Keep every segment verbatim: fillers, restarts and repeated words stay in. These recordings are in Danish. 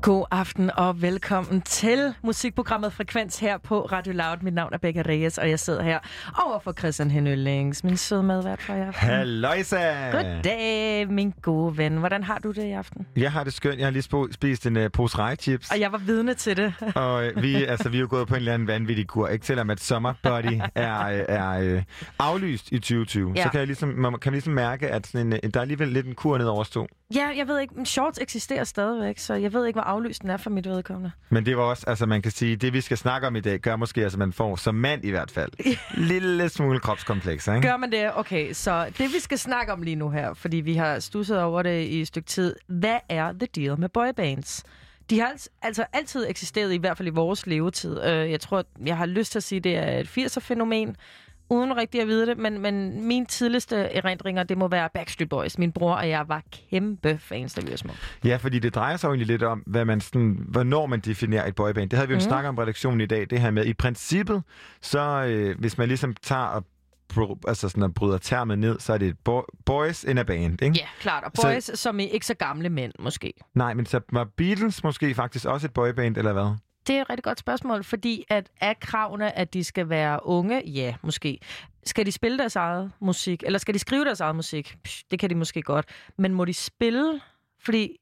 God aften og velkommen til musikprogrammet Frekvens her på Radio Loud. Mit navn er Becca Reyes, og jeg sidder her over for Christian Henøllings, min søde medvært for i aften. Halløjsa! Goddag, min gode ven. Hvordan har du det i aften? Jeg har det skønt. Jeg har lige sp- spist en uh, pose rejchips. Og jeg var vidne til det. og uh, vi, altså, vi er jo gået på en eller anden vanvittig kur. Ikke selvom at Summer Body er, er uh, aflyst i tyve tyve. Ja. Så kan, jeg ligesom, man kan ligesom mærke, at sådan en, der er alligevel lidt en kur ned over stå. Ja, jeg ved ikke, men shorts eksisterer stadigvæk, så jeg ved ikke, hvor aflyst den er for mit vedkommende. Men det var også, altså man kan sige, det vi skal snakke om i dag, gør måske, altså man får som mand i hvert fald, lille smule kropskomplekser, ikke? Gør man det? Okay, så det vi skal snakke om lige nu her, fordi vi har stusset over det i et stykke tid, hvad er the deal med boybands? De har altså altid eksisteret, i hvert fald i vores levetid. Jeg tror, jeg har lyst til at sige, at det er et firser-fænomen, uden rigtig at vide det, men, men mine tidligste erindringer, det må være Backstreet Boys. Min bror og jeg var kæmpe fans, da vi var små. Ja, fordi det drejer sig jo egentlig lidt om, hvad man sådan, hvornår man definerer et boyband. Det havde vi jo mm. snakket om redaktionen i dag, det her med. I princippet, så øh, hvis man ligesom tager og altså sådan, bryder termet ned, så er det bo- boys in a band, ikke? Ja, klart. Og boys, så, som er ikke så gamle mænd, måske. Nej, men så var Beatles måske faktisk også et boyband, eller hvad? Det er et rigtig godt spørgsmål, fordi at er kravene, at de skal være unge? Ja, måske. Skal de spille deres eget musik? Eller skal de skrive deres eget musik? Psh, det kan de måske godt. Men må de spille? Fordi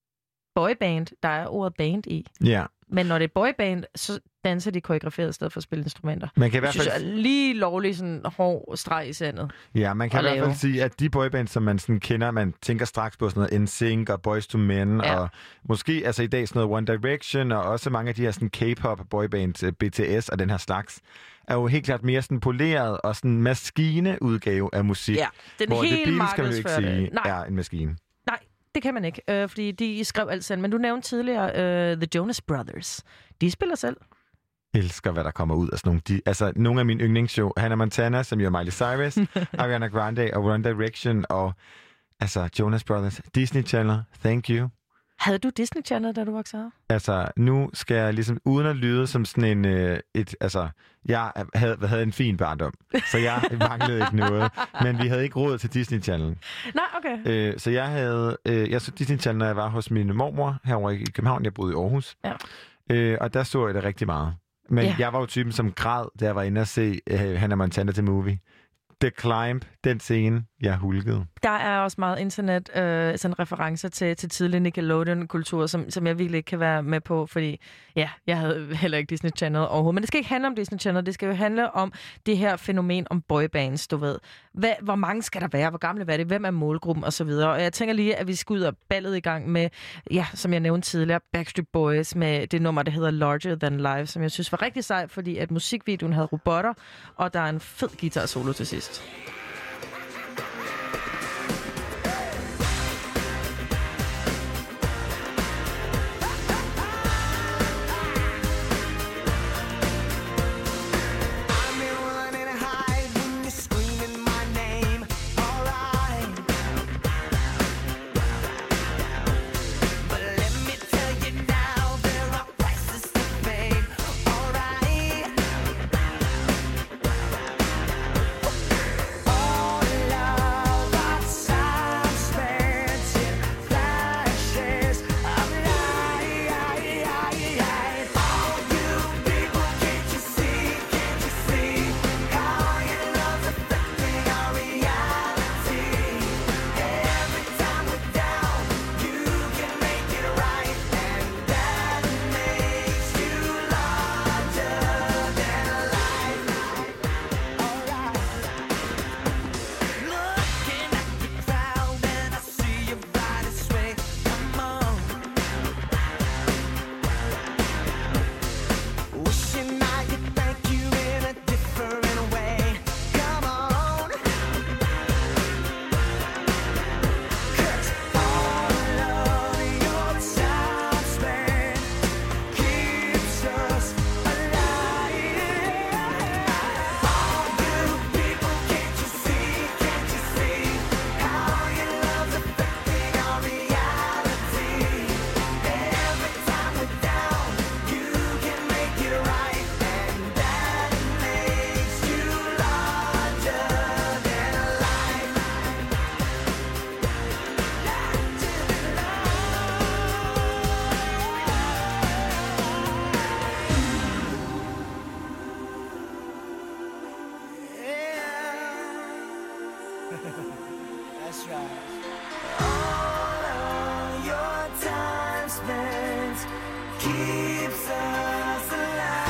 boyband, der er ordet band i. Ja. Men når det er boyband, så danser de koreograferet i stedet for at spille instrumenter. Man kan i hvert fald... Jeg synes, jeg er lige lovlig sådan hård streg i sandet. Ja, man kan i hvert fald sige, at de boybands, som man sådan kender, man tænker straks på sådan noget N Sync og Boyz two Men, ja. Og måske altså i dag sådan noget One Direction, og også mange af de her sådan K-pop boybands, B T S og den her slags, er jo helt klart mere sådan poleret og sådan maskineudgave af musik. Ja, den hvor helt The Beatles kan man jo ikke sige Nej. er en maskine. Nej, det kan man ikke, øh, fordi de skrev alt selv. Men du nævnte tidligere øh, The Jonas Brothers. De spiller selv. Elsker, hvad der kommer ud af sådan nogle... De, altså, nogle af mine yndlingsshow, Hannah Montana, som jo er Miley Cyrus, Ariana Grande og One Direction, og altså Jonas Brothers, Disney Channel, thank you. Havde du Disney Channel, da du voksede op? Altså, nu skal jeg ligesom, uden at lyde som sådan en... Øh, et, altså, jeg havde, havde en fin barndom, så jeg manglede ikke noget, men vi havde ikke råd til Disney Channel. Nej, okay. Øh, så jeg havde... Øh, jeg så Disney Channel, når jeg var hos min mormor herovre i København. Jeg boede i Aarhus. Ja. Øh, og der så jeg det rigtig meget. Men yeah. jeg var jo typen, som græd, da jeg var inde og se uh, Hannah Montana The Movie. The Climb, den scene, jeg hulkede. Der er også meget internet, øh, sådan referencer til, til tidlig Nickelodeon-kultur, som, som jeg virkelig ikke kan være med på, fordi ja, jeg havde heller ikke Disney Channel overhovedet. Men det skal ikke handle om Disney Channel, det skal jo handle om det her fænomen om boybands, du ved. Hvad, hvor mange skal der være? Hvor gamle er det? Hvem er målgruppen? Og så videre. Og jeg tænker lige, at vi skal ud og ballet i gang med, ja, som jeg nævnte tidligere, Backstreet Boys med det nummer, der hedder Larger Than Life, som jeg synes var rigtig sejt, fordi at musikvideoen havde robotter, og der er en fed guitar solo til sidst. Oh That's right. All of your time spent keeps us alive.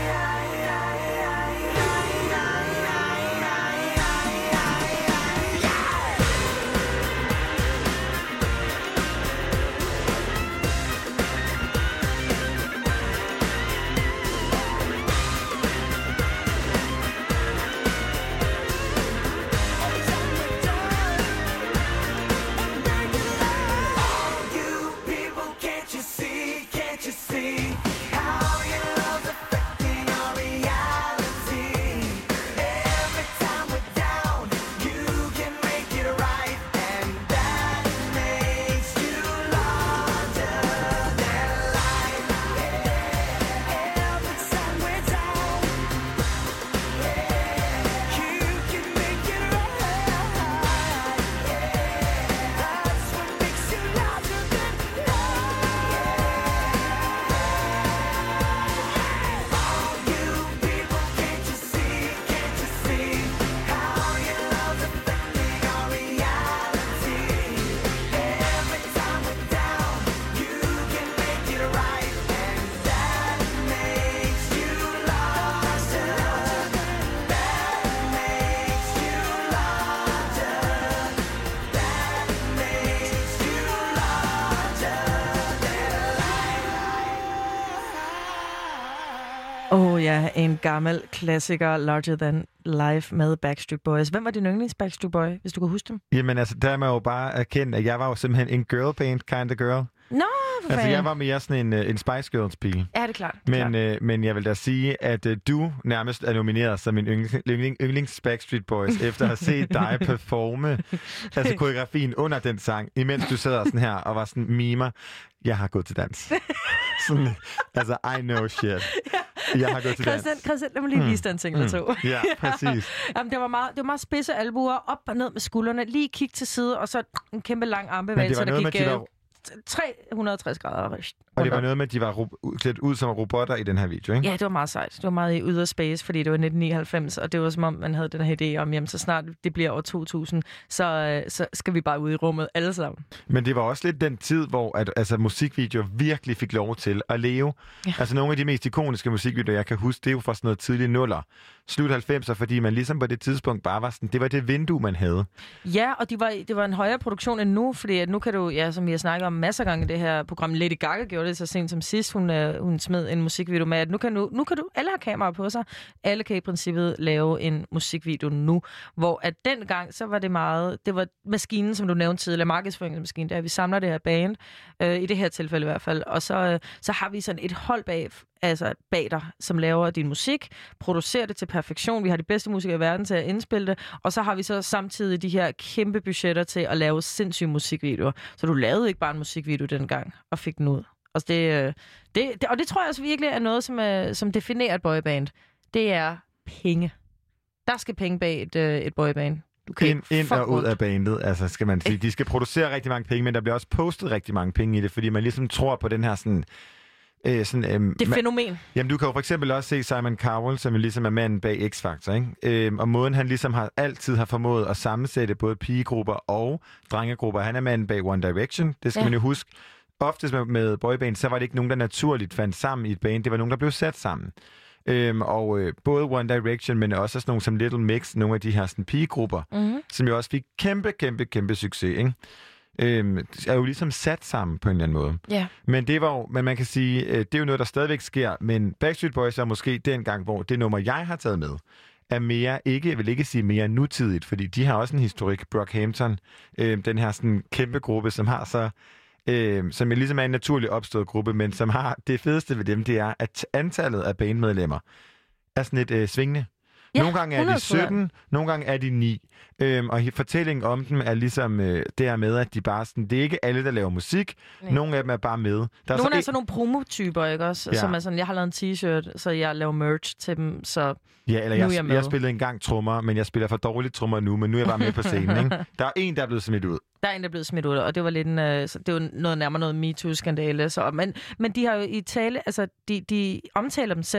Åh oh, ja, en gammel klassiker, Larger Than Life med Backstreet Boys. Hvem var din yndlings Backstreet Boy, hvis du kan huske dem? Jamen altså, der må jeg jo bare erkende, at jeg var jo simpelthen en girlband kind of girl. Nå, no, for Altså, fan. jeg var mere sådan en, en Spice Girls-pige. Ja, det er klart. Det er Men, klart. øh, men jeg vil da sige, at øh, du nærmest er nomineret som min yndling, yndling, yndlings Backstreet Boys, efter at have set dig performe altså koreografien under den sang, imens du sad sådan her og var sådan mimer. Jeg har gået til dans. Sådan, altså, I know shit. Jeg har gået til dans. Christian, Christian, lad mig lige vise den ting, der to. Ja, præcis. Jamen, det var meget, det var meget spidse albuer, op og ned med skuldrene, lige kig til side, og så en kæmpe lang armbevægelse, der gik de var... tre hundrede og tres grader. Og det var noget med, at de var ro- klædt ud som robotter i den her video, ikke? Ja, det var meget sejt. Det var meget i yder space, fordi det var nitten nioghalvfems, og det var som om, man havde den her idé om, jamen, så snart det bliver år to tusind, så, så skal vi bare ud i rummet alle sammen. Men det var også lidt den tid, hvor at, altså, musikvideoer virkelig fik lov til at leve. Ja. Altså nogle af de mest ikoniske musikvideoer, jeg kan huske, det er jo fra sådan noget tidligt nuller. Slut halvfemser, fordi man ligesom på det tidspunkt bare var sådan, det var det vindue, man havde. Ja, og de var, det var en højere produktion end nu, fordi at nu kan du, ja, som vi har snakket om masser af gange i det her program, Lady Gaga gjorde det så sent som sidst, hun, uh, hun smed en musikvideo med, at nu kan, du, nu kan du, alle har kameraer på sig, alle kan i princippet lave en musikvideo nu, hvor at dengang, så var det meget, det var maskinen, som du nævnte tidligere, markedsføringsmaskinen, der vi samler det her band, uh, i det her tilfælde i hvert fald, og så, uh, så har vi sådan et hold bag, altså bag dig, som laver din musik, producerer det til perfektion. Vi har de bedste musikere i verden til at indspille det, og så har vi så samtidig de her kæmpe budgetter til at lave sindssyge musikvideoer. Så du lavede ikke bare en musikvideo dengang og fik den ud. Og det, det, det, og det tror jeg også virkelig er noget, som, som definerer et boyband. Det er penge. Der skal penge bag et, et boyband. Du kan ind, ind og ud af bandet, altså skal man sige. De skal producere rigtig mange penge, men der bliver også postet rigtig mange penge i det, fordi man ligesom tror på den her sådan... Øh, sådan, øhm, det er fænomen. Jamen, du kan jo for eksempel også se Simon Cowell, som jo ligesom er manden bag X-Factor, ikke? Øhm, og måden, han ligesom har altid har formået at sammensætte både pigegrupper og drengegrupper. Han er manden bag One Direction, det skal ja. man jo huske. Oftest med, med boyband, så var det ikke nogen, der naturligt fandt sammen i et band. Det var nogen, der blev sat sammen. Øhm, og øh, både One Direction, men også sådan nogle som Little Mix, nogle af de her sådan, pigegrupper, mm-hmm. som jo også fik kæmpe, kæmpe, kæmpe succes, ikke? Øhm, er jo ligesom sat sammen på en eller anden måde. Yeah. Men det var jo, men man kan sige, øh, det er jo noget, der stadigvæk sker, men Backstreet Boys er måske den gang, hvor det nummer, jeg har taget med, er mere, ikke, jeg vil ikke sige mere nutidigt, fordi de har også en historik, Brockhampton, øh, den her sådan kæmpe gruppe, som har så, øh, som ligesom er en naturlig opstået gruppe, men som har, det fedeste ved dem, det er, at antallet af bandmedlemmer er sådan lidt øh, svingende. Ja, nogle gange er de sytten, nogle gange er de ni. Øhm, og fortællingen om dem er ligesom øh, dermed, at de bare sådan, det er ikke alle, der laver musik. Nej. Nogle af dem er bare med. Der er nogle så er sådan nogle promotyper, ikke også? Ja. Som er sådan, jeg har lavet en t-shirt, så jeg laver merch til dem, så ja, eller nu jeg, er jeg med. Jeg spillede engang trommer, men jeg spiller for dårligt trommer nu, men nu er jeg bare med på scenen. Ikke? Der er en, der er blevet smidt ud. Der er en, der er blevet smidt ud, og det var lidt en, øh, så det var noget nærmere noget MeToo-skandale. Så, men, men de har jo i tale, altså de, de omtaler dem selv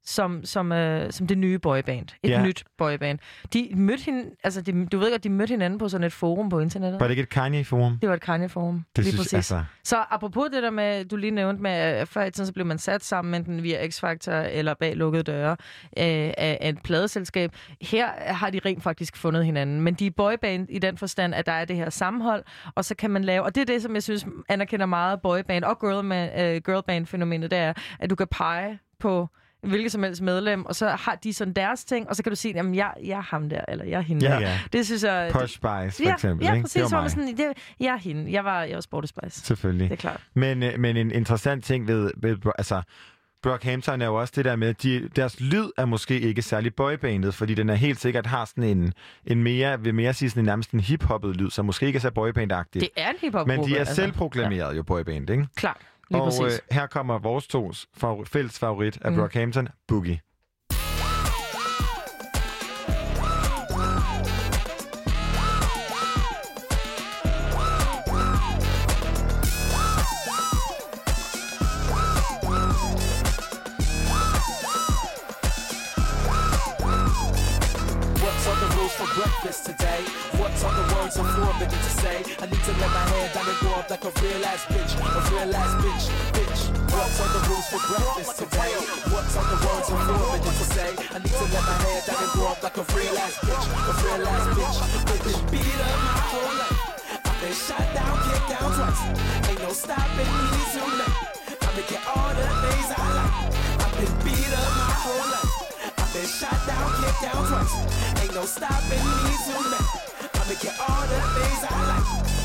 som, som, øh, som det nye boyband. Et Ja. nyt boyband. De mødte hende, altså de, du ved godt, de mødte hinanden på sådan et forum på internettet. Var det ikke et Kanye-forum? Det var et Kanye-forum. Det lige synes præcis. jeg, altså. Så apropos det der med, du lige nævnte med, at før i tiden, så blev man sat sammen, enten via X-Factor eller bag lukkede døre øh, af, af et pladeselskab. Her har de rent faktisk fundet hinanden. Men de er boyband i den forstand, at der er det her sammenhold, og så kan man lave, og det er det, som jeg synes anerkender meget boyband og girlman, øh, girlband-fænomenet, det er, at du kan pege på hvilket som helst medlem, og så har de sådan deres ting, og så kan du sige, jamen, jeg, jeg er ham der, eller jeg er hende Ja, der. ja. Det synes jeg... Posh Spice, for ja, eksempel. Ja, ikke? præcis. Det var Så var man mig. sådan, det, jeg er hende. Jeg var, jeg var Sporty Spice. Selvfølgelig. Det er klart. Men, øh, men en interessant ting ved, ved altså, Brockhampton er jo også det der med, at de, deres lyd er måske ikke særlig boybandet, fordi den er helt sikkert har sådan en, en mere, vil mere sige sådan en nærmest en hip-hoppet lyd, som måske ikke er så boyband-agtig. Det er en hiphop. Men de er altså. selvproklameret ja. jo boyband, ikke? Klart. Lige Og øh, præcis. her kommer vores tos favor- fælles favorit af mm. Brockhampton, Boogie. Breakfast today. What's on the words I'm forbidden to say? I need to let my hair down and grow up like a real ass bitch, a real ass bitch, bitch. What's on the rules for breakfast today? What's on the words I'm forbidden to say? I need to let my hair down and grow up like a real ass bitch, a real ass bitch, bitch. Beat up my whole life. I've been shot down, kicked down twice. Ain't no stopping me tonight. I'm making all the things I like. I've been beat up my whole life. Been shot down, kicked down twice. Ain't no stopping me tonight. I'm making all the things I like.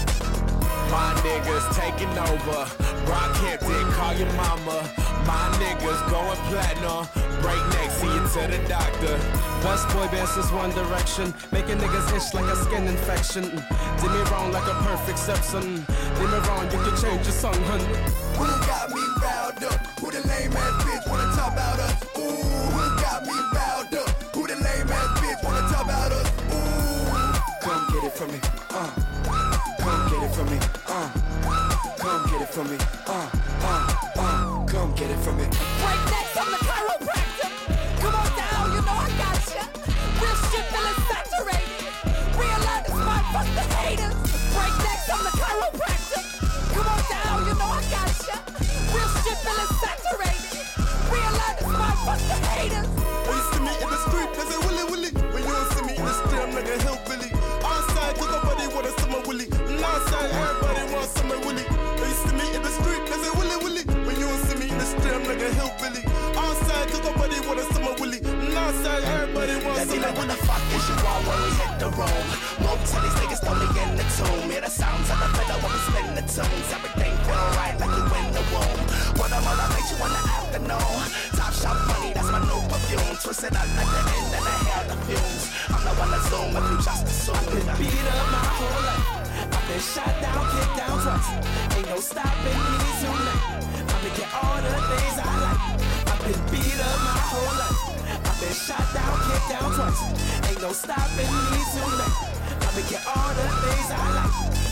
My niggas taking over. Brockhampton, call your mama. My niggas going platinum. Break neck, see you to the doctor. Best boy band since One Direction. Making niggas itch like a skin infection. Did me wrong like a perfect Simpson. Did me wrong, you can change your song, hun. Who got me riled up? Who the lame ass bitch wanna talk about us? Ooh, who got me riled up? Who the lame ass bitch wanna talk about us? Ooh, come get it from me, uh. Come get it from me, uh. Come get it from me, uh, uh, uh. Come get it from me. Break necks, I'm the chiropractor. Come on down, you know I got ya. Real shit feeling saturated. Real life is my fuck the haters. Break necks, I'm the chiropractor. Come on down, you know I got ya. Real shit feeling saturated. Real life is my fuck the haters. When you see me in the street, they say willy willy. When you don't see me in the street, I'm like a hillbilly. Outside, cause nobody wanna summer willy. Outside, everybody wants summer willy. When you see me in the street, they say willy willy. When you don't see me in the street, I'm like a hillbilly. Outside, cause nobody wanna summer willy. Outside, everybody wants summer willy. When the fuck is you all when we hit the room? Won't tell these niggas throw me in the tomb. Hear the sounds of the fiddle when we spin the tunes. Everything feel right like you in the womb. What a motivate you in the afternoon. Top shop money, that's my new perfume. Twisted out like the end and the hair, the fumes. I'm the one to zoom if you just assume. I've been beat up my whole life. I've been shot down, kicked down twice. Ain't no stopping me tonight. I'm making all the things I like. I've been beat up my whole life. I've been shot down, kicked down twice. Ain't no stopping me tonight. I'm making all the things I like.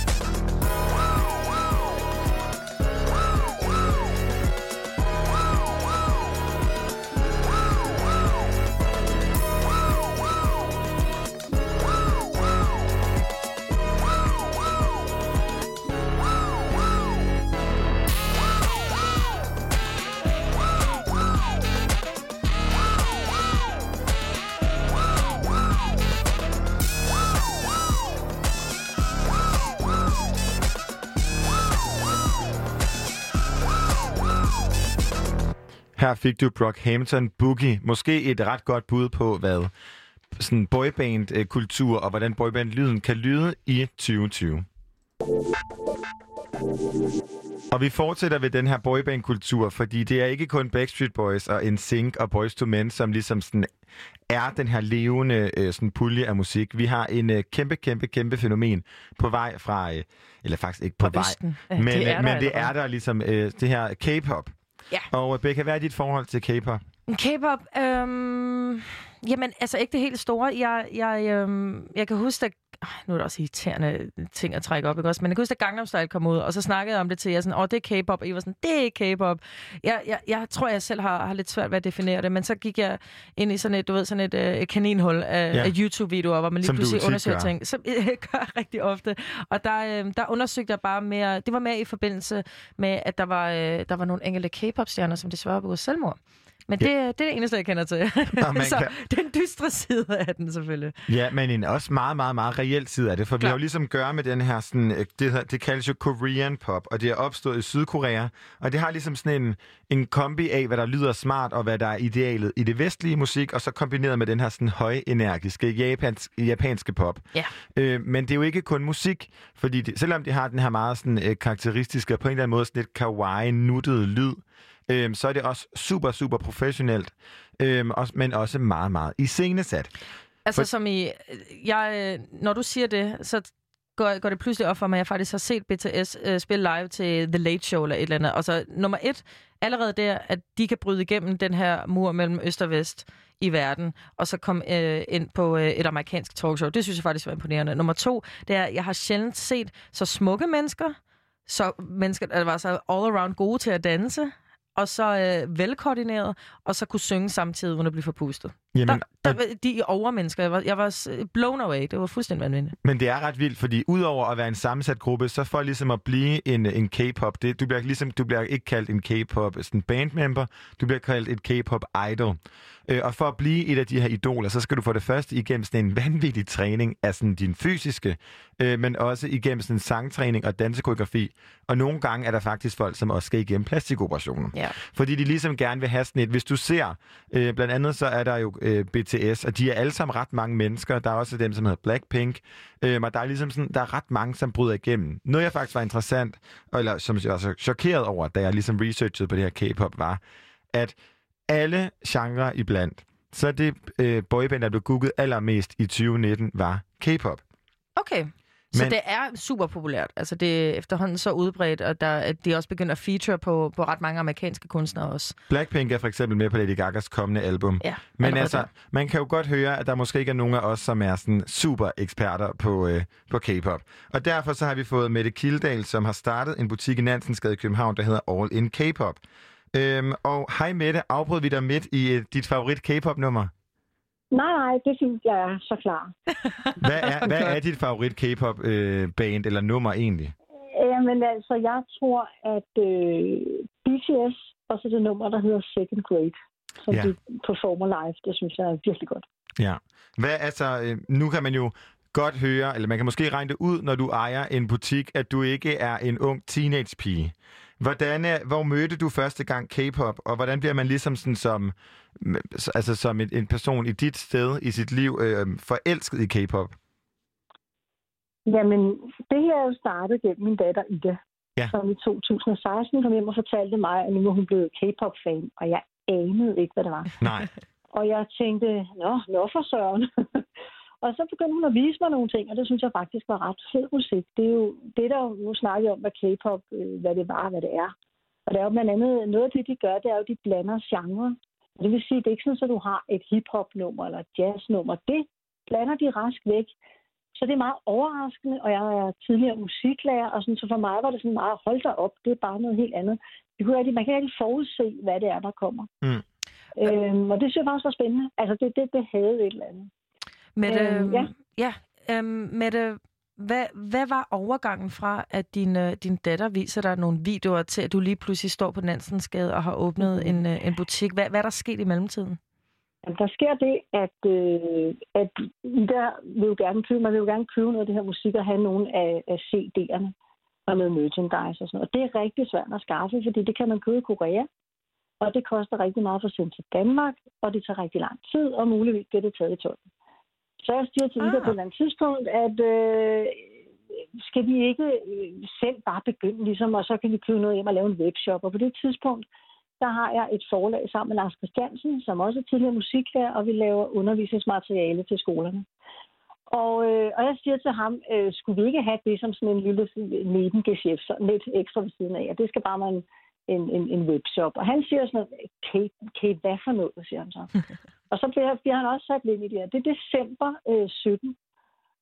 Her fik du Brockhampton Boogie. Måske et ret godt bud på, hvad sådan boyband-kultur og hvordan boyband-lyden kan lyde i tyve tyve. Og vi fortsætter ved den her boyband-kultur, fordi det er ikke kun Backstreet Boys og N Sync og Boyz two Men, som ligesom sådan er den her levende øh, sådan pulje af musik. Vi har en øh, kæmpe, kæmpe, kæmpe fænomen på vej fra, øh, eller faktisk ikke på vej, Østen. men det er øh, der men det er der ligesom øh, det her K-pop. Ja. Og Becca, hvad er dit forhold til K-pop? K-pop, øhm, jamen altså ikke det helt store. Jeg, jeg, øhm, jeg kan huske, da nu er det også irriterende ting at trække op, ikke også? Men jeg kunne huske, at Gangnam Style kom ud, og så snakkede jeg om det til jer sådan, åh, oh, det er K-pop, og I var sådan, det er ikke K-pop. Jeg, jeg, jeg tror, jeg selv har, har lidt svært ved at definere det, men så gik jeg ind i sådan et, du ved, sådan et, et kaninhul af, ja. af YouTube-videoer, hvor man lige pludselig undersøger ting, som jeg gør rigtig ofte. Og der, der undersøgte jeg bare mere, det var mere i forbindelse med, at der var, der var nogle enkelte K-pop-stjerner, som desværre begået selvmord. Men det, ja. det er det eneste, jeg kender til. Så kan... den dystre side af den, selvfølgelig. Ja, men en også meget, meget, meget reel side af det. For Klar. vi har jo ligesom gøre med den her, sådan, det, det kaldes jo Korean pop, og det er opstået i Sydkorea. Og det har ligesom sådan en, en kombi af, hvad der lyder smart, og hvad der er idealet i det vestlige musik, og så kombineret med den her sådan højenergiske japans, japanske pop. Ja. Øh, men det er jo ikke kun musik, fordi det, selvom de har den her meget sådan, øh, karakteristiske, og på en eller anden måde sådan lidt kawaii-nuttede lyd, Øhm, så er det også super, super professionelt, øhm, også, men også meget, meget iscenesat. Altså For... som i, jeg, når du siger det, så går, går det pludselig op for mig, at jeg faktisk har set B T S uh, spille live til The Late Show eller et eller andet. Og så nummer et, allerede der, at de kan bryde igennem den her mur mellem øst og vest i verden, og så komme uh, ind på uh, et amerikansk talkshow. Det synes jeg faktisk var imponerende. Nummer to, det er, jeg har sjældent set så smukke mennesker, så mennesker, der var så all around gode til at danse, og så øh, velkoordineret, og så kunne synge samtidig, uden at blive forpustet. Jamen, der, der, de er overmennesker. Jeg var, jeg var blown away. Det var fuldstændig vanvittigt. Men det er ret vildt, fordi udover at være en sammensat gruppe, så for ligesom at blive en, en K-pop, det, du, bliver ligesom, du bliver ikke kaldt en K-pop sådan bandmember, du bliver kaldt et K-pop idol. Øh, og for at blive et af de her idoler, så skal du for det første igennem sådan en vanvittig træning af sådan din fysiske, øh, men også igennem sådan en sangtræning og dansekoreografi. Og nogle gange er der faktisk folk, som også skal igennem plastikoperationer. Ja. Fordi de ligesom gerne vil have sådan et, hvis du ser, øh, blandt andet så er der jo øh, B T S, og de er alle sammen ret mange mennesker. Der er også dem, som hedder Blackpink. Øh, og der er ligesom sådan, der er ret mange, som bryder igennem. Noget, jeg faktisk var interessant, eller som jeg var så chokeret over, da jeg ligesom researchede på det her K-pop, var, at alle genrer iblandt, så det øh, boyband, der blev googlet allermest i tyve nitten, var K-pop. Okay. Så Men, det er super populært. Altså det er efterhånden så udbredt, og der, at de også begynder at feature på, på ret mange amerikanske kunstnere også. Blackpink er for eksempel med på Lady Gagas kommende album. Ja, Men altså, der. man kan jo godt høre, at der måske ikke er nogen af os, som er sådan super eksperter på, øh, på K-pop. Og derfor så har vi fået Mette Kildahl, som har startet en butik i Nansensgade i København, der hedder All In K-pop. Øhm, og hej Mette, afbrød vi dig midt i uh, dit favorit K-pop-nummer? Nej, nej, det synes jeg er så klar. hvad, er, hvad er dit favorit K-pop-band øh, eller nummer egentlig? Jamen altså, jeg tror, at øh, B T S, og så det nummer, der hedder Second Grade, som ja. de performer live, det synes jeg er virkelig godt. Ja. Hvad, altså, øh, nu kan man jo godt høre, eller man kan måske regne det ud, når du ejer en butik, at du ikke er en ung teenage-pige. Hvordan er, hvor mødte du første gang K-pop, og hvordan bliver man ligesom sådan som, altså som en, en person i dit sted i sit liv øh, forelsket i K-pop? Jamen, det her er jo startet gennem min datter Ida, ja. som i to tusind og seksten kom hjem og fortalte mig, at nu var hun blevet K-pop-fan, og jeg anede ikke, hvad det var. Nej. Og jeg tænkte, nå, nå for søren. Og så begyndte hun at vise mig nogle ting, og det synes jeg faktisk var ret fed musik. Det er jo det, der nu snakker om, hvad K-pop, hvad det var, hvad det er. Og det er jo blandt andet, noget af det, de gør, det er jo, de blander genre. Det vil sige, det er ikke sådan, at du har et hip-hop-nummer eller et jazz-nummer. Det blander de rask væk. Så det er meget overraskende, og jeg er tidligere musiklærer, og sådan, så for mig var det sådan meget, hold da op, det er bare noget helt andet. Det kunne jeg, man kan ikke forudse, hvad det er, der kommer. Mm. Øhm, og det synes jeg faktisk var spændende. Altså, det, det, det havde et eller andet. Mette, øhm, ja. ja øhm, Mette, hvad, hvad var overgangen fra, at din, øh, din datter viser dig nogle videoer til, at du lige pludselig står på Nansensgade og har åbnet en, øh, en butik? Hvad, hvad er der sket i mellemtiden? Jamen, der sker det, at, øh, at Ida vil jo gerne købe, man vil jo gerne købe noget af det her musik og have nogle af, af C D'erne og noget merchandise og sådan noget. Og det er rigtig svært at skaffe, fordi det kan man købe i Korea, og det koster rigtig meget for at sende til Danmark, og det tager rigtig lang tid, og muligvis bliver det taget i tolden. Så jeg siger til Ida ah. på et eller andet tidspunkt, at øh, skal vi ikke øh, selv bare begynde, ligesom, og så kan vi købe noget hjem og lave en webshop. Og på det tidspunkt, der har jeg et forlag sammen med Lars Christiansen, som også er tidligere musiklærer, og vi laver undervisningsmateriale til skolerne. Og, øh, og jeg siger til ham, øh, skulle vi ikke have det som sådan en lille nebengeschæft, sådan lidt ekstra ved siden af, og det skal bare være en, en, en, en webshop. Og han siger sådan noget, okay, okay, hvad for noget, siger han så. Og så bliver, bliver han også sat lidt i det her. Det er december øh, sytten.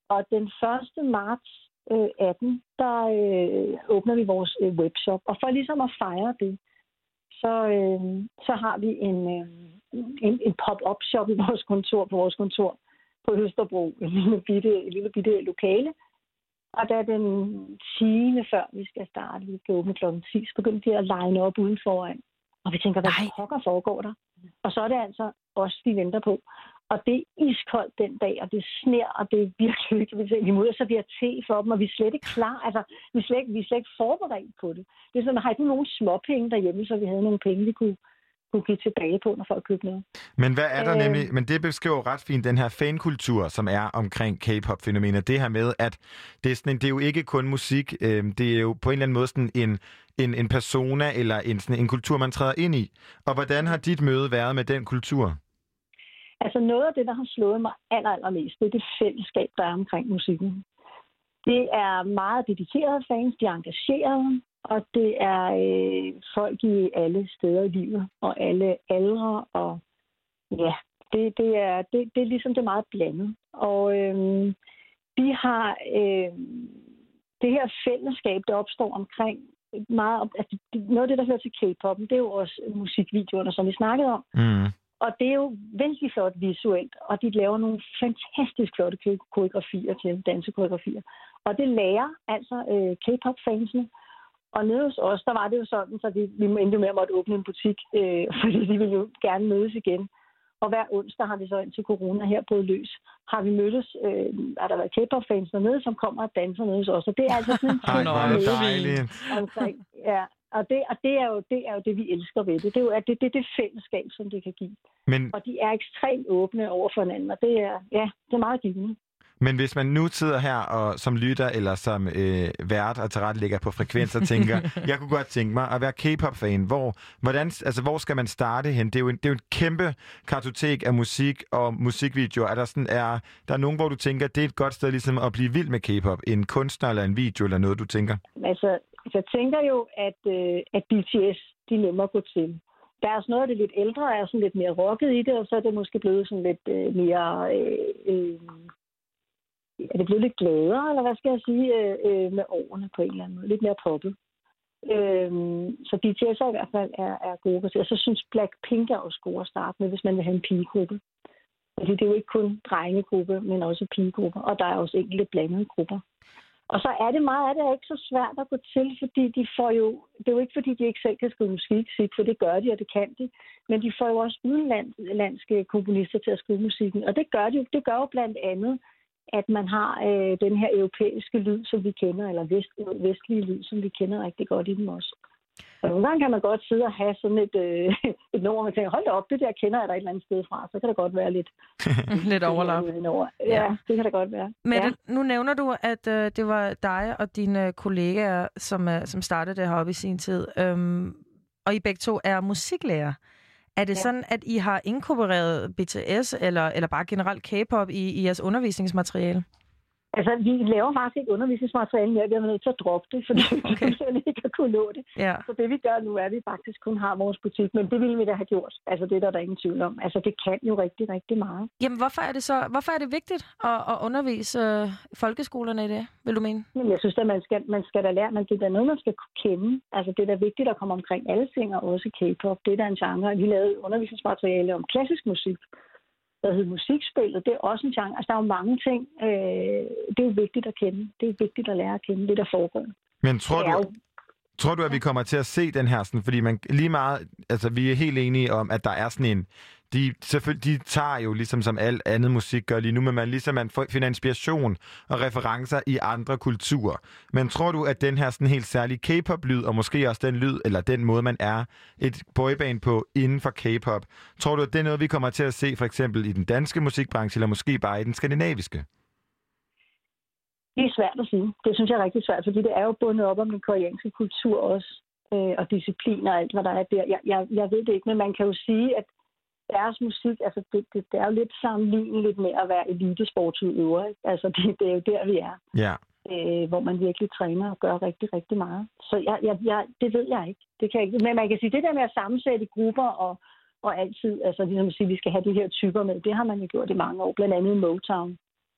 Og den første marts øh, atten, der øh, åbner vi vores øh, webshop. Og for ligesom at fejre det, så, øh, så har vi en, øh, en, en pop-up shop i vores kontor, på vores kontor på Østerbro. En lille bitte, en lille bitte lokale. Og da den tiende før vi skal starte, vi skal åbne klokken ti, så begyndte de at line op uden foran. Og vi tænker, hvad pokker foregår der? Og så er det altså os, vi venter på. Og det er iskoldt den dag, og det sner, og det er virkelig hyggeligt. Vi må ud og servere te for dem, og vi er slet ikke klar. Altså, vi er slet ikke, vi er slet ikke forberedt på det. Det er sådan, har ikke nogen småpenge derhjemme, så vi havde nogle penge, vi kunne, kunne give tilbage på, når folk købte noget. Men hvad er der øh, nemlig, men det beskriver ret fint den her fankultur, som er omkring K-pop-fænomenet. Det her med, at det er, sådan en, det er jo ikke kun musik, øh, det er jo på en eller anden måde sådan en, en, en persona eller en, sådan en kultur, man træder ind i. Og hvordan har dit møde været med den kultur? Altså noget af det, der har slået mig aller, allermest, det er det fællesskab, der er omkring musikken. Det er meget dedikerede fans, de er engagerede, og det er øh, folk i alle steder i livet, og alle aldre, og ja, det, det, er, det, det er ligesom det er meget blandet. Og øh, vi har øh, det her fællesskab, der opstår omkring meget, altså, noget af det, der hører til K-poppen, det er jo også musikvideoerne, som vi snakkede om. Mm. Og det er jo vældig flot visuelt, og de laver nogle fantastisk flotte koreografier til dansekoreografier. Og det lærer altså øh, K-pop-fansene. Og nede hos os, der var det jo sådan, så vi, vi endte med at måtte åbne en butik, øh, fordi de ville jo gerne mødes igen. Og hver onsdag har vi så indtil corona her brød løs, har vi mødtes, øh, er der været K-pop-fans dernede, som kommer og danser nede hos os. Og det er altså sådan en ting, omkring. Ja. Og, det, og det, er jo, det er jo det, vi elsker ved det. Det er jo at det, det, det fællesskab, som det kan give. Men, og de er ekstremt åbne over for hinanden, og det er, ja, det er meget givende. Men hvis man nu sidder her og som lytter eller som øh, vært og tilrettelægger på frekvens og tænker, jeg kunne godt tænke mig at være K-pop-fan, hvor, hvordan, altså, hvor skal man starte hen? Det er jo en, det er jo en kæmpe kartotek af musik og musikvideoer. Er der, sådan, er der nogen, hvor du tænker, det er et godt sted ligesom at blive vild med K-pop? En kunstner eller en video eller noget, du tænker? Altså, jeg tænker jo, at, øh, at B T S, de er nemmere at gå til. Der er sådan noget af det lidt ældre, er sådan lidt mere rocket i det, og så er det måske blevet sådan lidt øh, mere... Øh, øh, er det blevet lidt gladere, eller hvad skal jeg sige, øh, øh, med årene på en eller anden måde. Lidt mere poppet. Øh, så B T S i hvert fald er, er gode. Og så synes Blackpink er også gode at starte med, hvis man vil have en pigegruppe. Fordi det er jo ikke kun drengegruppe, men også pigegrupper. Og der er også enkelte blandede grupper. Og så er det meget af det er ikke så svært at gå til, fordi de får jo... Det er jo ikke, fordi de ikke selv kan skrive musik, for det gør de, og det kan de. Men de får jo også udenlandske komponister til at skrive musikken. Og det gør, de, det gør jo blandt andet, at man har øh, den her europæiske lyd, som vi kender, eller vest, vestlige lyd, som vi kender rigtig godt i dem også. Og nogle gange kan man godt sidde og have sådan et, øh, et nummer, man tænker, hold da op, det der kender jeg der et eller andet sted fra, så kan det godt være lidt... lidt overlap. Ja, det kan det godt være. Mette, ja. Nu nævner du, at øh, det var dig og dine kollegaer, som, øh, som startede det heroppe i sin tid, øhm, og I begge to er musiklærer. Er det ja. sådan, at I har inkorporeret B T S eller, eller bare generelt K-pop i, i jeres undervisningsmateriale? Altså, vi laver faktisk ikke undervisningsmateriale mere. Vi har været nødt til at droppe det, fordi okay. vi ikke har kunnet nå det. Ja. Så det, vi gør nu, er, at vi faktisk kun har vores butik. Men det ville vi da have gjort. Altså, det er der, der er ingen tvivl om. Altså, det kan jo rigtig, rigtig meget. Jamen, hvorfor er det så hvorfor er det vigtigt at, at undervise øh, folkeskolerne i det, vil du mene? Jamen, jeg synes, at man skal, man skal da lære, man det er noget, man skal kunne kende. Altså, det er da vigtigt at komme omkring alle ting, og også K-pop. Det er da en genre. Vi lavede undervisningsmateriale om klassisk musik, der hedder musikspillet, det er også en genre. Altså, der er jo mange ting. Øh, det er jo vigtigt at kende. Det er vigtigt at lære at kende det, der foregår. Men tror du, tror du, at vi kommer til at se den her sådan, fordi man lige meget, altså vi er helt enige om, at der er sådan en, de, selvfølgelig, de tager jo ligesom som alt andet musik gør lige nu, men man ligesom man finder inspiration og referencer i andre kulturer. Men tror du, at den her sådan helt særlige K-pop-lyd, og måske også den lyd, eller den måde, man er et boyband på inden for K-pop, tror du, at det er noget, vi kommer til at se for eksempel i den danske musikbranche, eller måske bare i den skandinaviske? Det er svært at sige. Det synes jeg er rigtig svært, fordi det er jo bundet op om den koreanske kultur også, øh, og disciplin og alt, hvad der er der. Jeg, jeg, jeg ved det ikke, men man kan jo sige, at deres musik, altså det, det, det er jo lidt sammenligneligt med at være elitesportsudøver. Ikke? Altså det, det er jo der, vi er. Ja. Øh, hvor man virkelig træner og gør rigtig, rigtig meget. Så jeg, jeg, jeg, det ved jeg ikke. Det kan jeg ikke. Men man kan sige, det der med at sammensætte grupper og, og altid, altså ligesom at sige, at vi skal have de her typer med, det har man jo gjort i mange år, blandt andet i Motown.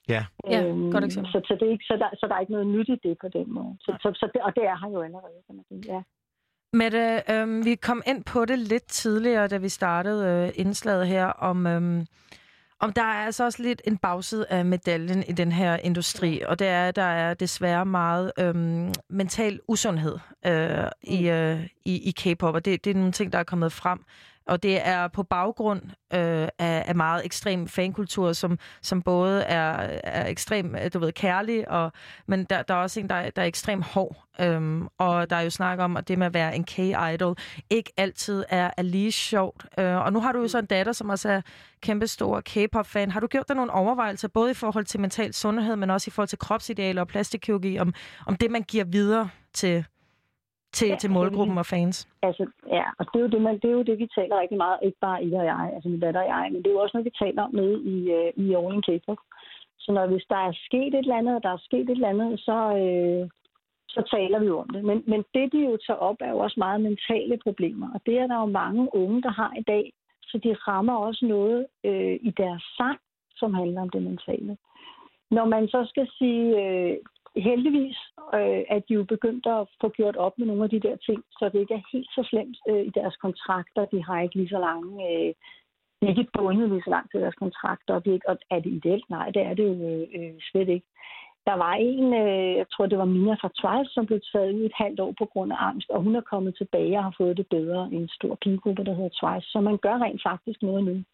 Ja, ja Øhm, godt eksempel. Så, så, det er ikke, så, der, så der er ikke noget nyt i det på den måde. Så, så, så det, og det er her jo allerede, kan man sige. Ja. Mette, øhm, vi kom ind på det lidt tidligere, da vi startede øh, indslaget her, om, øhm, om der er altså også lidt en bagside af medaljen i den her industri, og det er, der er desværre meget øhm, mental usundhed øh, i, øh, i, i K-pop, og det, det er nogle ting, der er kommet frem. Og det er på baggrund øh, af, af meget ekstrem fankultur, som, som både er, er ekstrem, du ved, kærlig, og, men der, der er også en, der, der er ekstrem hård. Øhm, og der er jo snak om, at det med at være en K-idol ikke altid er, er lige sjovt. Øh, og nu har du jo så en datter, som også er kæmpestor K-pop-fan. Har du gjort dig nogle overvejelser, både i forhold til mental sundhed, men også i forhold til kropsidealer og plastikkirurgi, om, om det, man giver videre til... Til, ja, til målgruppen og fans? Altså, ja, og det er, jo det, man, det er jo det, vi taler rigtig meget, ikke bare I og jeg, altså min datter og jeg, men det er jo også noget, vi taler om nede i, uh, i All in K-pop. Så når hvis der er sket et eller andet, og der er sket et eller andet, så, øh, så taler vi jo om det. Men, men det, de jo tager op, er jo også meget mentale problemer, og det er der jo mange unge, der har i dag, så de rammer også noget øh, i deres sang, som handler om det mentale. Når man så skal sige... Øh, heldigvis øh, at de jo begyndt at få gjort op med nogle af de der ting, så det ikke er helt så slemt øh, i deres kontrakter. De har ikke lige så lange, øh, de er ikke bundet lige så langt til deres kontrakter. Og, de ikke, og er det ideelt? Nej, det er det jo øh, slet ikke. Der var en, øh, jeg tror det var Mina fra Twice, som blev taget ud et halvt år på grund af angst, og hun er kommet tilbage og har fået det bedre i en stor pigegruppe, der hedder Twice. Så man gør rent faktisk noget nu.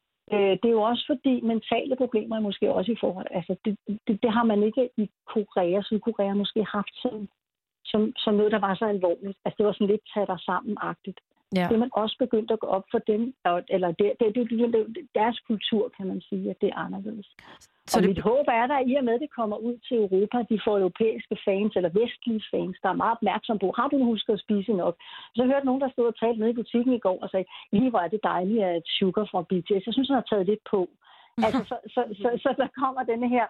Det er jo også fordi mentale problemer er måske også i forhold. Altså det, det, det har man ikke i Korea, Sydkorea måske haft som, som, som noget, der var så alvorligt. Altså det var sådan lidt taget der sammen-agtigt. Ja. Det er man også begyndt at gå op for dem, eller det, det, det, det, det, deres kultur, kan man sige, at det er anderledes. Så og det... mit håb er der, i og med, at det kommer ud til Europa, de får europæiske fans eller vestlige fans, der er meget opmærksom på, har du husket at spise nok? Så hørte nogen, der stod og talte nede i butikken i går og sagde, lige hvor er det dejligt, at Sugar fra B T S. Jeg synes, han har taget lidt på. Altså, så, så, så, så, så der kommer denne her...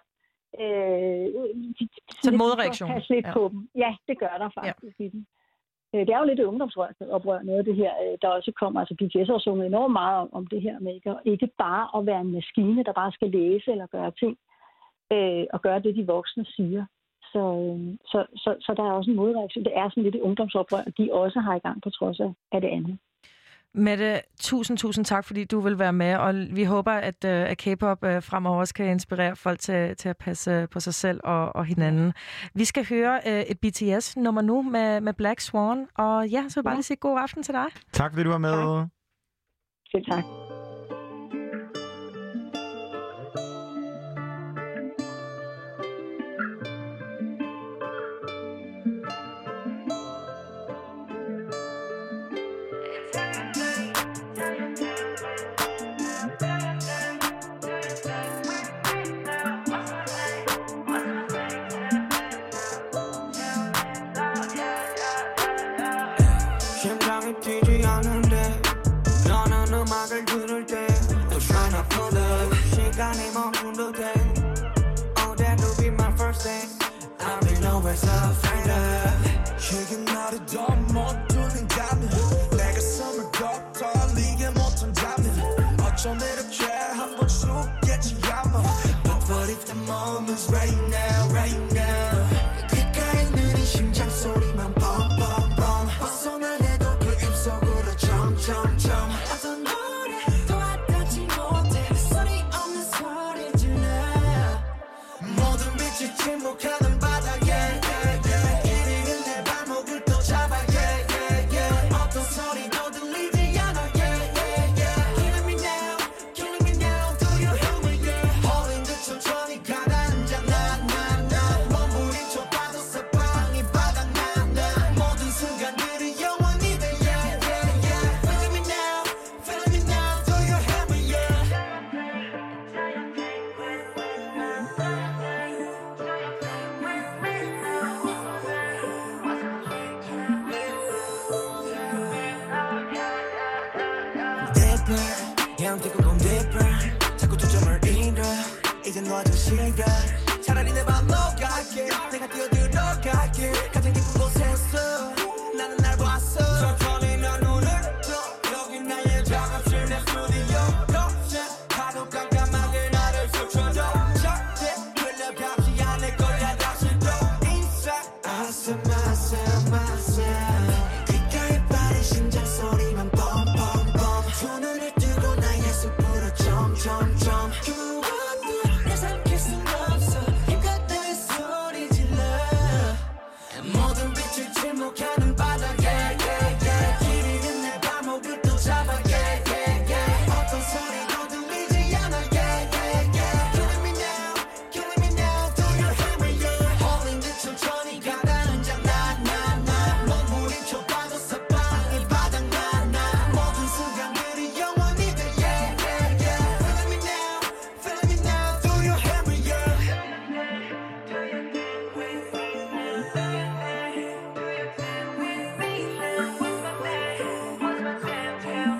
Øh, de, så en modreaktion. Lidt ja. På dem. Ja, det gør der faktisk ja. I den. Det er jo lidt ungdomsoprør, noget af det her, der også kommer. Altså B T S har sunget enormt meget om, om det her med ikke, ikke bare at være en maskine, der bare skal læse eller gøre ting, øh, og gøre det, de voksne siger. Så, så, så, så der er også en modreaktion. Det er sådan lidt et ungdomsoprør, og de også har i gang på trods af det andet. Mette, tusind, tusind tak, fordi du vil være med, og vi håber, at, at K-pop fremover også kan inspirere folk til, til at passe på sig selv og, og hinanden. Vi skal høre et B T S-nummer nu med, med Black Swan, og ja, så vil jeg bare lige sige god aften til dig. Tak, fordi du var med. Tak. Selv tak.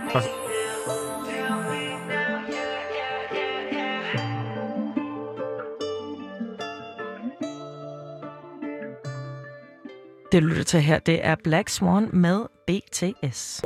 Og... Det, du lytter til her, det er Black Swan med B T S.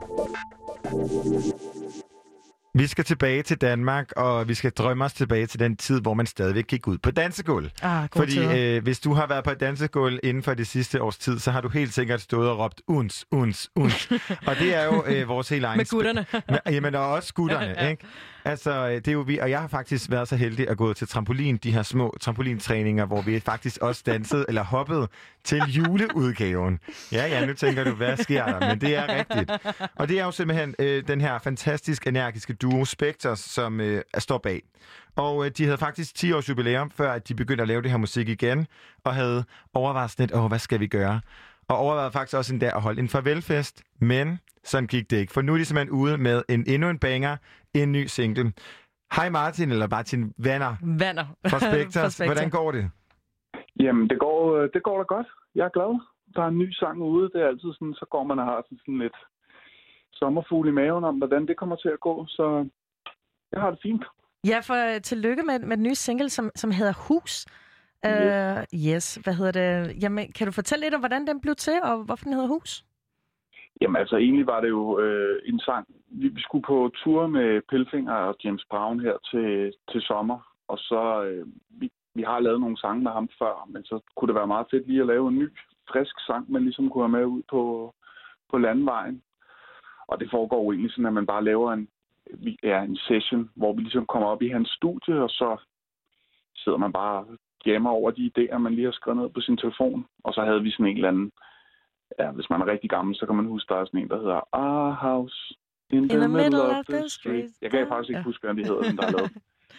Vi skal tilbage til Danmark, og vi skal drømme os tilbage til den tid, hvor man stadigvæk gik ud på dansegulv. Ah, Fordi øh, hvis du har været på et dansegulv inden for det sidste års tid, så har du helt sikkert stået og råbt uns, uns, uns. Og det er jo øh, vores helt egen... Med gutterne. Sp- Jamen, og også gutterne, ja. Ikke? Altså, det er jo vi, og jeg har faktisk været så heldig at gå til trampolin, de her små trampolintræninger, hvor vi faktisk også dansede eller hoppede til juleudgaven. Ja, ja, nu tænker du, hvad sker der? Men det er rigtigt. Og det er jo simpelthen øh, den her fantastisk energiske duo Spectres, som øh, står bag. Og øh, de havde faktisk ti års jubilæum, før at de begyndte at lave det her musik igen, og havde overvejet sådan lidt, åh, hvad skal vi gøre? Og overvejede faktisk også en dag at holde en farvelfest, men sådan gik det ikke. For nu er de simpelthen ude med en endnu en banger, en ny single. Hej Martin, eller Martin Vanner. Vanner. Fra Spectres. Hvordan går det? Jamen, det går, det går da godt. Jeg er glad. Der er en ny sang ude. Det er altid sådan, så går man og har sådan lidt sommerfugl i maven om, hvordan det kommer til at gå. Så jeg har det fint. Ja, for tillykke med, med den nye single, som, som hedder Hus. Uh, yes. yes, hvad hedder det? Jamen, kan du fortælle lidt om, hvordan den blev til, og hvorfor den hedder Hus? Jamen altså, egentlig var det jo øh, en sang. Vi, vi skulle på tur med Pilfinger og James Brown her til, til sommer, og så øh, vi, vi har lavet nogle sange med ham før, men så kunne det være meget fedt lige at lave en ny, frisk sang, man ligesom kunne have med ud på, på landvejen. Og det foregår jo egentlig sådan, at man bare laver en, ja, en session, hvor vi ligesom kommer op i hans studie, og så sidder man bare gemmer over de idéer, man lige har skrevet ned på sin telefon. Og så havde vi sådan en eller anden, ja, hvis man er rigtig gammel, så kan man huske, der er sådan en, der hedder Our House in, in the, the middle of the street. Jeg kan faktisk ikke ja. huske, hvad de hedder, den der er lavet.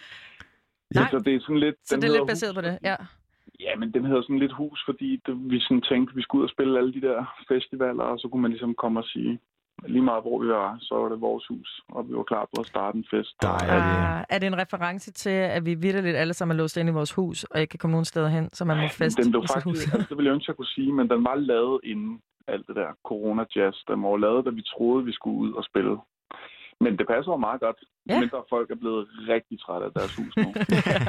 Nej, så det er sådan lidt... Så det er lidt baseret hus. På det, ja. Ja, men den hedder sådan lidt hus, fordi det, vi sådan tænkte, at vi skulle ud og spille alle de der festivaler, og så kunne man ligesom komme og sige, lige meget hvor vi var, så var det vores hus, og vi var klar på at starte en fest. Der er, ah, er det en reference til, at vi vitterligt alle sammen er låst inde i vores hus, og ikke kan komme nogen steder hen, så man må feste den blev i faktisk, sit hus? Altså, det ville jeg ønske, jeg kunne sige, men den var lavet inden alt det der corona-jazz. Den var lavet, da vi troede, vi skulle ud og spille. Men det passer jo meget godt, ja. Mindre folk er blevet rigtig trætte af deres hus nu.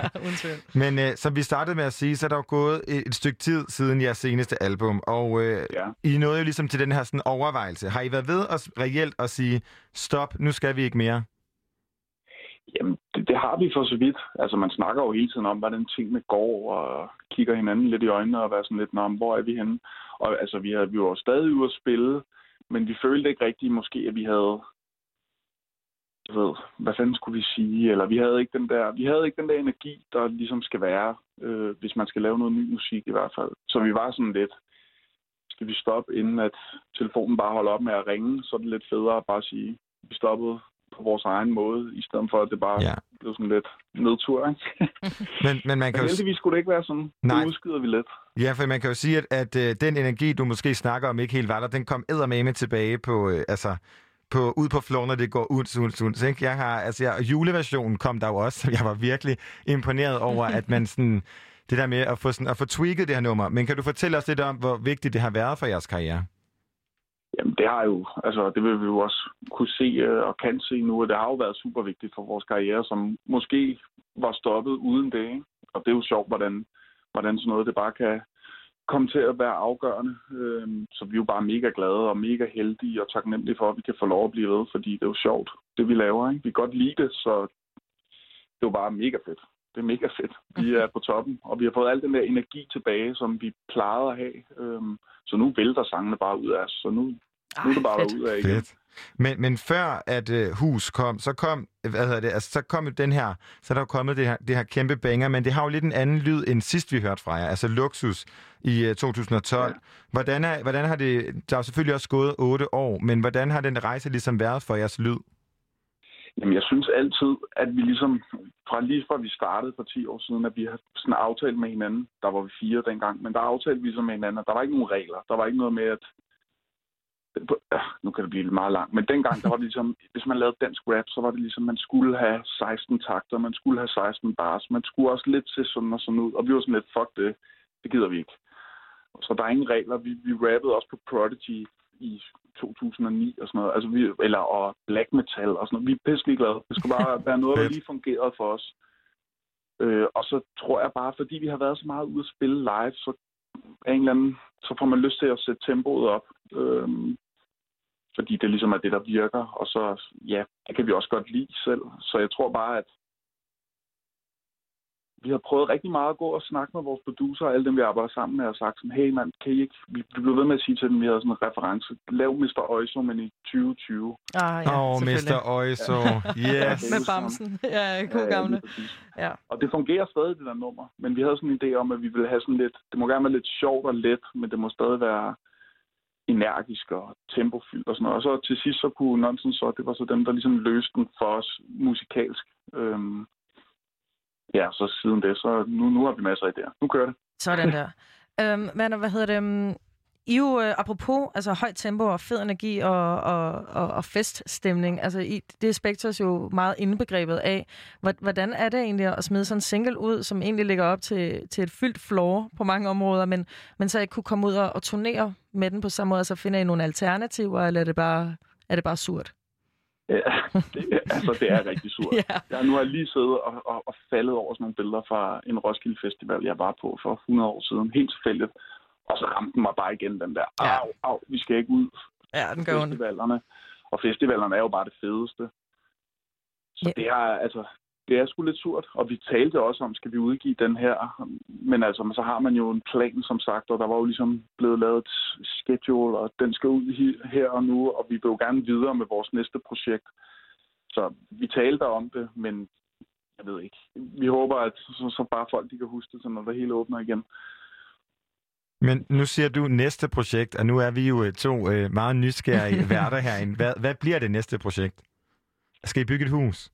ja, Men øh, som vi startede med at sige, så er der jo gået et, et stykke tid siden jeres seneste album, og øh, ja. I nåede jo ligesom til den her sådan, overvejelse. Har I været ved at reelt at sige, stop, nu skal vi ikke mere? Jamen, det, det har vi for så vidt. Altså, man snakker jo hele tiden om, hvordan tingene går, og kigger hinanden lidt i øjnene, og være sådan lidt, nå, hvor er vi henne? Og altså, vi, havde, vi var stadig ude at spille, men vi følte ikke rigtigt måske, at vi havde... Ved, hvad fanden skulle vi sige, eller vi havde ikke den der, vi havde ikke den der energi, der ligesom skal være, øh, hvis man skal lave noget ny musik i hvert fald. Så vi var sådan lidt, skal vi stoppe, inden at telefonen bare holder op med at ringe, så er det lidt federe at bare sige, vi stoppede på vores egen måde, i stedet for, at det bare ja. blev sådan lidt nedtur, ikke? men, men man kan men heldigvis skulle det ikke være sådan. Nej. Det udskyder vi lidt. Ja, for man kan jo sige, at, at uh, den energi, du måske snakker om, ikke helt var der, den kom eddermame tilbage på, uh, altså... På, ud på floor, når det går ud, ud, ud, ikke? Jeg har, altså, jeg, juleversionen kom der jo også, jeg var virkelig imponeret over, at man sådan, det der med at få, sådan, at få tweaked det her nummer. Men kan du fortælle os lidt om, hvor vigtigt det har været for jeres karriere? Jamen, det har jo, altså, det vil vi jo også kunne se og kan se nu, og det har jo været super vigtigt for vores karriere, som måske var stoppet uden det, ikke? Og det er jo sjovt, hvordan, hvordan sådan noget, det bare kan komme til at være afgørende. Så vi er jo bare mega glade og mega heldige og taknemmelige for, at vi kan få lov at blive ved, fordi det er jo sjovt, det vi laver, ikke? Vi kan godt lide det, så det er jo bare mega fedt. Det er mega fedt. Vi er på toppen, og vi har fået al den der energi tilbage, som vi plejede at have. Så nu vælter sangene bare ud af os, så nu, Ej, nu er det bare ud af igen. Fedt. Men, men før at uh, Hus kom, så kom, hvad hedder det, altså så kom den her, så er der jo kommet det her, det her kæmpe banger, men det har jo lidt en anden lyd end sidst vi hørte fra jer, altså Luksus i uh, to tusind og tolv. Ja. Hvordan, er, hvordan har det, der er selvfølgelig også gået otte år, men hvordan har den rejse ligesom været for jeres lyd? Jamen, jeg synes altid, at vi ligesom, fra lige fra vi startede for ti år siden, at vi har sådan aftalt med hinanden, der var vi fire dengang, men der aftalte vi så med hinanden, at der var ikke nogen regler, der var ikke noget med, at nu kan det blive meget langt, men dengang, der var det ligesom, hvis man lavede dansk rap, så var det ligesom, man skulle have seksten takter, man skulle have seksten bars, man skulle også lidt se sådan og sådan ud, og vi var sådan lidt, fuck det, det gider vi ikke. Så der er ingen regler, vi, vi rappede også på Prodigy i to tusind og ni og sådan noget. Altså, vi, eller og black metal og sådan noget. Vi er pisselig glade. Det skulle bare være noget, der lige fungerede for os. Øh, og så tror jeg bare, fordi vi har været så meget ude at spille live, så, en eller anden, så får man lyst til at sætte tempoet op. Øh, fordi det ligesom er det, der virker. Og så, ja, det kan vi også godt lide selv. Så jeg tror bare, at vi har prøvet rigtig meget at gå og snakke med vores producer og alle dem, vi arbejder sammen med, og sagt sådan, hey mand, kan I ikke... Vi blev ved med at sige til dem, vi havde sådan en reference. Lav mister Oizo, men i tyve tyve. Ah, ja, Åh, oh, mister Oizo. Yes. Med bamsen. Ja, god gamle. Ja, ja. Og det fungerer stadig, det der nummer. Men vi havde sådan en idé om, at vi ville have sådan lidt... Det må gerne være lidt sjovt og let, men det må stadig være energisk og tempofyldt og sådan noget. Og så til sidst, så kunne Nonsen så... Det var så dem, der ligesom løste den for os musikalsk. Øhm, Ja, så siden det, så nu, nu har vi masser af idéer. Nu kører det. Sådan der. øhm, hvad, hvad hedder det? Um, I jo, øh, apropos altså, højt tempo og fed energi og, og, og, og feststemning, altså I, det er Spectres jo meget indbegrebet af. Hvordan er det egentlig at smide sådan en single ud, som egentlig ligger op til, til et fyldt floor på mange områder, men, men så ikke kunne komme ud og, og turnere med den på samme måde, så finder I nogle alternativer, eller er det bare, er det bare surt? Ja, det, altså det er rigtig surt. Yeah. Jeg, nu har jeg lige siddet og, og, og faldet over sådan nogle billeder fra en Roskilde Festival, jeg var på for hundrede år siden, helt tilfældigt. Og så ramte den mig bare igen, den der, ja. au, au, vi skal ikke ud. Ja, den gør festivalerne. Og festivalerne er jo bare det fedeste. Så yeah. det er, altså, det er sgu lidt surt. Og vi talte også om, skal vi udgive den her? Men altså, så har man jo en plan, som sagt, og der var jo ligesom blevet lavet et schedule, og den skal ud her og nu, og vi vil jo gerne videre med vores næste projekt. Så vi talte om det, men jeg ved ikke. Vi håber, at så, så bare folk de kan huske det, så når det hele åbner igen. Men nu siger du næste projekt, og nu er vi jo to øh, meget nysgerrige værter herinde. Hvad, hvad bliver det næste projekt? Skal I bygge et hus?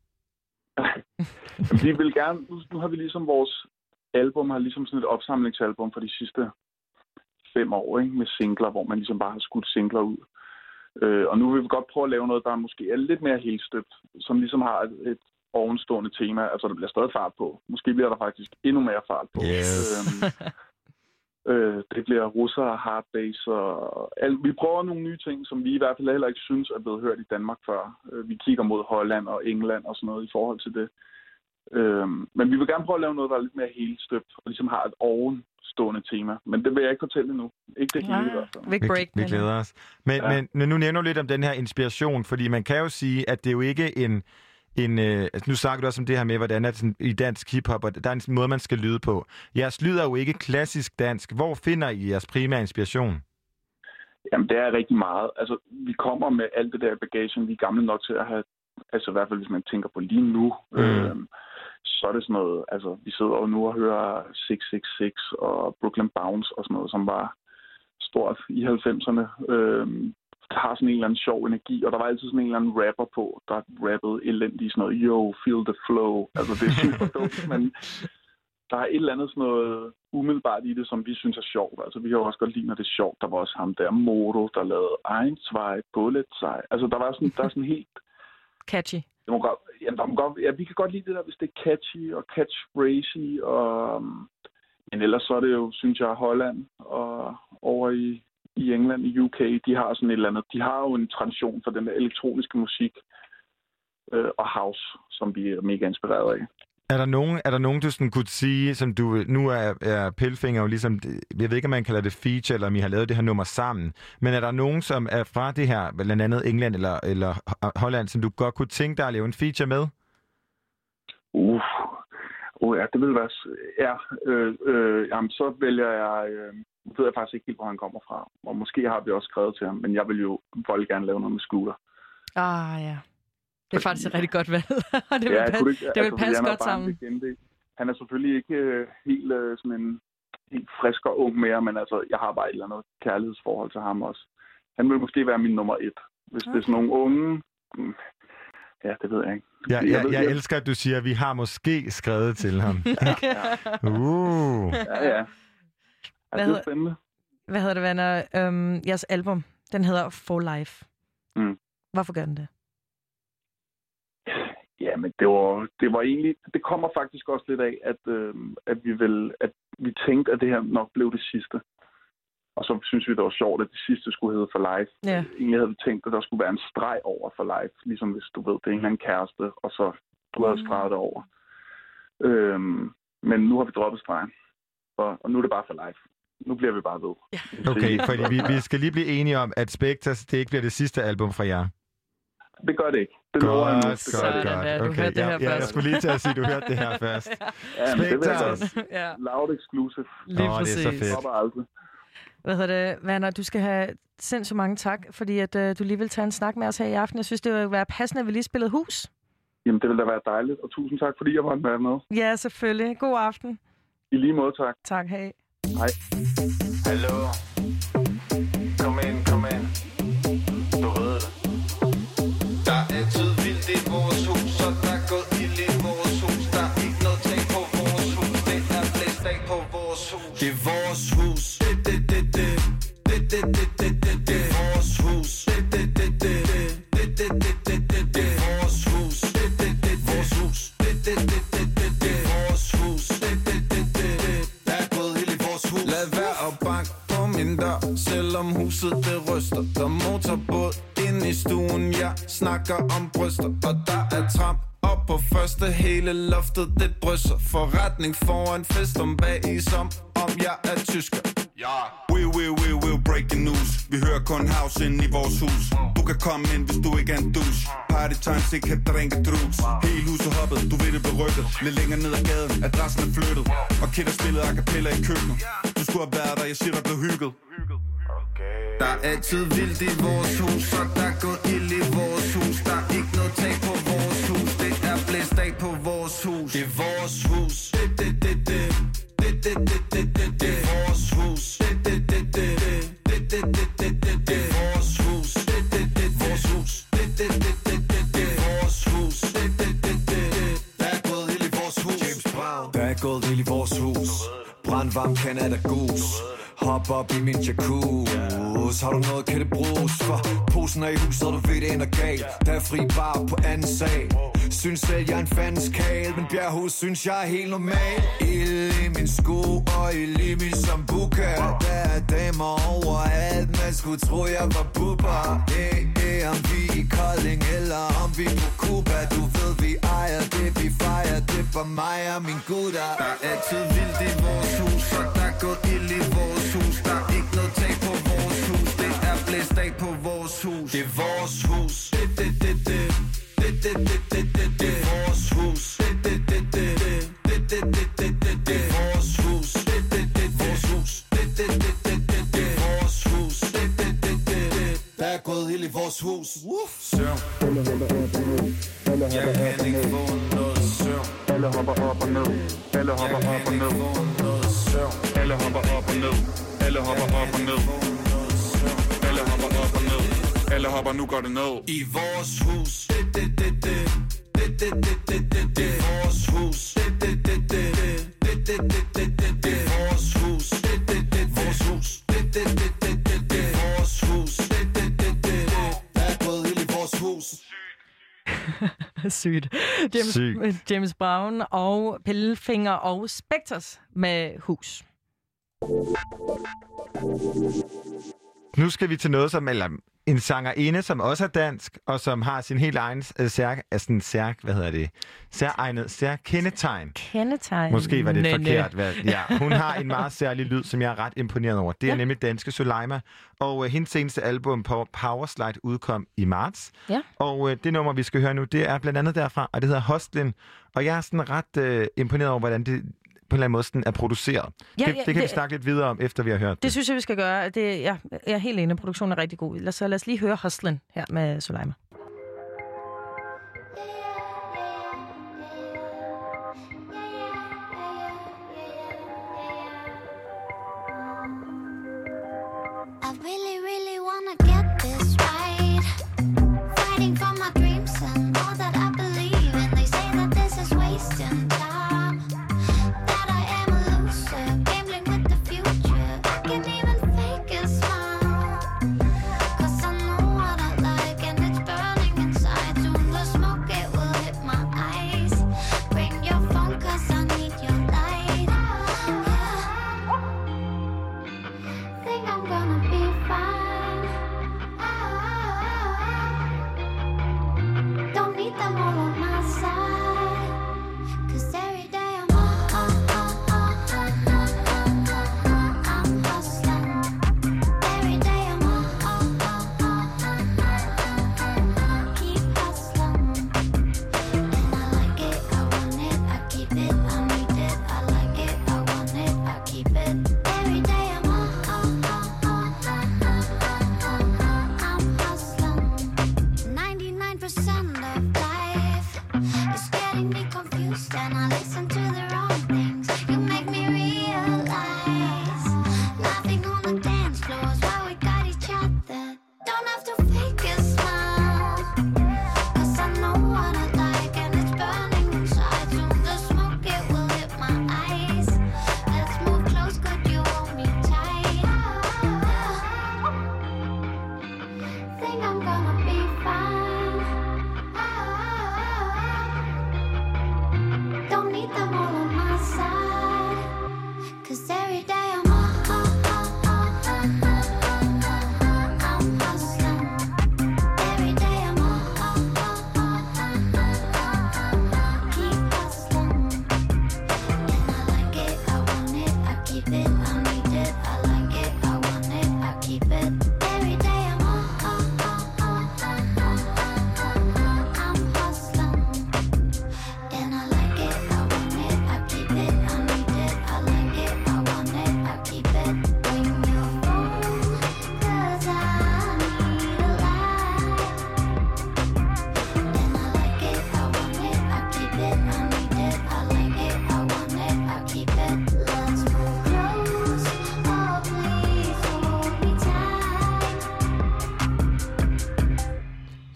Vi vil gerne, nu, nu har vi ligesom vores album, har ligesom sådan et opsamlingsalbum for de sidste fem år, ikke? Med singler, hvor man ligesom bare har skudt singler ud. Øh, og nu vil vi godt prøve at lave noget, der måske er lidt mere helstøbt, som ligesom har et, et ovenstående tema, altså der bliver stadig fart på. Måske bliver der faktisk endnu mere fart på. Yes. Øhm, øh, det bliver russer og hardbass og alt. Vi prøver nogle nye ting, som vi i hvert fald heller ikke synes er blevet hørt i Danmark før. Øh, vi kigger mod Holland og England og sådan noget i forhold til det. Øh, men vi vil gerne prøve at lave noget, der er lidt mere helstøbt og ligesom har et ovenstående tema. Men det vil jeg ikke fortælle nu. Ikke det hele i hvert fald. Big break, vi, vi glæder os. Men, ja. men nu nævner du lidt om den her inspiration, fordi man kan jo sige, at det er jo ikke en... En, øh, altså nu snakker du også om det her med, hvordan er det sådan, i dansk hiphop, og der er en måde, man skal lyde på. Jeres lyd er jo ikke klassisk dansk. Hvor finder I jeres primære inspiration? Jamen, det er rigtig meget. Altså, vi kommer med alt det der bagage, vi er gamle nok til at have, altså i hvert fald, hvis man tænker på lige nu, mm. øh, så er det sådan noget, altså, vi sidder jo nu og hører seks seks seks og Brooklyn Bounce og sådan noget, som var stort i halvfemserne. Øh, der har sådan en eller anden sjov energi, og der var altid sådan en eller anden rapper på, der rappede elendigt sådan noget, yo, feel the flow. Altså, det er super dumt, men der er et eller andet sådan noget umiddelbart i det, som vi synes er sjovt. Altså, vi har jo også godt lide, når det er sjovt. Der var også ham der, Modo, der lavede Ein, Zwei, Bullet-Sei. Altså, der var sådan, der er sådan helt... Catchy. Det må godt, ja, der må godt, ja, vi kan godt lide det der, hvis det er catchy og catchphrasy, og... Men ellers så er det jo, synes jeg, Holland og over i... i England, i U K, de har sådan et eller andet, de har jo en tradition for den der elektroniske musik øh, og house, som vi er mega inspireret af. Er der nogen, er der nogen du sådan kunne sige, som du, nu er, er Pelfinger jo ligesom, jeg ved ikke, om man kalder det feature, eller om I har lavet det her nummer sammen, men er der nogen, som er fra det her, blandt andet England eller, eller Holland, som du godt kunne tænke dig at lave en feature med? Uh, uh ja, det vil være, ja, øh, øh, jamen så vælger jeg, øh, nu ved jeg faktisk ikke helt, hvor han kommer fra. Og måske har vi også skrevet til ham, men jeg vil jo voldelig gerne lave noget med Scooter. Ah, ja. Det er faktisk et rigtig godt valg. det vil, ja, passe, ikke, det vil altså, passe godt sammen. Han er selvfølgelig ikke uh, helt uh, sådan en helt frisk og ung mere, men altså, jeg har bare et eller andet kærlighedsforhold til ham også. Han vil måske være min nummer et. Hvis okay. det er sådan nogle unge... Ja, det ved jeg ikke. Ja, jeg, jeg, ved, jeg jeg elsker, at du siger, at vi har måske skrevet til ham. ja, ja. Uh. ja, ja. Ja, det er spændende. Hvad hedder det, venner? Øhm, jeres album, den hedder For Life. Mm. Hvorfor gør den det? Ja, men det var, det var egentlig... Det kommer faktisk også lidt af, at, øh, at, vi vil, at vi tænkte, at det her nok blev det sidste. Og så synes vi, det var sjovt, at det sidste skulle hedde For Life. Ja. Egentlig havde vi tænkt, at der skulle være en streg over For Life. Ligesom hvis du ved, det er en eller anden kæreste, og så du havde streget det over. Øhm, men nu har vi droppet stregen. Og, og nu er det bare For Life. Nu bliver vi bare ved. Ja. Okay, fordi vi, vi skal lige blive enige om, at Spectres, det ikke bliver det sidste album fra jer. Det gør det ikke. Det godt, lover jeg nu. godt, godt, godt. Du Okay, hørte det her ja, ja, jeg først. skulle lige til at sige, at du hørte det her først. Ja, men det vil jeg Spectres. godt. Ja. Loud exclusive. Lige Åh, det er så præcis. fedt. Dropper aldrig. Hvad hedder det, Werner? Du skal have sindssygt mange tak, fordi at, uh, du lige vil tage en snak med os her i aften. Jeg synes, det ville være passende, at vi lige spillede hus. Jamen, det ville da være dejligt. Og tusind tak, fordi jeg var med. Ja, selvfølgelig. God aften. I lige måde, tak. Tak, hej. Hej. Hallo. Kom ind, kom ind. Du ved det. Der er altid vildt i vores hus, så der er gået ild i vores hus. Der er ikke noget tag på vores hus. Det er blæst af på vores hus. Det er vores hus. Det, det, det, det. Det, det, det, det, det. Det er vores hus. Det, det, det, det. Det, det, det, det, det. Det er vores hus. Det, det, det, vores hus. Det, det, det, det, det. Det er vores hus. Det, det, det, det, det. Der er gået ild i vores hus. Lad være at banke på min dør, selvom huset det ryster. Der motorbåd ind i stuen, jeg snakker om bryster. Og der er tramp op på første, hele loftet det drysser. Forretning foran fest om bag i, som om jeg er tysker. Ja. We, we, we, we, breaking news. Vi hører kun house ind i vores hus. Du kan komme ind, hvis du ikke er en douche. Party time, så kan drinke drus. Hele huset hoppet, du ved det blev rykket. Lidt længere ned ad gaden, adressen er flyttet. Og kidder spillede a cappella i køkkenet. Du skulle have været der, jeg siger der blev hygget. Der er altid vildt i vores hus, så der er gået ild i vores hus. Der er ikke noget tag på vores hus. Det er blæst af på vores hus. Det er vores hus. Det, det, det, det. Det, det, det, det, det. Det er vores hus. Det, det, det, det. Det, det, det, det, det. Det er vores hus. Det, det, det, vores hus. Det, det, det, det, det. Det er vores hus. Det, det, det, det. Der er gået ild i vores hus. James Brown. Der er gået ild i vores hus. Brandvarm Canada Goose. Hop op i min jacuzzi. Har du noget, kan det bruges? For posen er i huset, og du ved det ender galt. Der er fri bar på anden sag. Synes selv, jeg er en fandens kæl. Men Bjerghus synes, jeg er helt normal. Ild i min sko og ild i min sambuca. Der er damer overalt. Man skulle tro, jeg var bubber. Eh, eh, om vi i Kolding eller om vi på Cuba. Du ved, vi ejer det, vi fejrer det for mig og min gutter. Der er altid vildt i vores hus, så der er gået ild i vores hus. Der er ikke noget tag på vores hus. Det er blæst af på vores hus. Det er vores hus. Det, det, det, det. Det, det, det, det, det. Det er vores hus. Det, det, det, det. Det, det, det, det, det. Det er vores hus. Det, det, det, vores hus. Det, det, det, det, det. Det er vores hus. Det, det, det, det. Der er gået ild i vores hus. Søvn. Jeg kan ikke få noget søvn. Alle hopper op og ned. Alle hopper op og ned. Alle hopper op og ned. Alle hopper op og ned. Alle hopper op og ned. Alle hopper, nu går det ned. I vores hus. Det, det, det, det. Det, det, det, det, det. Det er vores hus. Det, det, det, det. Det, det, det, det, det. Det er vores hus. Det, det, det, vores hus. Det, det, det, det, det. Det er vores hus. Det, det, det, det. Der er gået ild i vores hus. Sygt. James, Sygt. James Brown og Pellefinger og Spectres med hus. Nu skal vi til noget som, eller en sangerinde, som også er dansk, og som har sin helt egen uh, særk, altså særk, hvad hedder det, særegnet, særkendetegn. Kendetegn. Måske var det Næ, forkert. næ. Hvad, ja, hun har en meget særlig lyd, som jeg er ret imponeret over. Det er ja. nemlig danske Soleima, og uh, hendes seneste album på Powerslide udkom i marts. Ja. Og uh, det nummer, vi skal høre nu, det er blandt andet derfra, og det hedder Hostlin. Og jeg er sådan ret uh, imponeret over, hvordan det på en eller anden måde sådan er produceret. Ja, det, ja, det kan det, vi snakke lidt videre om, efter vi har hørt det. Det synes jeg, vi skal gøre. Det, ja, jeg er helt enig. Produktionen er rigtig god. Så lad os lige høre Hustlin her med Soleima. I really, really wanna get this right. Fighting for my dreams and all that I believe in. They say that this is wasting time. That I am a loser, gambling with the future. I can't even fake a smile. Cause I know what I like and it's burning inside. Soon the smoke, it will hit my eyes. Bring your phone cause I need your light. Think I'm gonna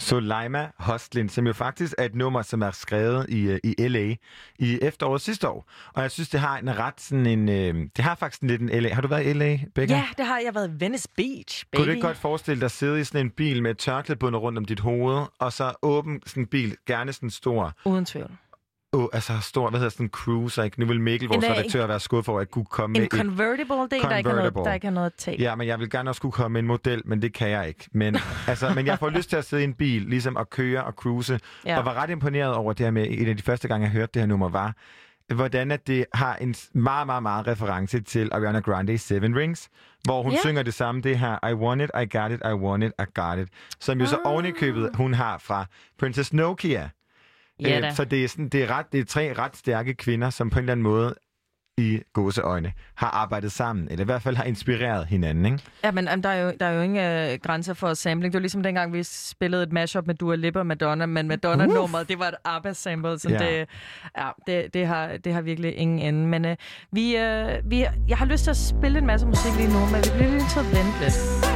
Soleima Hostlin, som jo faktisk er et nummer, som er skrevet i, i L A i efteråret sidste år. Og jeg synes, det har en ret sådan en... Øh, det har faktisk en lidt en L A. Har du været i L A, Becca? Ja, det har jeg været i Venice Beach, baby. Kunne du ikke godt forestille dig at sidde i sådan en bil med et tørklæde bundet rundt om dit hoved, og så åben sådan en bil, gerne sådan stor... Uden tvivl. Oh, altså stor, hvad hedder sådan en cruiser, ikke? Nu vil Mikkel, vores en, redaktør, være skudt for at kunne komme en med... En convertible, det er der ikke har noget, der ikke har noget at tage. Ja, men jeg vil gerne også kunne komme med en model, men det kan jeg ikke. Men, altså, men jeg får lyst til at sidde i en bil, ligesom at køre og cruise, ja. Og var ret imponeret over det her med, en af de første gange, jeg hørte det her nummer, var, hvordan at det har en meget, meget, meget reference til Ariana Grande Seven Rings, hvor hun yeah. synger det samme, det her I want it, I got it, I want it, I got it, som jo ah. så ovenikøbet, hun har fra Princess Nokia. Ja, øh, så det er, sådan, det, er ret, det er tre ret stærke kvinder, som på en eller anden måde i gåseøjne har arbejdet sammen, eller i hvert fald har inspireret hinanden, ikke? Ja, men um, der, er jo, der er jo ingen uh, grænser for sampling. Det var ligesom dengang, vi spillede et mashup med Dua Lipa og Madonna, men Madonna-nummeret, det var et ABBA-sample, så ja. det, ja, det, det, har, det har virkelig ingen ende. Men uh, vi, uh, vi, jeg har lyst til at spille en masse musik lige nu, men vi bliver lige til at vente lidt.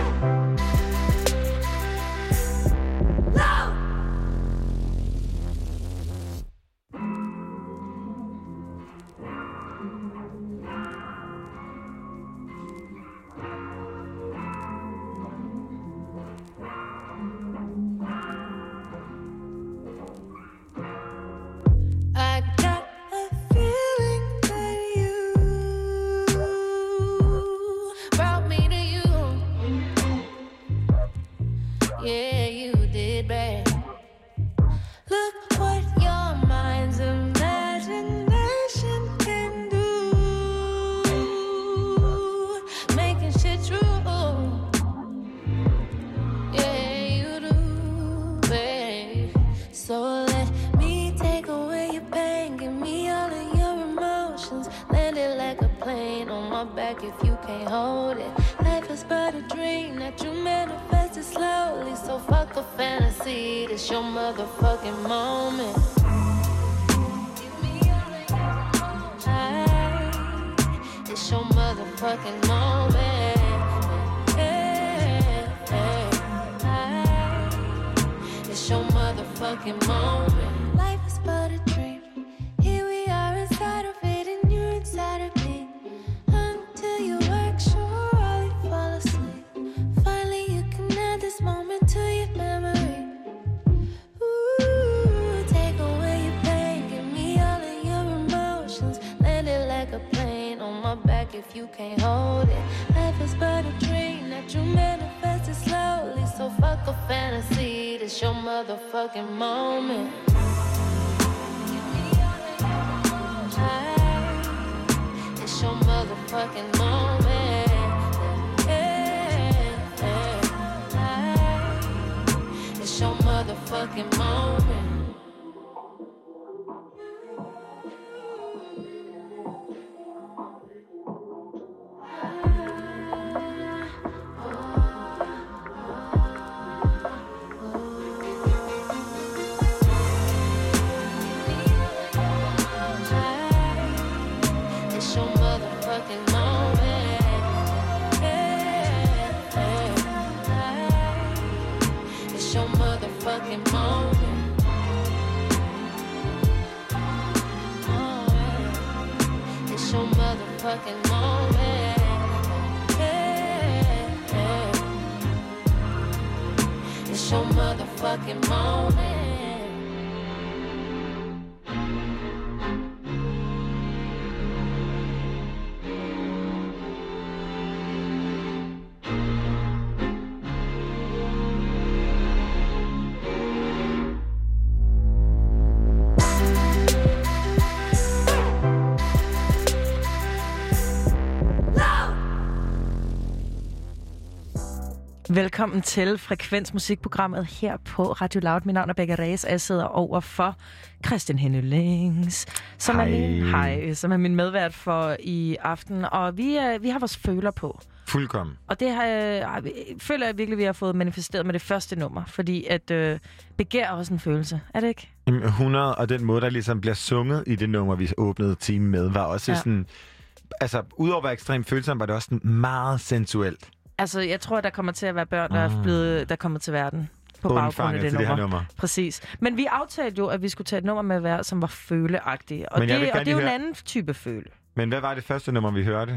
Velkommen til Frekvens musikprogrammet her på Radio Loud. Mit navn er Becca Reyes, og jeg sidder over for Christian Hennelings, som, er min, hej, som er min medvært for i aften. Og vi, er, vi har vores føler på. Fuldkommen. Og det har, jeg føler jeg virkelig, vi har fået manifesteret med det første nummer. Fordi at øh, begær også en følelse. Er det ikke? hundrede, og den måde, der ligesom bliver sunget i det nummer, vi åbnede timen med, var også ja. sådan... Altså, udover at være ekstremt følsom, var det også sådan meget sensuelt. Altså, jeg tror, der kommer til at være børn, der er blevet, der kommer til verden. på baggrund af det, det nummer. her nummer. Præcis. Men vi aftalte jo, at vi skulle tage et nummer med hver, som var føleagtigt. Og, det, og det er jo høre... en anden type føle. Men hvad var det første nummer, vi hørte?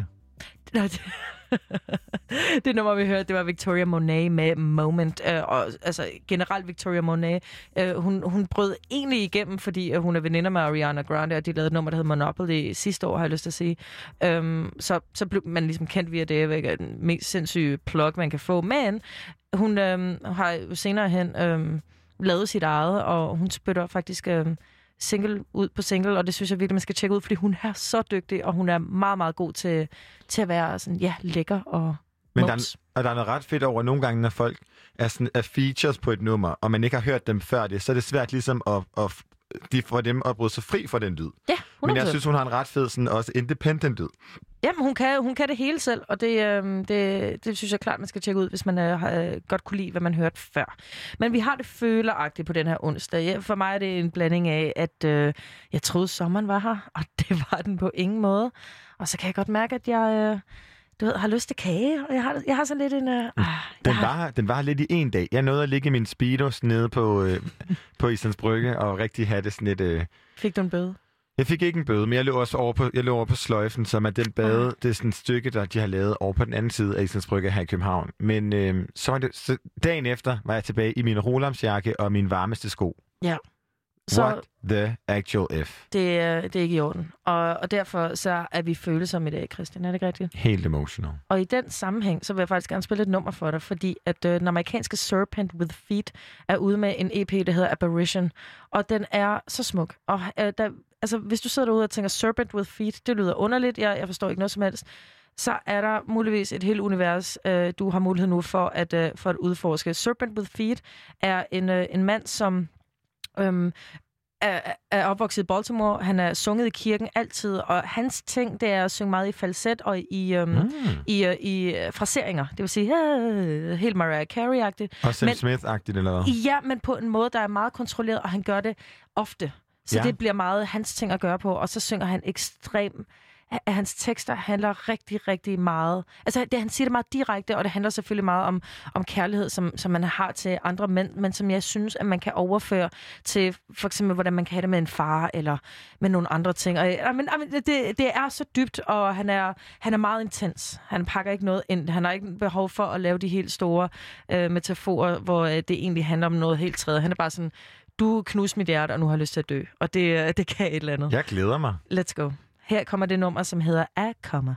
Det nummer, vi hørte, det var Victoria Monet med Moment. Øh, og altså generelt Victoria Monet, øh, hun, hun brød egentlig igennem, fordi øh, hun er veninder med Ariana Grande, og de lavede et nummer, der hedder Monopoly sidste år, har jeg lyst til at sige. Øhm, så, så blev man ligesom kendt via det, ikke? Den mest sindssyge plug, man kan få. Men hun øh, har jo senere hen øh, lavet sit eget, og hun spytter faktisk... Øh, single ud på single, og det synes jeg virkelig, man skal tjekke ud, fordi hun er så dygtig, og hun er meget, meget god til, til at være sådan, ja, lækker og Men der er, og der er noget ret fedt over nogle gange, når folk er, sådan, er features på et nummer, og man ikke har hørt dem før det, så er det svært ligesom at, at de får dem at bryde sig fri fra den lyd. Ja, Men jeg synes, hun har en ret fed, sådan, også independent lyd. Jamen, hun kan, hun kan det hele selv, og det, øh, det, det synes jeg klart, man skal tjekke ud, hvis man øh, har, godt kunne lide, hvad man hørte før. Men vi har det føleragtigt på den her onsdag. Ja, for mig er det en blanding af, at øh, jeg troede, sommeren var her, og det var den på ingen måde. Og så kan jeg godt mærke, at jeg... Øh, Du ved, har lyst til kage, og jeg har, jeg har sådan lidt en... Uh, den, har... var, den var lidt i en dag. Jeg nåede at ligge i min speedos nede på, øh, på Islands Brygge, og rigtig have det sådan lidt... Øh... Fik du en bøde? Jeg fik ikke en bøde, men jeg lå også over på, jeg lå over på Sløjfen, som er den bade, uh. det er sådan et stykke, der de har lavet over på den anden side af Islands Brygge her i København. Men øh, så var det, så dagen efter var jeg tilbage i min rolamsjakke og min varmeste sko. Ja. Så What the actual F? Det, er, det er ikke i orden. Og, og derfor så er vi følsomme i dag, Christian. Er det ikke rigtigt? Helt emotional. Og i den sammenhæng, så vil jeg faktisk gerne spille et nummer for dig, fordi at øh, den amerikanske Serpent with Feet er ude med en E P, der hedder Apparition. Og den er så smuk. Og øh, der, altså, hvis du sidder derude og tænker, Serpent with Feet, det lyder underligt, jeg, jeg forstår ikke noget som helst, så er der muligvis et helt univers, øh, du har mulighed nu for at, øh, for at udforske. Serpent with Feet er en, øh, en mand, som... Øhm, er, er opvokset i Baltimore. Han er sunget i kirken altid, og hans ting, det er at synge meget i falset og i, øhm, mm. i, uh, i fraseringer. Det vil sige, uh, helt Mariah Carey-agtigt. Og Sam Smith-agtigt, eller hvad? Ja, men på en måde, der er meget kontrolleret, og han gør det ofte. Så ja. Det bliver meget hans ting at gøre på, og så synger han ekstremt. At hans tekster handler rigtig, rigtig meget... Altså, det, han siger det meget direkte, og det handler selvfølgelig meget om, om kærlighed, som, som man har til andre mænd, men som jeg synes, at man kan overføre til for eksempel, hvordan man kan have det med en far, eller med nogle andre ting. Og, og, men, det, det er så dybt, og han er, han er meget intens. Han pakker ikke noget ind. Han har ikke behov for at lave de helt store øh, metaforer, hvor øh, det egentlig handler om noget helt tredje. Han er bare sådan, du knuser mit hjerte, og nu har jeg lyst til at dø. Og det, det kan et eller andet. Jeg glæder mig. Let's go. Her kommer det nummer, som hedder A Comma.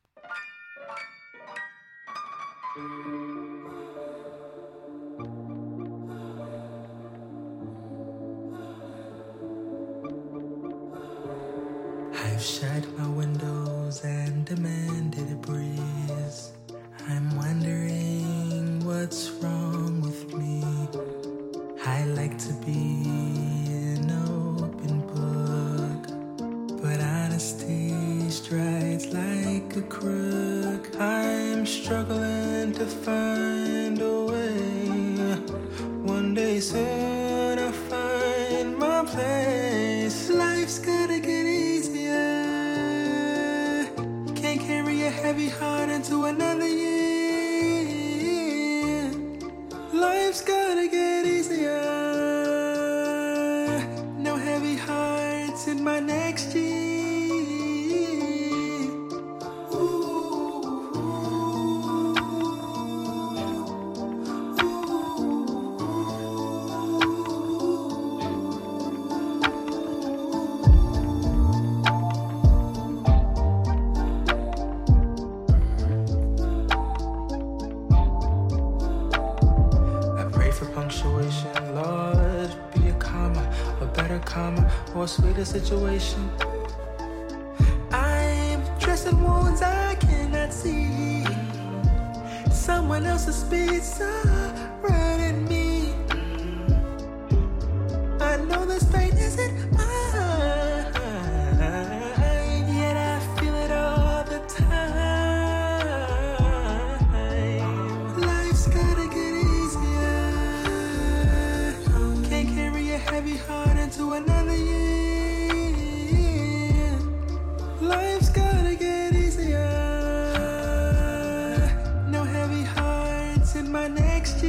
I've shut my windows and demanded a breeze. I'm wondering what's wrong with me. I like to be an open book, but honesty strides like a crook. I'm struggling to find a way. One day soon I'll find my place. Life's gonna get easier. Can't carry a heavy heart into another year. Life's gonna get easier. No heavy hearts in my next year. Or sweeter situation. I'm dressing wounds I cannot see. Someone else's speed surrounding me. I know this pain isn't mine, yet I feel it all the time. Life's gonna get easier. Can't carry a heavy heart into another year. Life's gonna get easier. No heavy hearts in my next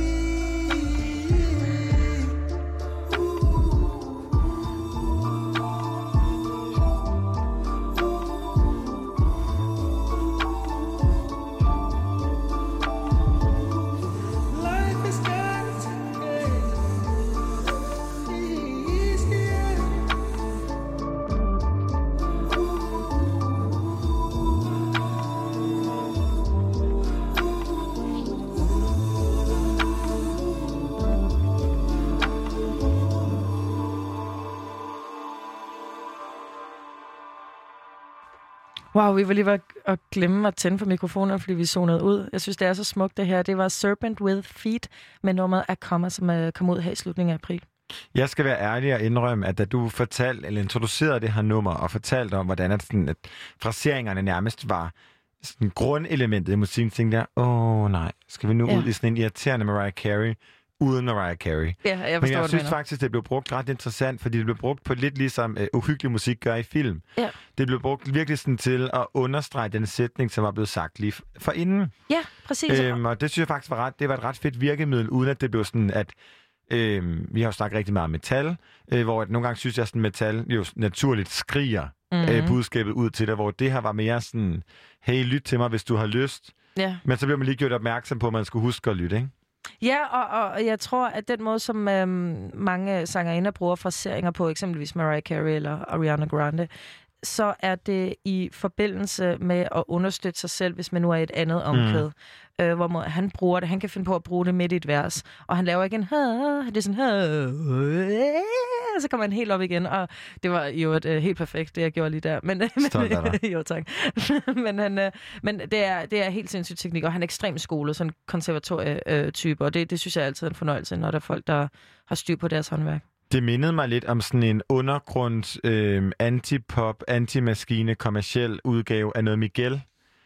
Wow, vi var lige ved at glemme at tænde for mikrofonen, fordi vi zonede ud. Jeg synes, det er så smukt det her. Det var Serpent with Feet med nummeret Akoma, som kom ud her i slutningen af april. Jeg skal være ærlig og indrømme, at da du fortalte, eller introducerede det her nummer, og fortalte om, hvordan at, sådan, at fraseringerne nærmest var sådan grundelementet i musikken, tænkte jeg, åh nej, skal vi nu ja. ud i sådan en irriterende Mariah Carey, uden Mariah Carey. Ja, jeg forstår, men jeg synes mener. faktisk, det blev brugt ret interessant, fordi det blev brugt på lidt ligesom uh, uhyggelig musik gør i film. Ja. Det blev brugt virkelig sådan til at understrege den sætning, som var blevet sagt lige for inden. Ja, præcis. Øhm, og det synes jeg faktisk var ret, det var et ret fedt virkemiddel, uden at det blev sådan, at øhm, vi har jo snakket rigtig meget om metal, øh, hvor at nogle gange synes jeg, at metal jo naturligt skriger mm-hmm. øh, budskabet ud til dig, hvor det her var mere sådan, hey, lyt til mig, hvis du har lyst. Ja. Men så bliver man lige gjort opmærksom på, at man skulle huske at lytte, ikke? Ja, og, og jeg tror, at den måde, som øhm, mange sangerinder bruger fraseringer på, eksempelvis Mariah Carey eller Ariana Grande, så er det i forbindelse med at understøtte sig selv, hvis man nu er i et andet omkvæd. Mm. Øh, hvor han bruger det. Han kan finde på at bruge det midt i et vers. Og han laver ikke en... Det er sådan... Så kommer han helt op igen. Og det var jo et, uh, helt perfekt, det jeg gjorde lige der. Men, Stolt af dig. Jo, tak. men han, uh, men det, er, det er helt sindssygt teknik, og han er ekstremt skolet, sådan en konservatorietype. Og det, det synes jeg altid er en fornøjelse, når der er folk, der har styr på deres håndværk. Det mindede mig lidt om sådan en undergrunds øh, anti-pop, anti-maskine, kommerciel udgave af noget Miguel.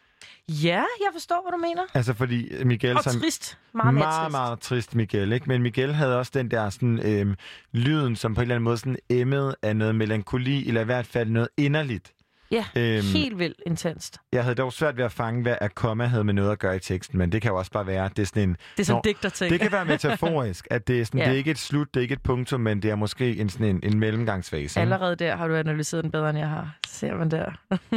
Ja, jeg forstår, hvad du mener. Altså fordi Miguel... Og som, trist. Meget mere meget, trist. meget trist Miguel, ikke? Men Miguel havde også den der sådan, øh, lyden, som på en eller anden måde sådan emmede af noget melankoli, eller i hvert fald noget inderligt. Ja, øhm, helt vildt intenst. Jeg havde dog svært ved at fange, hvad Akoma havde med noget at gøre i teksten, men det kan jo også bare være, det er sådan en... Det er sådan en digterting. Det kan være metaforisk, at det er, sådan, ja. det er ikke et slut, det er ikke et punktum, men det er måske en, sådan en, en mellemgangsfase. Allerede der har du analyseret den bedre, end jeg har. Ser man der.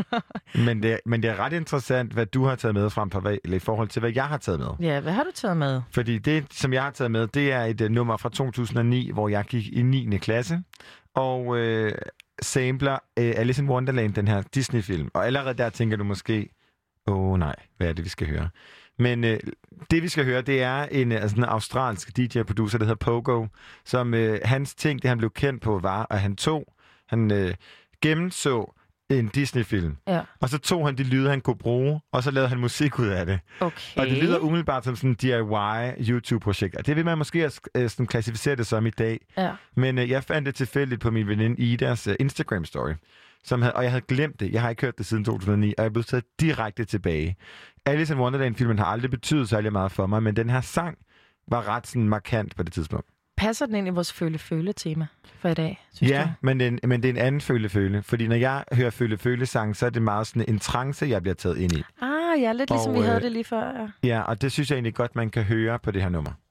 men, det, men det er ret interessant, hvad du har taget med frem på, eller i forhold til, hvad jeg har taget med. Ja, hvad har du taget med? Fordi det, som jeg har taget med, det er et uh, nummer fra to tusind og ni, hvor jeg gik i niende klasse, og... Øh, sampler uh, Alice in Wonderland, den her Disney-film. Og allerede der tænker du måske, åh oh, nej, hvad er det, vi skal høre? Men uh, det, vi skal høre, det er en, altså, en australsk D J-producer, der hedder Pogo, som uh, hans ting, det han blev kendt på, var, at han tog, han uh, gennemså en Disney-film. Ja. Og så tog han de lyde, han kunne bruge, og så lavede han musik ud af det. Okay. Og det lyder umiddelbart som sådan en D I Y YouTube-projekt. Og det vil man måske også sådan klassificere det som i dag. Ja. Men øh, jeg fandt det tilfældigt på min veninde Idas uh, Instagram-story. Som havde, og jeg havde glemt det. Jeg har ikke hørt det siden to tusind og ni, og jeg blev taget direkte tilbage. Alice in Wonderland-filmen har aldrig betydet særlig meget for mig, men den her sang var ret sådan markant på det tidspunkt. Passer den ind i vores føle-føle-tema for i dag, synes ja, du? men, det, men det er en anden føle-føle. Fordi når jeg hører føle-føle-sang, så er det meget sådan en trance, jeg bliver taget ind i. Ah, ja, lidt ligesom og, vi havde det lige før. Ja. ja, og det synes jeg egentlig godt, man kan høre på det her nummer.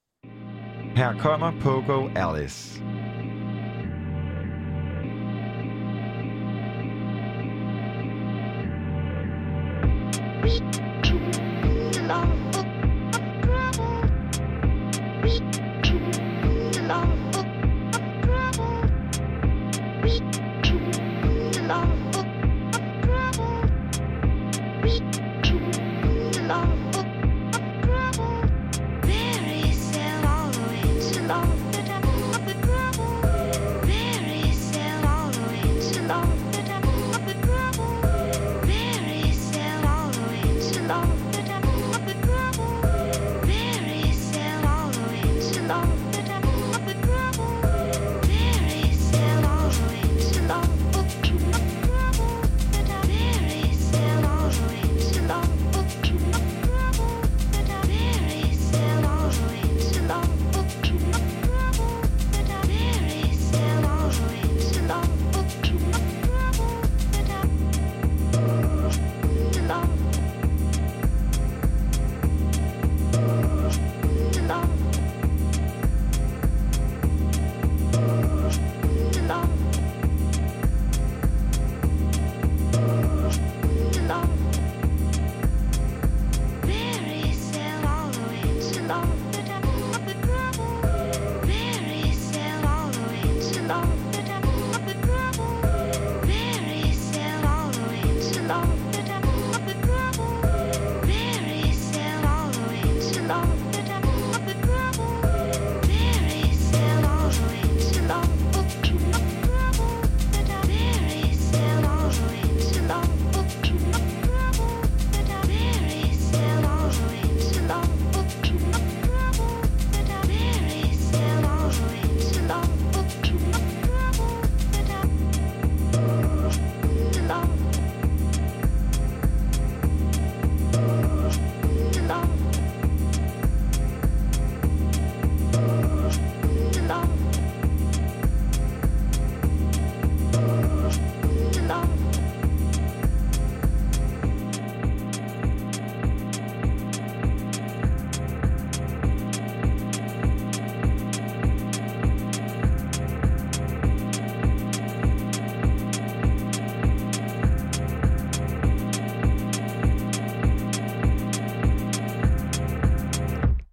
Her kommer Pogo Alice. Very sad, all the way to love, but I'm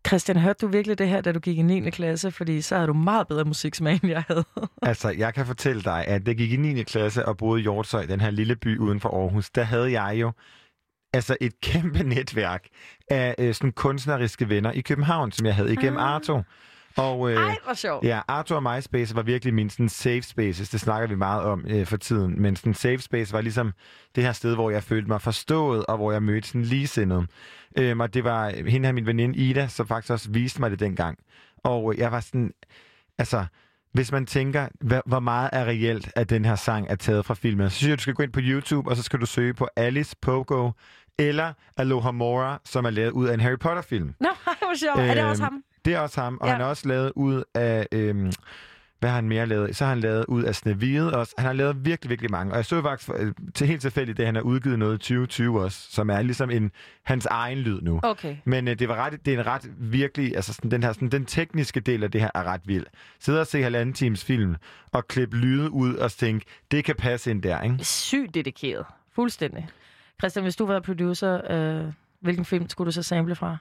Christian, hørte du virkelig det her, da du gik i niende klasse? Fordi så havde du meget bedre musiksmag, end jeg havde. Altså, jeg kan fortælle dig, at da jeg gik i niende klasse og boede i Hjortshøj, den her lille by uden for Aarhus, der havde jeg jo altså et kæmpe netværk af øh, sådan kunstneriske venner i København, som jeg havde igennem ah. Arto. Og, øh, Ej, hvor sjovt. Ja, Arto og MySpace var virkelig min sådan, safe spaces. Det snakker vi meget om øh, for tiden. Men sådan, safe space var ligesom det her sted, hvor jeg følte mig forstået, og hvor jeg mødte sådan ligesindede. Øhm, og det var hende her, min veninde Ida, som faktisk også viste mig det dengang. Og jeg var sådan, altså, hvis man tænker, hvor meget er reelt, at den her sang er taget fra filmen, så synes jeg, du skal gå ind på YouTube, og så skal du søge på Alice Pogo, eller Alohomora, som er lavet ud af en Harry Potter-film. Nå, hvor sjovt. Øhm, er det også ham? Det er også ham, og ja. han er også lavet ud af... Øhm, hvad har han mere lavet? Så har han lavet ud af Snehvide også. Han har lavet virkelig, virkelig mange. Og jeg så faktisk øh, til helt tilfældigt, det han har udgivet noget i tyve tyve også, som er ligesom en, hans egen lyd nu. Okay. Men øh, det, var ret, det er en ret virkelig... Altså sådan, den, her, sådan, den tekniske del af det her er ret vild. Sidde og se halvanden times film, og klippe lyde ud og tænke, det kan passe ind der, ikke? Sygt dedikeret. Fuldstændig. Christian, hvis du var producer, øh, hvilken film skulle du så sample fra?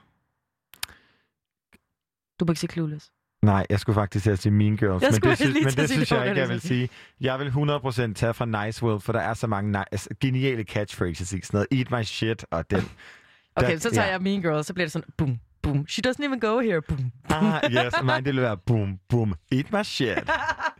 Du må ikke sige Clueless. Nej, jeg skulle faktisk til at sige Mean Girls, jeg men det, synes, men det sige, synes jeg ikke, jeg vil sige. Jeg vil hundrede procent tage fra Nice World, for der er så mange nice, geniale catchphrases i sådan noget. Eat my shit, og den... Okay, der, så tager ja. jeg Mean Girls, så bliver det sådan, boom, boom. She doesn't even go here, boom, boom. Ah, yes, mine det vil være, boom, boom. Eat my shit.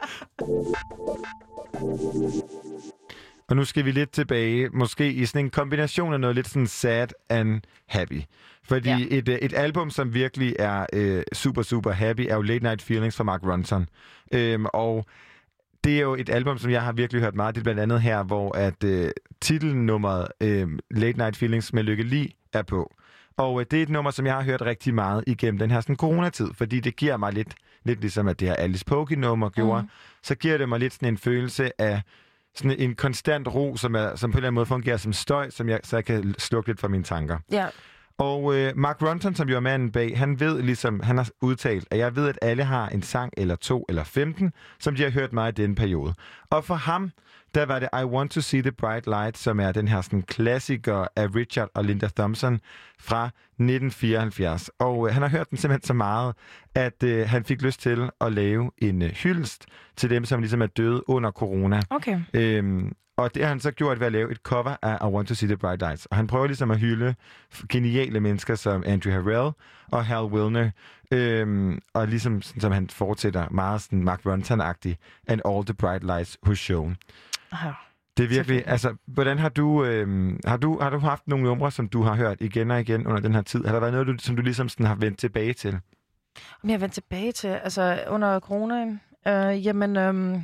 Og nu skal vi lidt tilbage, måske i sådan en kombination af noget lidt sådan sad and happy. Fordi ja. et, et album, som virkelig er øh, super, super happy, er jo Late Night Feelings fra Mark Ronson. Øhm, og det er jo et album, som jeg har virkelig hørt meget. Det er blandt andet her, hvor at øh, titelnummeret øh, Late Night Feelings med Lykke Li er på. Og øh, det er et nummer, som jeg har hørt rigtig meget igennem den her sådan, coronatid, fordi det giver mig lidt, lidt ligesom at det her Alice Pogi-nummer gjorde, mm. så giver det mig lidt sådan en følelse af sådan en konstant ro, som, er, som på en eller anden måde fungerer som støj, som jeg, så jeg kan slukke lidt for mine tanker. Ja. Og øh, Mark Ronson, som jo er manden bag, han ved ligesom, han har udtalt, at jeg ved, at alle har en sang eller to eller femten, som de har hørt meget i denne periode. Og for ham, der var det I Want to See the Bright Light, som er den her sådan, klassiker af Richard og Linda Thompson fra nitten fireoghalvfjerds. Og øh, han har hørt den simpelthen så meget, at øh, han fik lyst til at lave en øh, hyldest til dem, som ligesom er døde under corona. Okay. Øhm, og det har han så gjort ved at lave et cover af I Want to See the Bright Lights. Og han prøver ligesom at hylde geniale mennesker som Andrew Harrell og Hal Wilner. Øhm, og ligesom som han fortsætter meget sådan Mark Ronson-agtig, and all the bright lights who shone. Aha. Det er virkelig, altså, hvordan har du, øhm, har du, har du haft nogle numre, som du har hørt igen og igen under den her tid? Har der været noget, du, som du ligesom sådan har vendt tilbage til? Om jeg har vendt tilbage til, altså under coronaen? Øh, jamen, øhm...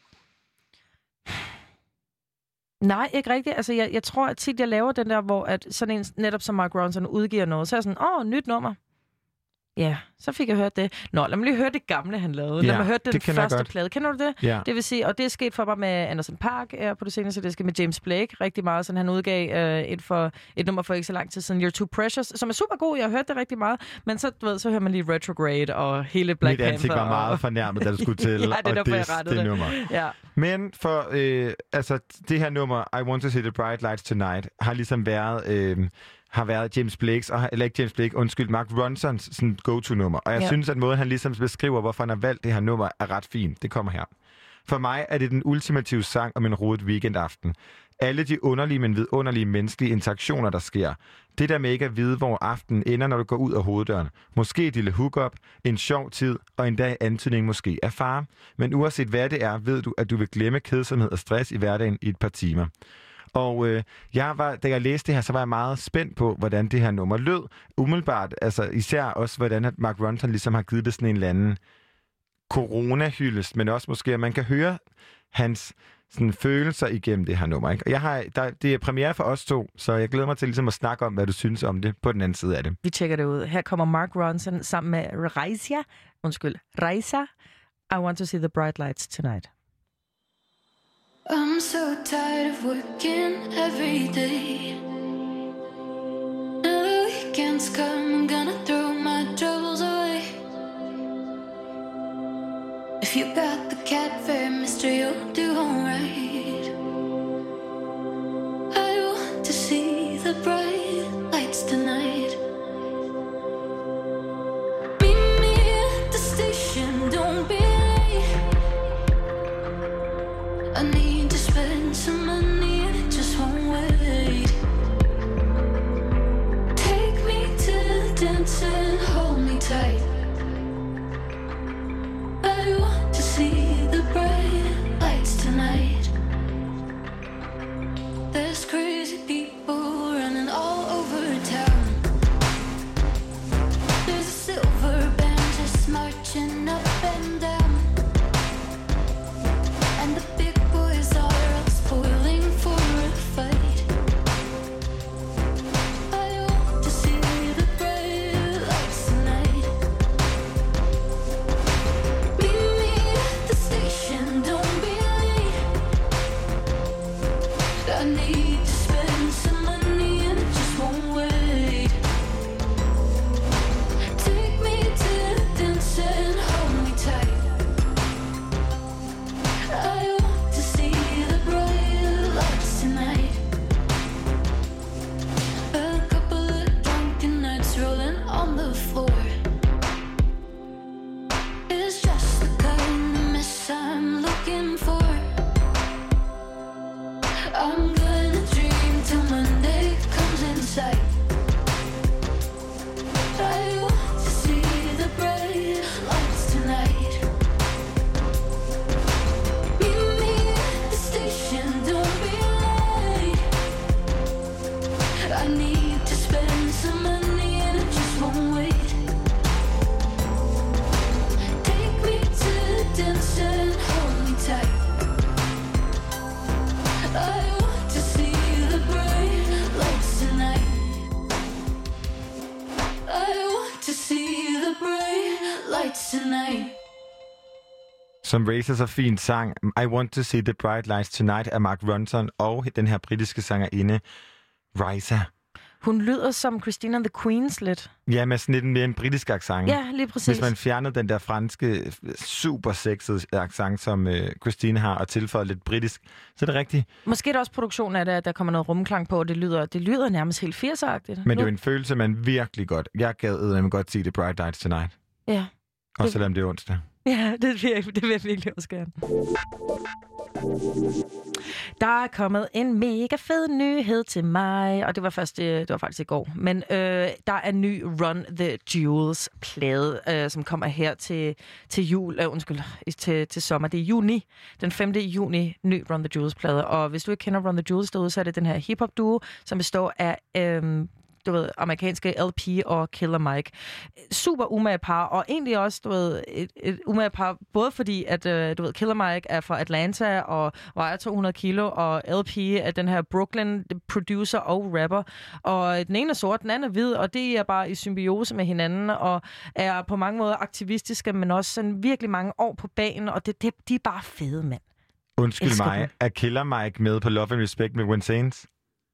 nej, ikke rigtigt. Altså, jeg, jeg tror, at tit jeg laver den der, hvor at sådan en, netop som Mark Ronson udgiver noget, så er jeg sådan, åh, nyt nummer. Ja, så fik jeg hørt det. Nå, lad mig lige høre det gamle, han lavede. Ja, lad mig høre den første plade. Kender du det? Ja. Det vil sige, og det er sket for mig med Anderson .Paak er på det seneste. Det er sket med James Blake rigtig meget. Sådan, han udgav øh, et, for, et nummer for ikke så lang tid siden, You're Too Precious, som er super god. Jeg har hørt det rigtig meget. Men så, du ved, så hører man lige Retrograde og hele Black Panther. Mit ansigt var meget fornærmet, da du skulle til ja, det er derfor, jeg rettede det det. nummer. Ja. Men for øh, altså, det her nummer, I Want to See the Bright Lights Tonight, har ligesom været... Øh, har været James Blakes, og, eller ikke James Blake, undskyld, Mark Ronsons sådan go-to-nummer. Og jeg ja. synes, at måden, han ligesom beskriver, hvorfor han har valgt det her nummer, er ret fint. Det kommer her. For mig er det den ultimative sang om en rodet weekendaften. Alle de underlige, men vidunderlige menneskelige interaktioner, der sker. Det der med ikke at vide, hvor aftenen ender, når du går ud af hoveddøren. Måske et lille hook-up, en sjov tid, og endda antydning måske af far. Men uanset hvad det er, ved du, at du vil glemme kedsomhed og stress i hverdagen i et par timer. Og øh, jeg var, da jeg læste det her, så var jeg meget spændt på, hvordan det her nummer lød. Umiddelbart, altså især også, hvordan at Mark Ronson ligesom har givet det sådan en eller anden corona-hyldest, men også måske, at man kan høre hans sådan, følelser igennem det her nummer. Ikke? Og jeg har, der, det er premiere for os to, så jeg glæder mig til ligesom at snakke om, hvad du synes om det på den anden side af det. Vi tjekker det ud. Her kommer Mark Ronson sammen med Raisa. Undskyld, Raisa. I Want to See the Bright Lights Tonight. I'm so tired of working every day. Now the weekends come, I'm gonna throw my troubles away. If you got the cat fare, mister, you'll do alright. I want to see the bright lights tonight. rolling on the floor. It's just the kind of mess I'm looking for. I'm gonna dream till Monday comes in sight. I want to see the bright lights tonight. Meet me at the station, don't be late. I need to spend some money and I just won't wait. Take me to the dance and hold me tight. I want to see the bright lights tonight. I want to see the bright lights tonight. Som raiser så fin sang, I Want to See the Bright Lights Tonight af Mark Ronson og den her britiske sangerinde, Risa. Hun lyder som Christina and the Queens lidt. Ja, med sådan lidt mere en britisk accent. Ja, lige præcis. Hvis man fjernede den der franske, super sexede accent, som øh, Christine har, og tilføjet lidt britisk, så er det rigtigt. Måske er det også produktionen af det, at der kommer noget rumklang på, og det lyder, det lyder nærmest helt firsagtigt. Men det er jo en følelse, man virkelig godt... Jeg gad eddermame godt sige The Bright Lights Tonight. Ja. Og det... selvom det er onsdag. Ja, det vil, jeg, det vil jeg virkelig også gerne. Der er kommet en mega fed nyhed til mig, og det var først det var faktisk i går. Men øh, der er en ny Run the Jewels plade, øh, som kommer her til til jul, øh, undskyld, til til sommer. Det er juni, den femte juni, ny Run the Jewels plade. Og hvis du ikke kender Run the Jewels derude, så er det den her hip-hop duo, som består af øh, du ved, amerikanske L P og Killer Mike. Super umage par, og egentlig også, du ved, et, et umage par, både fordi, at, øh, du ved, Killer Mike er fra Atlanta og vejer to hundrede kilo, og L P er den her Brooklyn producer og rapper. Og den ene er sort, den anden er hvid, og det er bare i symbiose med hinanden, og er på mange måder aktivistiske, men også sådan virkelig mange år på banen, og det, det, de er bare fede, mand. Undskyld Elsker mig, dem. er Killer Mike med på Love and Respect med When Saints?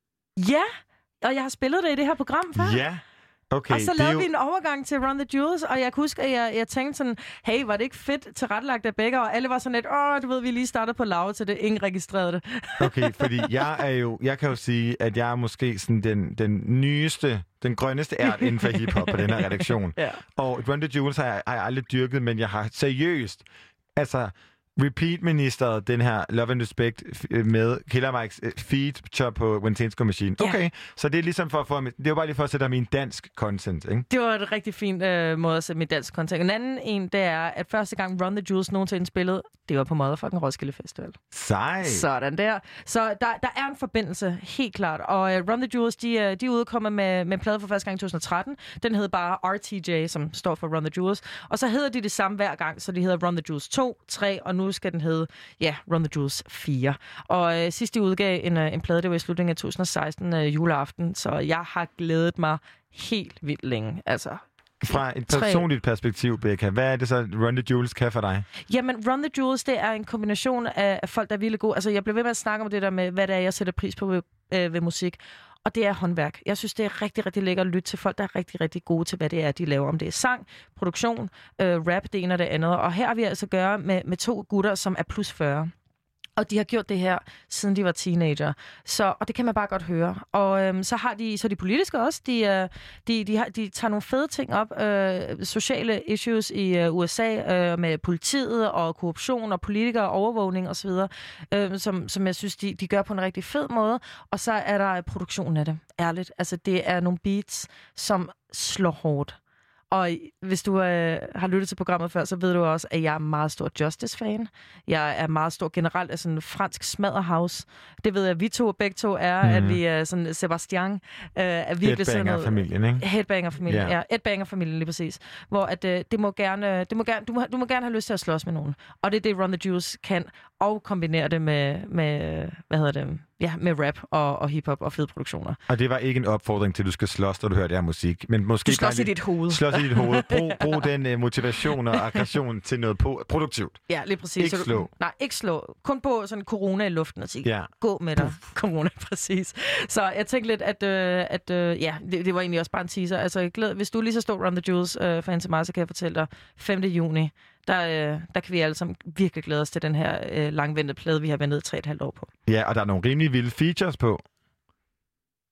Ja, og jeg har spillet det i det her program før. Ja, okay. Og så lavede jo... vi en overgang til Run the Jewels, og jeg kan huske, at jeg, jeg tænkte sådan, hey, var det ikke fedt tilrettelagt af begge? Og alle var sådan lidt, åh, du ved, vi lige startede på lav til det, ingen registrerede det. Okay, fordi jeg er jo, jeg kan jo sige, at jeg er måske sådan den, den nyeste, den grønneste ært inden for hiphop på den her redaktion. Ja. Og Run the Jewels har jeg, har jeg aldrig dyrket, men jeg har seriøst, altså... repeat-ministeret den her Love and Respect med Killer Mikes feature på When Saints Go Machine. Okay, yeah. Så det er ligesom for at få... Det er jo bare lige for at sætte ham i en dansk content, ikke? Det var et rigtig fint øh, måde at sætte mit dansk content. En anden en, det er, at første gang Run the Jewels nogensinde spillede, det var på Motherfucking Roskilde Festival. Sej! Sådan der. Så der, der er en forbindelse, helt klart. Og uh, Run the Jewels, de, de er udkommet med, med en plade for første gang i to tusind og tretten. Den hed bare R T J, som står for Run the Jewels. Og så hedder de det samme hver gang, så de hedder Run the Jewels to, tre, og nu skal den hedde, ja, Run the Jewels fire. Og uh, sidst de udgav en, uh, en plade, det var i slutningen af to tusind og seksten, uh, juleaften, så jeg har glædet mig helt vildt længe. Altså... Fra et personligt perspektiv, Becca, hvad er det så, Run the Jewels kan for dig? Jamen, Run the Jewels, det er en kombination af, af folk, der er virkelig gode. Altså, jeg bliver ved med at snakke om det der med, hvad det er, jeg sætter pris på ved, øh, ved musik. Og det er håndværk. Jeg synes, det er rigtig, rigtig lækkert at lytte til folk, der er rigtig, rigtig gode til, hvad det er, de laver. Om det er sang, produktion, øh, rap, det ene og det andet. Og her har vi altså at gøre med, med to gutter, som er plus fyrre. Og de har gjort det her, siden de var teenager. Så, og det kan man bare godt høre. Og øhm, så har de, så de politiske også. De, øh, de, de, har, de tager nogle fede ting op. Øh, sociale issues i øh, U S A øh, med politiet og korruption og politikere og overvågning osv. Øh, som, som jeg synes, de, de gør på en rigtig fed måde. Og så er der produktionen af det. Ærligt. Altså, det er nogle beats, som slår hårdt. Og hvis du øh, har lyttet til programmet før, så ved du også, at jeg er meget stor Justice-fan. Jeg er meget stor generelt af sådan fransk smadderhouse. Det ved jeg, at vi to begge to er, mm. at vi er sådan Sebastian. Øh, er virkelig sådan noget... Headbanger-familien, ikke? Headbanger-familien, yeah. ja. Headbanger-familien, lige præcis. Hvor at, øh, det må gerne, det må gerne, du, må, du må gerne have lyst til at slås med nogen. Og det er det, Run the Jewels kan. Og kombinere det med, med hvad hedder det... Ja, med rap og, og hiphop og fede produktioner. Og det var ikke en opfordring til, at du skal slås, når du hører det her musik. Men måske du slås i dit hoved. Slås i dit hoved. Brug, brug den uh, motivation og aggression til noget på, produktivt. Ja, lige præcis. Ikke slå. Du, nej, ikke slå. Kun på sådan corona i luften og sige, ja. Gå med dig. Corona, præcis. Så jeg tænkte lidt, at, øh, at øh, ja, det, det var egentlig også bare en teaser. Altså, jeg glæder, hvis du lige så stor Run the Jewels øh, fan til mig, så kan jeg fortælle dig, femte juni, Der, øh, der kan vi alle sammen virkelig glæde os til den her øh, langventede plade, vi har ventet tre og et halvt år på. Ja, og der er nogle rimelig vilde features på.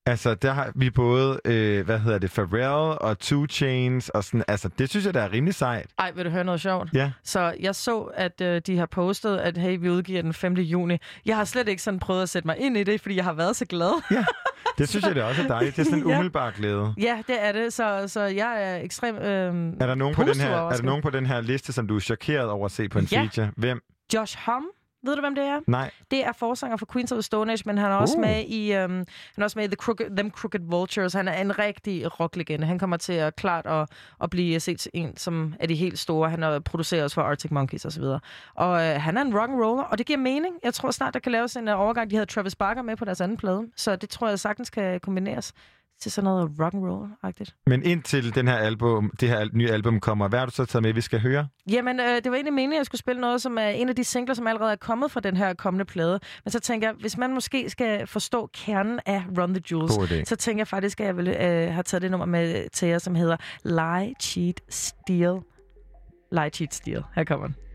Altså, der har vi både, øh, hvad hedder det, Pharrell og Two Chainz og sådan, altså, det synes jeg, der er rimelig sejt. Ej, vil du høre noget sjovt? Ja. Så jeg så, at øh, de har postet, at hey, vi udgiver den femte juni. Jeg har slet ikke sådan prøvet at sætte mig ind i det, fordi jeg har været så glad. Ja, det synes jeg, det er også dejligt. Det er sådan en Ja. umiddelbar glæde. Ja, det er det. Så, så jeg er ekstremt øh, Er der, nogen på den positiv her, er der overrasket. nogen på den her liste, som du er chokeret over at se på en Ja. feature? Hvem? Josh Homme. Ved du, hvem det er? Nej. Det er forsanger for Queens of the Stone Age, men han er også Uh. med i um, han er også med i The Crooked, Them Crooked Vultures. Han er en rigtig rocklegende. Han kommer til at klart at, at blive set til en, som er de helt store. Han er produceret også for Arctic Monkeys osv. Og, og uh, han er en rock'n'roller, og det giver mening. Jeg tror snart, der kan laves en uh, overgang. De havde Travis Barker med på deres anden plade, så det tror jeg sagtens kan kombineres til sådan noget rock'n'roll-agtigt. Men indtil den her album, det her nye album kommer, hvad har du så taget med, vi skal høre? Jamen, øh, det var egentlig meningen, at jeg skulle spille noget, som er en af de singler, som allerede er kommet fra den her kommende plade. Men så tænker jeg, hvis man måske skal forstå kernen af Run the Jewels, God idé. så tænker jeg faktisk, at jeg vil øh, have taget det nummer med til jer, som hedder Lie, Cheat, Steal. Lie, Cheat, Steal. Her kommer den.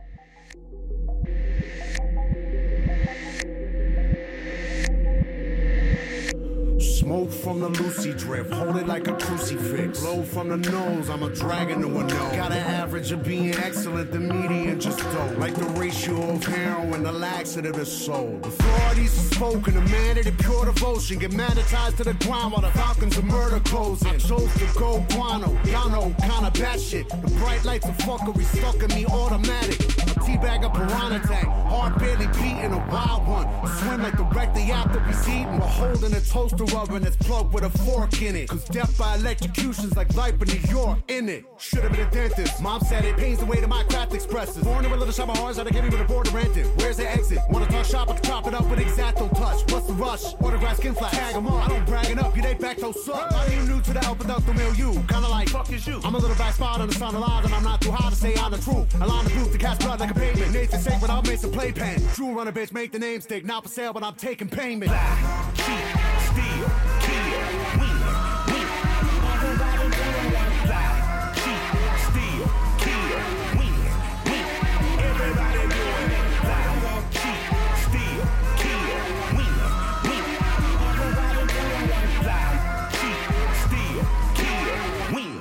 Smoke from the Lucy drip, hold it like a crucifix. Blow from the nose, I'm a dragon to a no. Got an average of being excellent, the median just dope. Like the ratio of heroin, the laxative is sold. Authorities are spoken, a man of the pure devotion. Get magnetized to the ground while the falcons of murder closing. I chose to go guano, y'all know, kinda bad shit. The bright lights of fuckery stuck in me automatic. A teabag of piranha tank, heart barely beating, a wild one. Swim like directly after we eating, while holding a toaster oven that's plugged with a fork in it. Cause death by electrocution's like life in New York, in it. Should've been a dentist, mom said it, pains the way that my craft expresses. Born in a little shop of horrors, how to get me with a board of renting. Where's the exit? Wanna talk shop, I can chop it up with X-Acto touch. What's the rush? Autograph skin flash, tag 'em on. I don't bragging up, you they back those suck. Are you new to the Alpha Duck milieu? Kinda like, fuck is you? I'm a little back spot on the sound of lies, and I'm not too high to say I'm the truth. I line the booth to catch blood like a pavement. Nathan sacred, I'll make some playpen. True runner bitch, make the name stick. Not for sale, but I'm taking payment. Lie, cheat, steal, kill, win, win. Everybody doing that. Lie, cheat, steal, kill, win, win. Everybody doing that. Lie, cheat, steal, kill, win, win. Everybody doing that. Lie, cheat, steal, kill, win.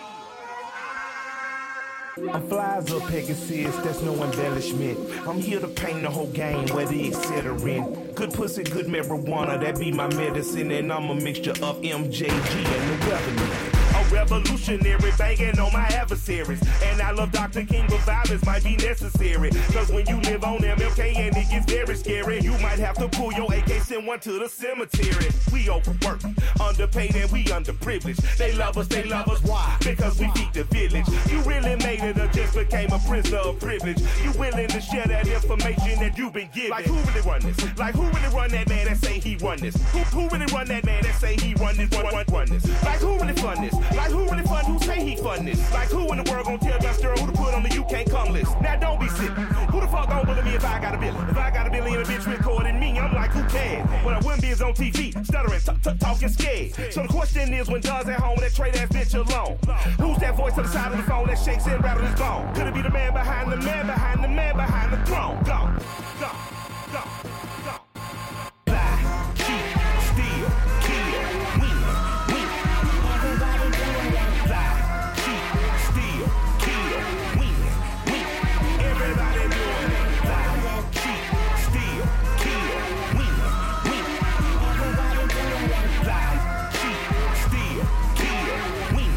I'm fly as a Pegasus, that's no embellishment. I'm here to paint the whole game, whether it's set or in. Good pussy, good marijuana, that be my medicine. And I'm a mixture of M J G and the Weatherman. A revolutionary banging on my adversaries. And I love Doctor King, but violence might be necessary. Cause when you live on M L K and it gets very scary, you might have to pull your A K, send one to the cemetery. We overwork, underpaid and we underprivileged. They love us, they love us. Why? Because we feed the village. You really made it or just became a prisoner of privilege? You willing to share that information that you've been given? Like who really run this? Like who really run that man that say he run this? Who, who really run that man that say he run this, run, run, run this? Like who really fund this? Like who really fund who say he fund this? Like who in the world gon' tell Dusty who to put on the you can't come list? Now don't be silly. Who the fuck gon' believe me if I got a billion? If I got a billion and a bitch recording me, I'm like who cares? When I wouldn't be is on T V, stuttering, t- t- talking scared. So the question is when Doug's at home, that trade ass bitch alone. Who's that voice on the side of the phone that shakes and rattles his bone? Could it be the man behind the man behind the man behind the throne? Go, go, go, go. Lie, cheat, steal, kill, win, win. Everybody doing that. Lie, cheat, steal, kill, win, win. Everybody doing that. Lie, cheat, steal, kill, win, win. Everybody doing that. Lie, cheat, steal, kill, win.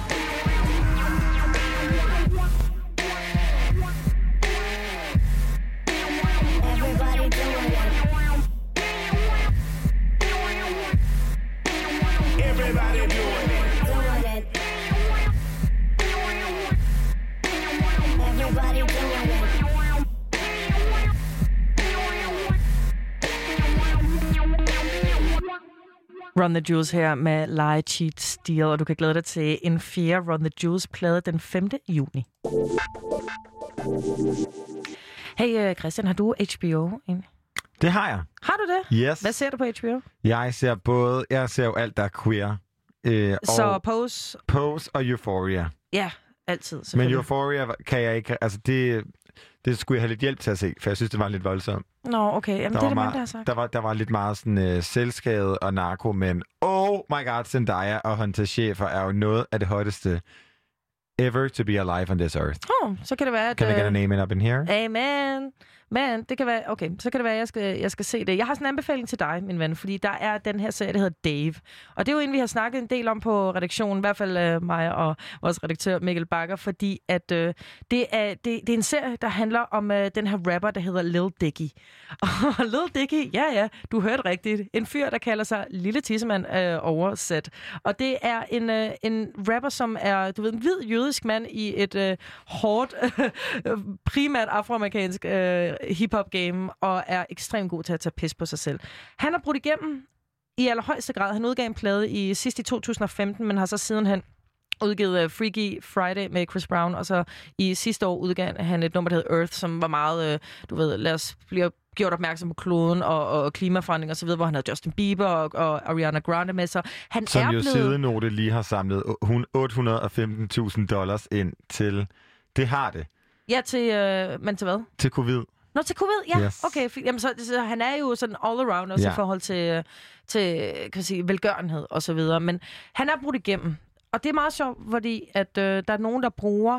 Everybody doing that. Everybody doing it. Doing it. Everybody doing it. Run the Jewels her med Lie, Cheat, Steal, og du kan glæde dig til en fjerde Run the Jewels-plade den femte juni. Hey uh, Christian, har du H B O egentlig? Det har jeg. Har du det? Yes. Hvad ser du på H B O? Jeg ser både, jeg ser jo alt, der er queer. Øh, Så og Pose? Pose og Euphoria. Ja, altid Men selvfølgelig. Euphoria kan jeg ikke, altså det, det skulle jeg have lidt hjælp til at se, for jeg synes, det var lidt voldsomt. Nå, okay. Jamen, der det er var det mange, meget, der har sagt. Der var, der var lidt meget sådan uh, selvskade og narko, men oh my god, Zendaya og Hunter Schafer er jo noget af det hotteste ever to be alive on this earth. Oh, så kan det være, at... Can I get a name in up in here? Amen. Men det kan være, okay, så kan det være, at jeg skal, jeg skal se det. Jeg har sådan en anbefaling til dig, min ven, fordi der er den her serie, der hedder Dave. Og det er jo en, vi har snakket en del om på redaktionen, i hvert fald uh, mig og vores redaktør Mikkel Bakker, fordi at uh, det, er, det, det er en serie, der handler om uh, den her rapper, der hedder Lil Dicky. Og Lil Dicky, ja ja, du hørte rigtigt. En fyr, der kalder sig Lille Tissemand uh, oversat. Og det er en, uh, en rapper, som er, du ved, en hvid jødisk mand i et uh, hårdt, uh, primært afroamerikansk uh, hip-hop-game, og er ekstremt god til at tage pis på sig selv. Han har brudt igennem i allerhøjeste grad. Han udgav en plade i sidst i to tusind og femten, men har så sidenhen udgivet uh, Freaky Friday med Chris Brown, og så i sidste år udgav han et nummer, der hed Earth, som var meget, uh, du ved, lad os blive gjort opmærksom på kloden og, og klimaforandring og så videre, hvor han havde Justin Bieber og, og Ariana Grande med sig. Han Som er jo blevet... sidenote lige har samlet otte hundrede og femten tusind dollars ind til... Det har det. Ja, til... Øh, men til hvad? Til covid. Nå, til covid, ja. Yes. Okay, jamen, så, så han er jo sådan all around også Ja. i forhold til, til kan jeg sige, velgørenhed og så videre. Men han er brudt igennem. Og det er meget sjovt, fordi at, øh, der er nogen, der bruger,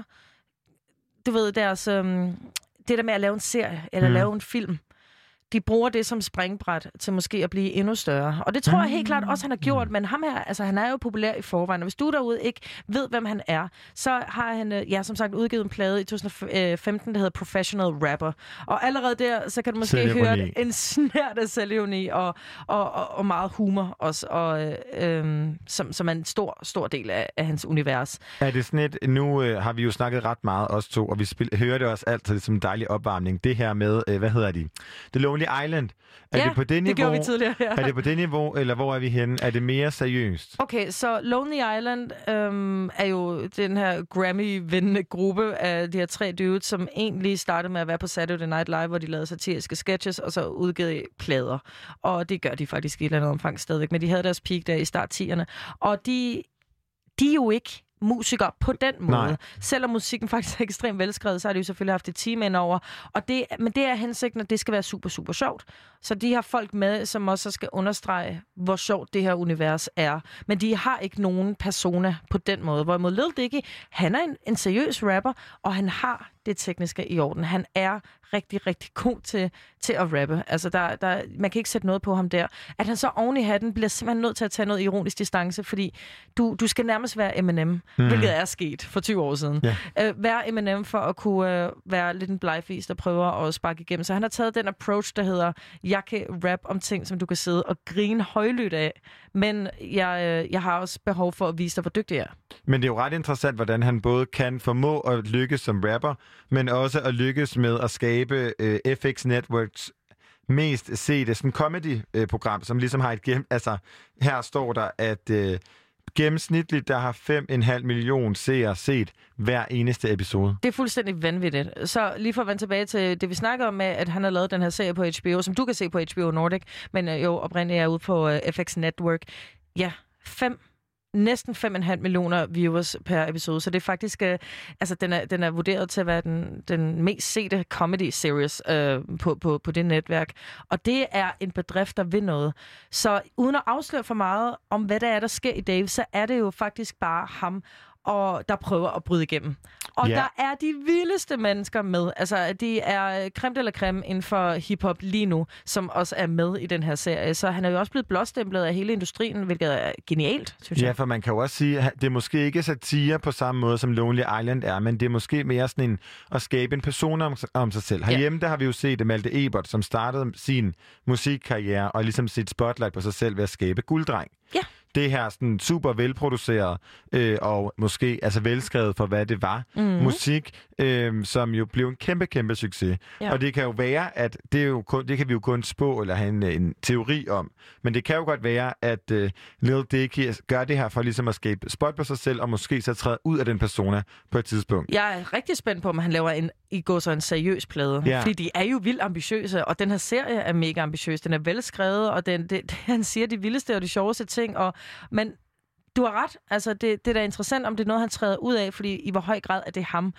du ved, deres, øh, det der med at lave en serie eller Mm. lave en film. De bruger det som springbræt til måske at blive endnu større. Og det tror jeg helt klart også, han har gjort. Men ham her, altså han er jo populær i forvejen. Og hvis du derude ikke ved, hvem han er, så har han, øh, ja, som sagt, udgivet en plade i to tusind og femten, der hedder Professional Rapper. Og allerede der, så kan du måske Selvironi. høre en snært af selvironi og, og, og, og meget humor også, og, øh, øh, som, som er en stor, stor del af, af hans univers. Er det sådan et... Nu øh, har vi jo snakket ret meget, os to, og vi spil, hører det også altid som en dejlig opvarmning. Det her med, øh, hvad hedder de? The Lonely Island. Er Ja, det på det niveau? det gjorde vi tidligere, ja. Er det på det niveau, eller hvor er vi henne? Er det mere seriøst? Okay, så Lonely Island øhm, er jo den her Grammy-vindende gruppe af de her tre dudes, som egentlig startede med at være på Saturday Night Live, hvor de lavede satiriske sketches, og så udgav plader. Og det gør de faktisk i et eller andet omfang stadigvæk, men de havde deres peak der i start tierne. Og de, de er jo ikke musikere på den måde. Nej. Selvom musikken faktisk er ekstremt velskrevet, så har de jo selvfølgelig haft et team ind over. Og det, men det er hensigten, at det skal være super, super sjovt. Så de har folk med, som også skal understrege, hvor sjovt det her univers er. Men de har ikke nogen persona på den måde. Hvorimod Lil Dicky, han er en, en seriøs rapper, og han har det tekniske i orden. Han er rigtig, rigtig god til, til at rappe. Altså, der, der, man kan ikke sætte noget på ham der. At han så oven i hatten bliver simpelthen nødt til at tage noget ironisk distance, fordi du, du skal nærmest være Eminem, mm. hvilket er sket for tyve år siden. Yeah. Uh, være Eminem for at kunne uh, være lidt en blegfis, der prøver at sparke igennem. Så han har taget den approach, der hedder, jeg kan rap om ting, som du kan sidde og grine højlydt af, men jeg, uh, jeg har også behov for at vise dig, hvor dygtig jeg er. Men det er jo ret interessant, hvordan han både kan formå at lykkes som rapper, men også at lykkes med at skabe øh, F X Networks mest sete sådan comedy-program, som ligesom har et gennem... Altså, her står der, at øh, gennemsnitligt, der har fem komma fem million seere set hver eneste episode. Det er fuldstændig vanvittigt. Så lige for at vende tilbage til det, vi snakker om med, at han har lavet den her serie på H B O, som du kan se på H B O Nordic, men øh, jo oprindeligt er ude på øh, F X Network. Ja, fem næsten fem komma fem millioner viewers per episode, så det er faktisk, øh, altså den er, den er vurderet til at være den, den mest sete comedy series øh, på, på, på det netværk. Og det er en bedrift, der vil noget. Så uden at afsløre for meget om, hvad der er, der sker i Dave, så er det jo faktisk bare ham, og der prøver at bryde igennem. Og Ja. der er de vildeste mennesker med. Altså, de er creme de la creme inden for hiphop lige nu, som også er med i den her serie. Så han er jo også blevet blåstemplet af hele industrien, hvilket er genialt, synes Ja, jeg. for man kan jo også sige, at det er måske ikke satire på samme måde, som Lonely Island er, men det er måske mere sådan en at skabe en person om, om sig selv. Herhjemme, der har vi jo set Malte Ebert, som startede sin musikkarriere og ligesom sit spotlight på sig selv ved at skabe Gulddreng. Ja. Det her sådan super velproduceret øh, og måske altså velskrevet for, hvad det var. Mhm. Musik, øh, som jo blev en kæmpe, kæmpe succes. Ja. Og det kan jo være, at det, er jo kun, det kan vi jo kun spå eller have en, en teori om. Men det kan jo godt være, at øh, Lil Dicky gør det her for ligesom at skabe spot på sig selv, og måske så træde ud af den persona på et tidspunkt. Jeg er rigtig spændt på, om han laver en, i går så en seriøs plade. Ja. Fordi de er jo vildt ambitiøse, og den her serie er mega ambitiøs. Den er velskrevet, og den, det, han siger de vildeste og de sjoveste ting. Og, men du har ret. Altså, det, det er da interessant, om det er noget, han træder ud af, fordi i hvor høj grad er det ham.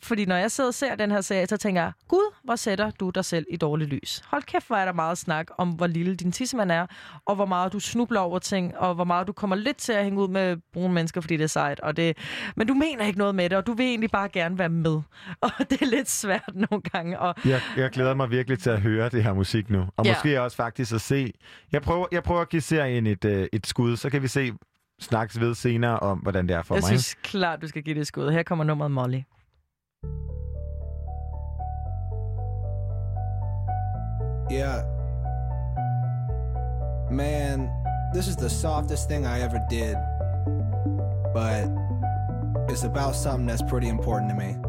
Fordi når jeg sidder og ser den her serie, så tænker jeg, gud, hvor sætter du dig selv i dårligt lys? Hold kæft, hvor er der meget snak om, hvor lille din tissemand er, og hvor meget du snubler over ting, og hvor meget du kommer lidt til at hænge ud med brune mennesker, fordi det er sejt. Og det... Men du mener ikke noget med det, og du vil egentlig bare gerne være med. Og det er lidt svært nogle gange. Og... Jeg, jeg glæder mig virkelig til at høre det her musik nu. Og Ja. måske også faktisk at se... Jeg prøver, jeg prøver at give serien et, øh, et skud, så kan vi se snakkes ved senere om, hvordan det er for Jeg mig. synes klart, du skal give det et skud. Her kommer nummeret Molly. Yeah. Man, this is the softest thing I ever did. But it's about something that's pretty important to me.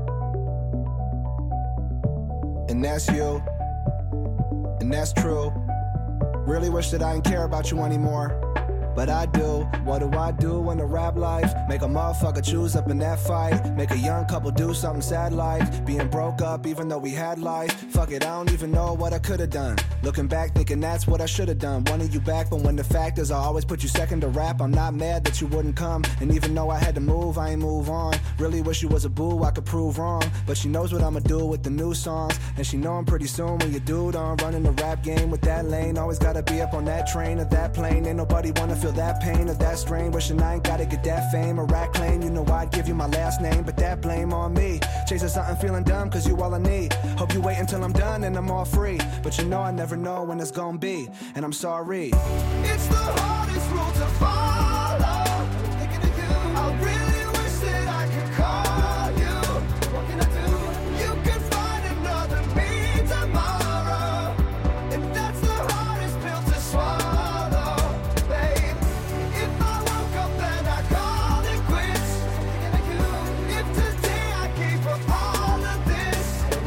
And that's you. And that's true. Really wish that I didn't care about you anymore. But I do. What do I do in the rap life? Make a motherfucker choose up in that fight. Make a young couple do something sad like being broke up even though we had life. Fuck it, I don't even know what I could have done. Looking back thinking that's what I should have done. Wanted you back, but when the fact is I always put you second to rap. I'm not mad that you wouldn't come. And even though I had to move, I ain't move on. Really wish you was a boo, I could prove wrong. But she knows what I'ma do with the new songs. And she know I'm pretty soon when you dude on running the rap game with that lane. Always gotta be up on that train or that plane. Ain't nobody wanna feel that pain or that strain. Wishing I ain't gotta get that fame or rat claim. You know I'd give you my last name, but that blame on me. Chasing something feeling dumb cause you all I need. Hope you wait until I'm done and I'm all free. But you know I never know when it's gonna be. And I'm sorry. It's the hardest rule to follow. Thinking of you, I really wish that I could call you. What can I do? You can find another me tomorrow. If that's the hardest pill to swallow, babe. If I woke up and I called it quits, thinking of you. If today I gave up all of this,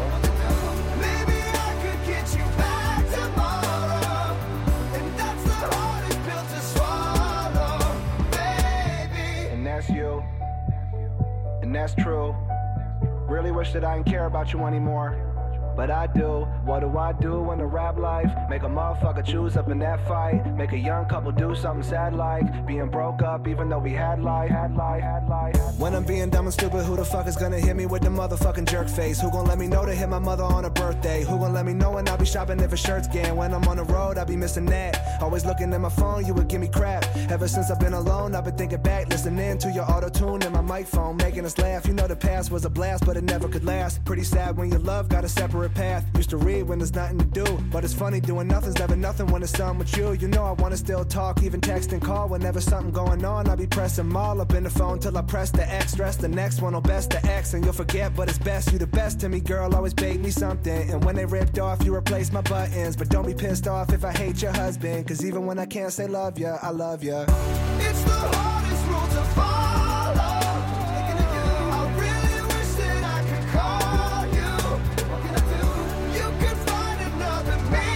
maybe I could get you back tomorrow. And that's the hardest pill to swallow, baby. And that's you. And that's true. Really wish that I didn't care about you anymore. But I do. What do I do in the rap life? Make a motherfucker choose up in that fight. Make a young couple do something sad like being broke up even though we had life, had life, had life. When I'm being dumb and stupid, who the fuck is gonna hit me with the motherfucking jerk face? Who gon' let me know to hit my mother on her birthday? Who gon' let me know when I'll be shopping if a shirt's getting? When I'm on the road, I'll be missing that. Always looking at my phone, you would give me crap. Ever since I've been alone, I've been thinking back, listening to your auto-tune and my mic phone, making us laugh. You know the past was a blast, but it never could last. Pretty sad when your love got a separate path. Used to read when there's nothing to do, but it's funny doing nothing's never nothing when it's done with you. You know I wanna still talk, even text and call. Whenever something going on, I'll be pressing them all up in the phone till I press the X. Stress the next one, oh best the X, and you'll forget, but it's best. You the best to me, girl, always bake me something. And when they ripped off, you replace my buttons. But don't be pissed off if I hate your husband, cause even when I can't say love ya, I love ya. It's the hardest rule to follow. Thinking of you, I really wish that I could call you. What can I do? You can find another me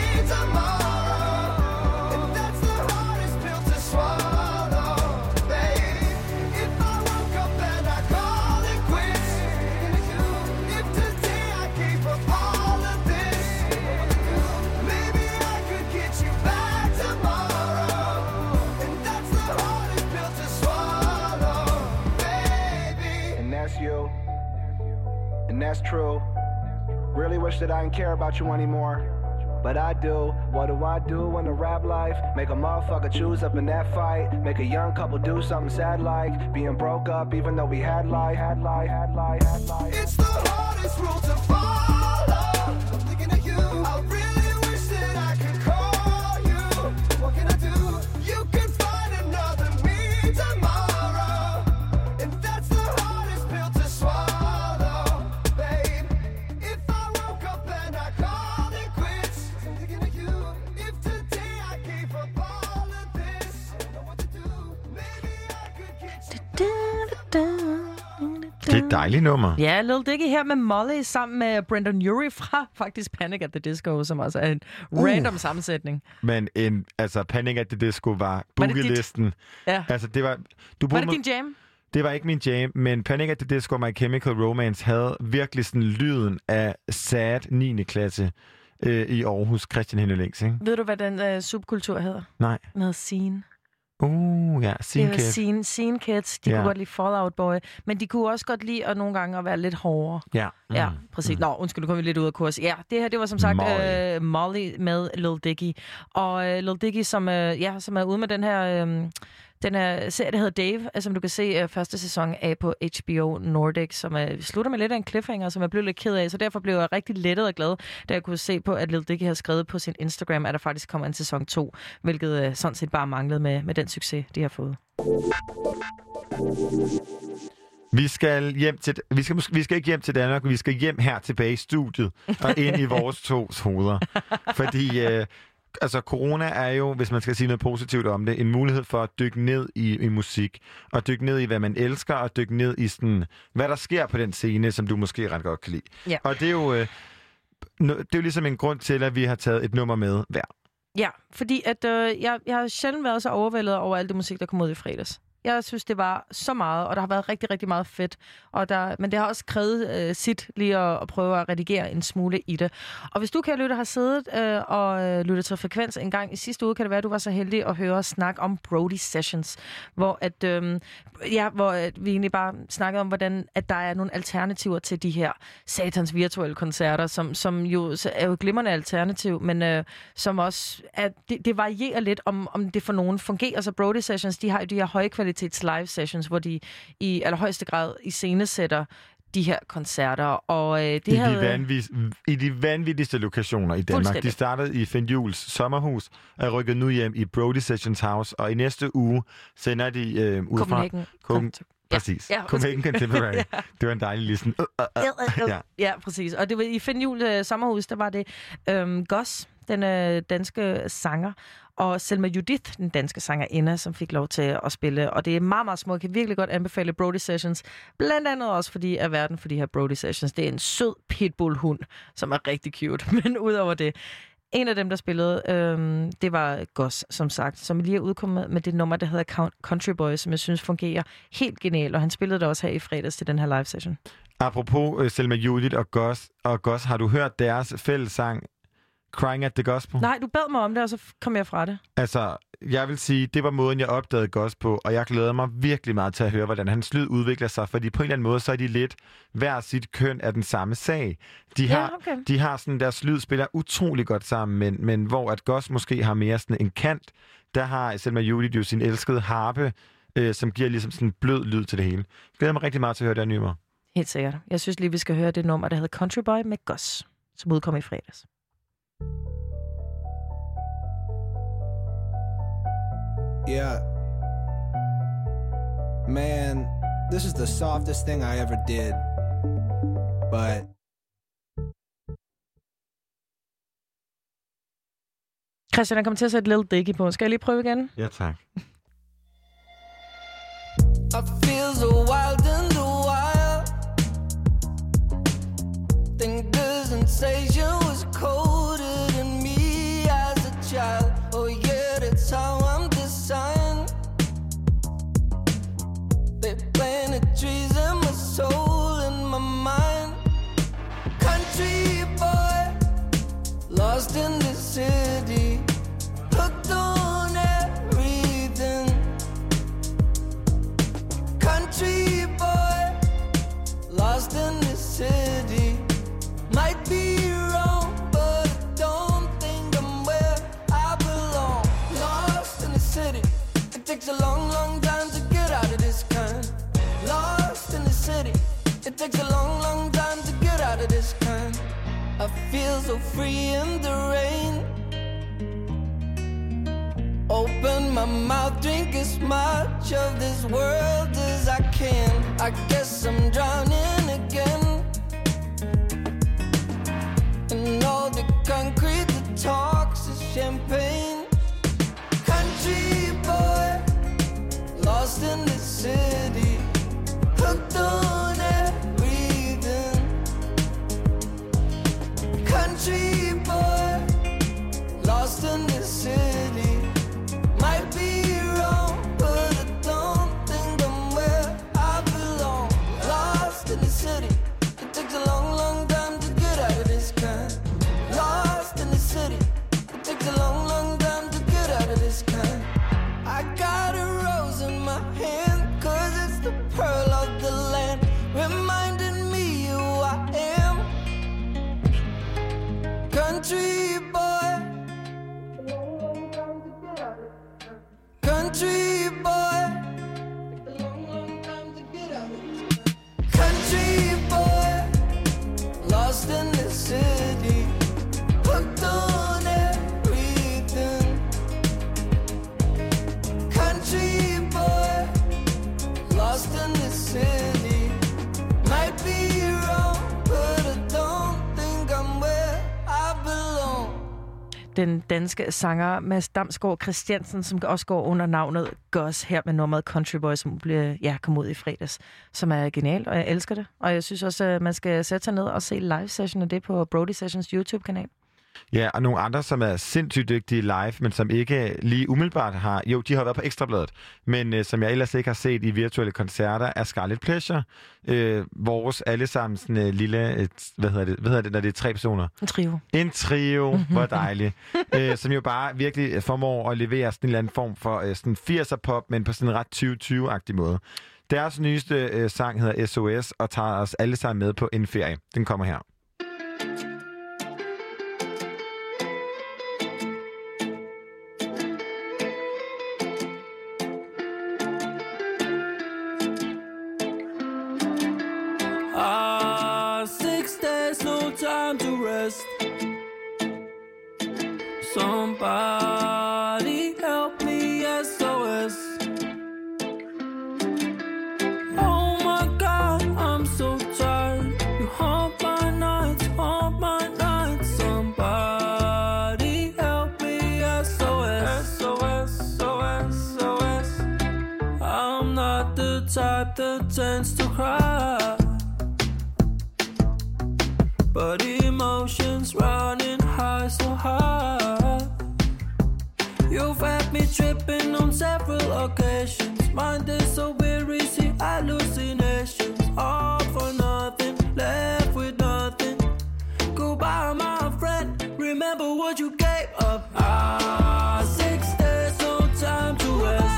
tomorrow. And that's the hardest pill to swallow, babe. If I woke up and I called it quits, thinking of you. If today I gave up all of this, maybe I could get you back tomorrow. And that's the hardest pill to swallow, baby. And that's you. And that's true. Really wish that I didn't care about you anymore. But I do. What do I do in the rap life? Make a motherfucker choose up in that fight. Make a young couple do something sad like being broke up even though we had life, had life, had life, had life. It's the hardest rule to follow. I'm thinking of you. I really wish that I could call you. What can I do? You can find another me tomorrow. And that's the hardest pill to swallow, babe. If I woke up and I called it quits, I'm thinking of you. If today I gave up all of this, I don't know what to do. Maybe I could get you. Det er et dejligt nummer. Ja, Lil Dicky her med Molly sammen med Brendon Urie fra faktisk Panic at the Disco, som også er en Uh. random sammensætning. Men en, altså, Panic at the Disco var Var det dit? boogie-listen. Ja. Altså, det var... Du Var burde det må- din jam? Det var ikke min jam, men Panic at the Disco og My Chemical Romance havde virkelig sådan lyden af sad niende klasse øh, i Aarhus. Christian Hennelings, ikke? Ved du, hvad den øh, subkultur hedder? Nej. Den hedder scene. Uh, ja, Scene Det var Kids. Scene, Scene Kids. De Ja. kunne godt lide Fall Out Boy, men de kunne også godt lide at nogle gange at være lidt hårdere. Ja. Mm. Ja, præcis. Mm. Nå, undskyld, nu kom vi lidt ud af kurs. Ja, det her, det var som sagt Molly, øh, Molly med Lil Dicky. Og øh, Lil Dicky, som, øh, ja, som er ude med den her... Øh, Den her serie, der hedder Dave, som du kan se uh, første sæson af på H B O Nordic, som uh, slutter med lidt af en cliffhanger, som jeg blev lidt ked af. Så derfor blev jeg rigtig lettet og glad, da jeg kunne se på, at Lil Dicky har skrevet på sin Instagram, at der faktisk kommer en sæson to, hvilket uh, sådan set bare manglede med, med den succes, de har fået. Vi skal hjem til... Vi skal, vi skal ikke hjem til Danmark, vi skal hjem her tilbage i studiet og ind i vores tos hoveder. Fordi... Uh, Altså, corona er jo, hvis man skal sige noget positivt om det, en mulighed for at dykke ned i, i musik, og dykke ned i, hvad man elsker, og dykke ned i sådan, hvad der sker på den scene, som du måske ret godt kan lide. Ja. Og det er jo, øh, det er jo ligesom en grund til, at vi har taget et nummer med hver. Ja, fordi at, øh, jeg, jeg har sjældent været så overvældet over alt det musik, der kom ud i fredags. Jeg synes, det var så meget, og der har været rigtig, rigtig meget fedt. Og der, men det har også krævet øh, sit lige at, at prøve at redigere en smule i det. Og hvis du, kære lytter, har siddet øh, og øh, lyttet til Frekvens en gang i sidste uge, kan det være, at du var så heldig at høre snak om Brody Sessions, hvor, at, øh, ja, hvor at vi egentlig bare snakkede om, hvordan at der er nogle alternativer til de her satans virtuelle koncerter, som, som jo er jo et glimrende alternativ, men øh, som også er, det, det varierer lidt, om, om det for nogen fungerer. Så Brody Sessions, de har jo de her høje kvaliteter live sessions, hvor de i allerhøjeste grad iscenesætter de her koncerter. Og, øh, det I, havde... de vanvis, I de vanvittigste lokationer i Danmark. De startede i Finn Juhls sommerhus og er rykket nu hjem i Brody Sessions House, og i næste uge sender de øh, ud Copenhagen. fra... Copenhagen. Præcis. Ja, Copenhagen Contemporary. ja. Det var en dejlig listen. Uh, uh, uh. ja. ja, præcis. Og det var i Finn Juhls øh, sommerhus, der var det øh, Goss, den øh, danske sanger, og Selma Judith, den danske sangerinde, som fik lov til at spille. Og det er meget, meget smukt. Jeg kan virkelig godt anbefale Brody Sessions. Blandt andet også, fordi er verden for de her Brody Sessions. Det er en sød pitbull-hund, som er rigtig cute. Men udover det, en af dem, der spillede, øhm, det var Goss, som sagt, som lige er udkommet med det nummer, der hedder Country Boy, som jeg synes fungerer helt genialt. Og han spillede det også her i fredags til den her live session. Apropos uh, Selma Judith og Goss, og Goss, har du hørt deres fællessang Crying at the Gospel? Nej, du bad mig om det, og så kom jeg fra det. Altså, jeg vil sige, det var måden, jeg opdagede Goss på, og jeg glæder mig virkelig meget til at høre, hvordan hans lyd udvikler sig, fordi på en eller anden måde, så er de lidt hver sit køn af den samme sag. De har, ja, okay. de har sådan, deres lyd spiller utrolig godt sammen, men, men hvor at Goss måske har mere sådan en kant, der har Selma Judith jo sin elskede harpe, øh, som giver ligesom sådan en blød lyd til det hele. Jeg glæder mig rigtig meget til at høre det nummer. Helt sikkert. Jeg synes lige, vi skal høre det nummer, der hedder Country Boy med Goss, som udkom i fredags. Yeah. Man, this is the softest thing I ever did. But Christian, jeg kommer til at sætte Lil Dicky på. Skal jeg lige prøve igen? Ja, tak. I feel so wild and the wild. Think the sensation was colder than me as a child. Oh yeah, that's how I'm designed. They planted trees in my soul and my mind. Country boy, lost in the city, hooked on everything. Country boy, lost in the city. Might be wrong, but I don't think I'm where I belong. Lost in the city, it takes a long, long time to get out of this kind. Lost in the city, it takes a long, long time to get out of this kind. I feel so free in the rain. Open my mouth, drink as much of this world as I can. I guess I'm drowning again. And all the concrete that talks is champagne. Country boy, lost in the city, hooked on everything. Country boy, lost in the city. Might be wrong, but I don't think I'm where I belong. Lost den danske sanger Mads Damsgaard Christiansen, som også går under navnet Goss her med nummeret Country Boy, som bliver, ja, kom ud i fredags, som er genialt, og jeg elsker det. Og jeg synes også, at man skal sætte sig ned og se live session af det på Brody Sessions YouTube-kanal. Ja, og nogle andre, som er sindssygt dygtige live, men som ikke lige umiddelbart har... Jo, de har været på Ekstrabladet, men øh, som jeg ellers ikke har set i virtuelle koncerter, er Scarlet Pleasure. Øh, vores allesammens øh, lille... Øh, hvad hedder det, hvad hedder det, når det er tre personer? En trio. En trio, hvor dejligt. øh, som jo bare virkelig formår at levere sådan en eller anden form for øh, sådan firser-pop, men på sådan en ret tyve tyve-agtig måde. Deres nyeste øh, sang hedder S O S, og tager os alle sammen med på en ferie. Den kommer her. Time to rest. Somebody help me, S O S. Oh my God, I'm so tired. You haunt my nights, haunt my nights. Somebody help me, S O S. S O S, S O S, S O S. I'm not the type that tends to cry, but emotions running high, so high. You've had me tripping on several occasions. Mind is so weary, see hallucinations. All for nothing, left with nothing. Goodbye, my friend, remember what you gave up. Ah, six days, no time to rest.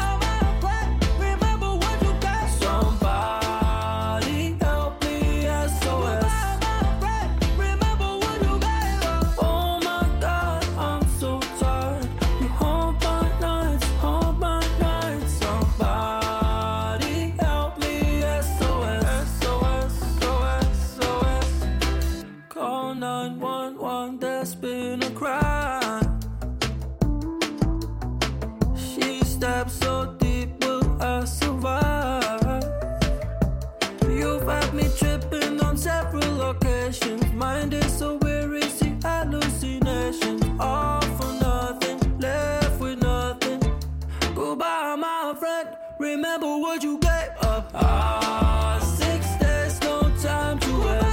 So deep, will I survive? You've had me tripping on several occasions. Mind is so weary, see hallucinations. All for nothing, left with nothing. Goodbye, my friend, remember what you gave up. Ah, six days, no time to rest.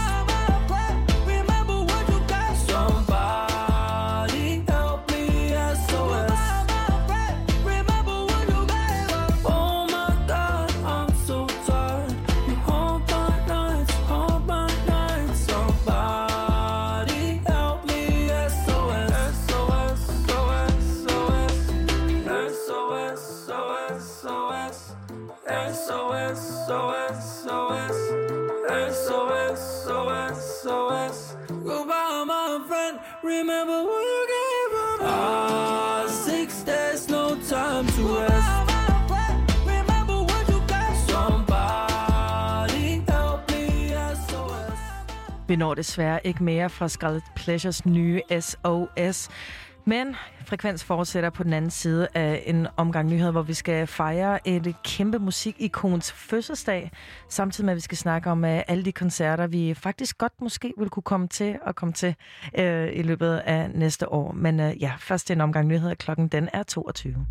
Remember what you gave up. Ah, six days, no time to rest. Remember what you got. Somebody help me, S O S. Vi når desværre ikke mere fra Scarlet Pleasures nye S O S. Men Frekvens fortsætter på den anden side af en omgang nyheder, hvor vi skal fejre et kæmpe musikikons fødselsdag, samtidig med, at vi skal snakke om uh, alle de koncerter, vi faktisk godt måske vil kunne komme til at komme til uh, i løbet af næste år. Men uh, ja, først en omgang nyheder. Klokken den er toogtyve.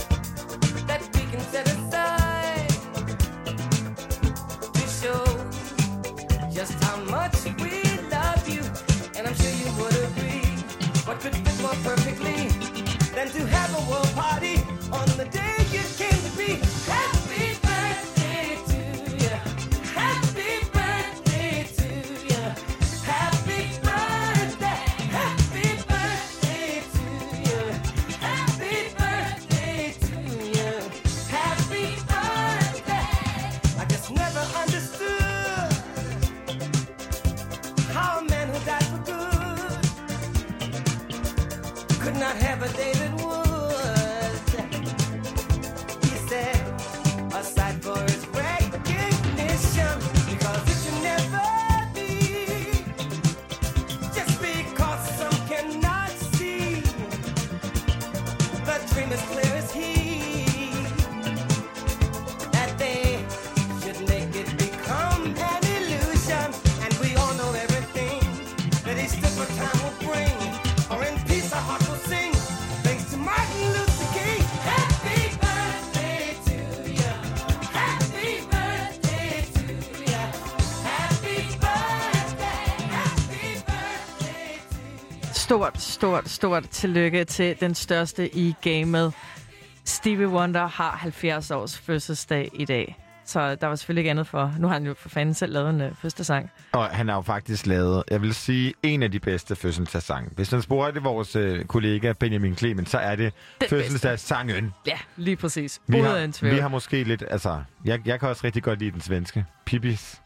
Set aside to show a party on the day you came to be. Happy birthday to you. Happy birthday to you. Happy birthday. Happy birthday to you. Happy birthday to you. Happy birthday. I just never understood how a man who died for good could not have a David Woods. He said, aside for his recognition, because it should never be, just because some cannot see, the dream is clear as he, that they should make it become an illusion, and we all know everything that he stood for time will bring, or in peace our heart will sing. Thanks to Martin Luther King. Happy birthday to you. Happy birthday to you. Happy birthday. Happy birthday to you. Stort, stort, stort tillykke til den største i gamet. Stevie Wonder har halvfjerds års fødselsdag i dag. Så der var selvfølgelig ikke andet for. Nu har han jo for fanden selv lavet en øh, fødselsdagssang. Og han har jo faktisk lavet, jeg vil sige, en af de bedste fødselsdagssange. Hvis man spurgte vores øh, kollega Benjamin Clement, så er det fødselsdagssangen. Ja, lige præcis. Vi Uden har, en tvivl. vi har måske lidt, altså, jeg, jeg kan også rigtig godt lide den svenske. Pipis.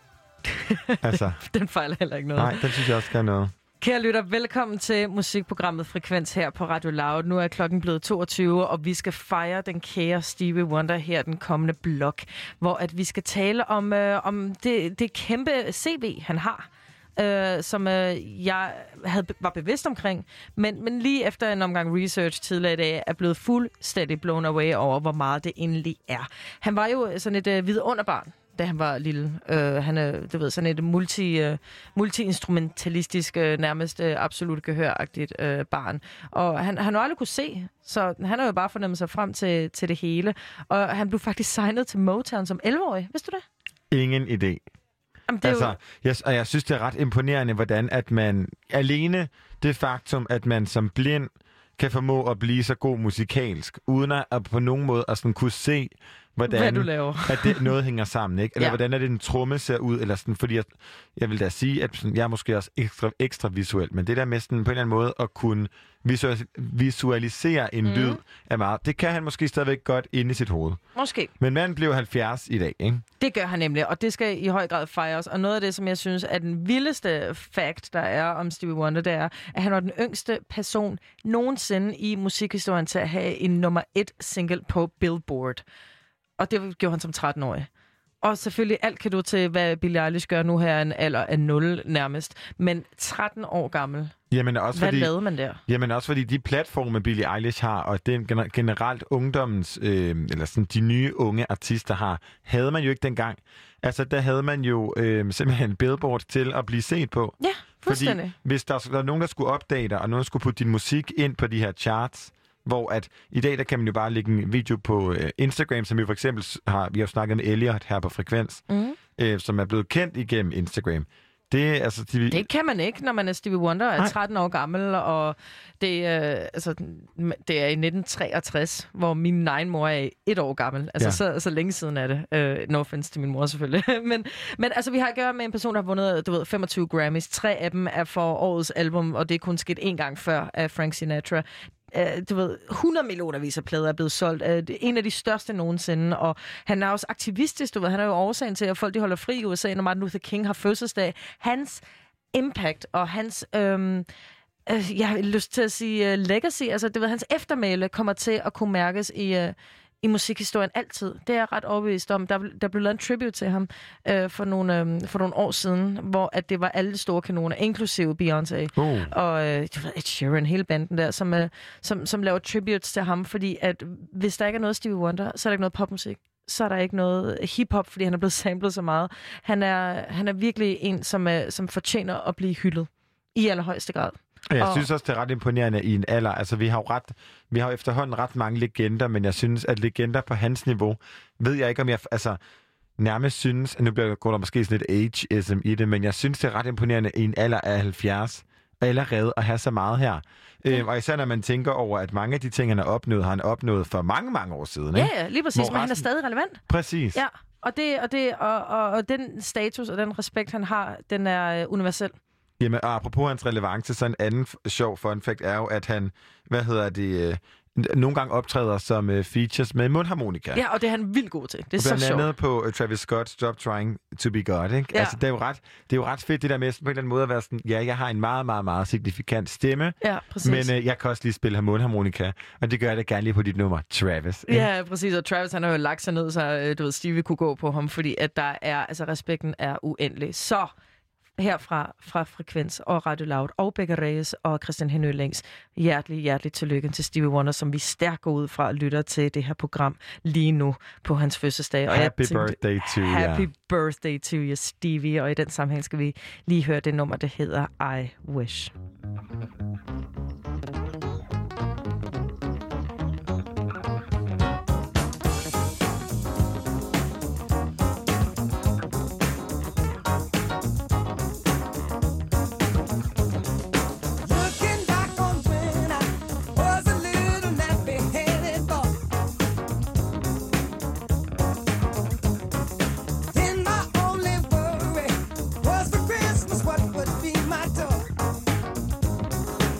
Altså. Den fejler heller ikke noget. Nej, den synes jeg også kan noget. Kære lytter, velkommen til musikprogrammet Frekvens her på Radio Loud. Nu er klokken blevet toogtyve, og vi skal fejre den kære Stevie Wonder her den kommende blok, hvor at vi skal tale om, øh, om det, det kæmpe C V, han har. Øh, som øh, jeg havde, var bevidst omkring, men, men lige efter en omgang research tidligere i dag, er blevet fuldstændig blown away over, hvor meget det egentlig er. Han var jo sådan et øh, vidunderbarn, da han var lille. Uh, han er, du ved, sådan et multi, uh, multi-instrumentalistisk, uh, nærmest uh, absolut gehøragtigt uh, barn. Og han, han har aldrig kunne se, så han har jo bare fornemmet sig frem til, til det hele. Og han blev faktisk signet til Motown som elleve-årig. Vidste du det? Ingen idé. Jamen, det altså, jo... jeg, og jeg synes, det er ret imponerende, hvordan at man alene det faktum, at man som blind kan formå at blive så god musikalsk, uden at på nogen måde at sådan kunne se, hvordan hvad du laver. at det noget hænger sammen, ikke? Eller ja. hvordan er det en tromme ser ud, eller sådan, fordi jeg, jeg vil da sige, at sådan, jeg er måske også ekstra, ekstra visuel, men det der med sådan, på en eller anden måde at kunne visualis- visualisere en mm. lyd er meget, det kan han måske stadigvæk godt inde i sit hoved. Måske. Men manden blev halvfjerds i dag, ikke? Det gør han nemlig, og det skal i høj grad fejres. Og noget af det, som jeg synes er den vildeste fact, der er om Stevie Wonder, det er, at han var den yngste person nogensinde i musikhistorien til at have en nummer et single på Billboard. Og det gjorde han som tretten-årig. Og selvfølgelig alt kan du til, hvad Billie Eilish gør nu her, en alder af nul nærmest. Men tretten år gammel. Jamen også hvad fordi, lavede man der? Jamen også fordi de platforme, Billie Eilish har, og den generelt ungdommens, øh, eller sådan de nye unge artister har, havde man jo ikke dengang. Altså der havde man jo øh, simpelthen Billboard til at blive set på. Ja, fuldstændig. Fordi hvis der var nogen, der skulle opdage dig, og nogen skulle putte din musik ind på de her charts, hvor at i dag, der kan man jo bare lægge en video på øh, Instagram, som vi for eksempel har, vi har snakket med Elliot her på Frekvens, mm. øh, som er blevet kendt igennem Instagram. Det, altså, de... det kan man ikke, når man er Stevie Wonder og er tretten år gammel, og det, øh, altså, det er i nitten treogtres, hvor min egen mor er et år gammel. Altså, ja. så, så længe siden er det. Uh, no offense til min mor, selvfølgelig. men, men altså, vi har at gøre med en person, der har vundet, du ved, femogtyve Grammys. Tre af dem er for årets album, og det er kun sket én gang før af Frank Sinatra. Uh, du ved, hundrede millioner vis af plader er blevet solgt. Uh, det er en af de største nogensinde, og han er også aktivistisk, du ved. Han er jo årsagen til, at folk de holder fri i U S A, når Martin Luther King har fødselsdag. Hans impact og hans, øhm, øh, jeg har lyst til at sige uh, legacy, altså det ved, hans eftermæle kommer til at kunne mærkes i, uh, i musikhistorien altid. Det er jeg ret overbevist om. Der, der blev lavet en tribute til ham øh, for, nogle, øh, for nogle år siden, hvor at det var alle store kanoner, inklusive Beyoncé. Uh. Og øh, Ed Sheeran, hele banden der, som, øh, som, som laver tributes til ham, fordi at hvis der ikke er noget Stevie Wonder, så er der ikke noget popmusik. Så er der ikke noget hip-hop, fordi han er blevet samlet så meget. Han er, han er virkelig en, som, er, som fortjener at blive hyldet i allerhøjeste grad. Jeg og... synes også, det er ret imponerende i en alder. Altså, vi har jo ret, vi har jo efterhånden ret mange legender, men jeg synes, at legender på hans niveau, ved jeg ikke, om jeg altså, nærmest synes, at nu bliver, går der måske sådan lidt ageism i det, men jeg synes, det er ret imponerende i en alder af halvfjerds, allerede at have så meget her. Øh, og især når man tænker over, at mange af de ting, han har opnået, har han opnået for mange, mange år siden. Ja, ikke? ja, lige præcis, Hvor men han er resten- stadig relevant. Præcis. Ja, og, det, og, det, og, og, og den status og den respekt, han har, den er øh, universel. Jamen, og apropos hans relevance, så en anden f- sjov fun fact er jo, at han, hvad hedder det, øh, nogle gange optræder som øh, features med mundharmonika. Ja, og det er han vildt god til. Det er så Blandt sjovt. andet på uh, Travis Scott's Stop Trying to Be God, ikke? Ja. Altså, det er, jo ret, det er jo ret fedt, det der med på en eller anden måde at være sådan, ja, jeg har en meget, meget, meget signifikant stemme, Ja, præcis. men øh, jeg kan også lige spille mundharmonika, og det gør jeg da gerne lige på dit nummer, Travis. ikke? Ja, præcis. Og Travis, han har jo lagt sig ned, så øh, du ved, Stevie kunne gå på ham, fordi at der er, altså respekten er uendelig. Så herfra fra Frekvens og Radio Loud og Becca Reyes og Christian Henø Længs, hjertelig, hjertelig tillykke til Stevie Wonder, som vi stærkt går ud fra og lytter til det her program lige nu på hans fødselsdag. Og Happy jeg tænkte, birthday to you. Happy birthday to you, Stevie. Og i den sammenhæng skal vi lige høre det nummer, der hedder I Wish. Looking back on when I was a little nappy-headed boy, then my only worry was for Christmas what would be my toy.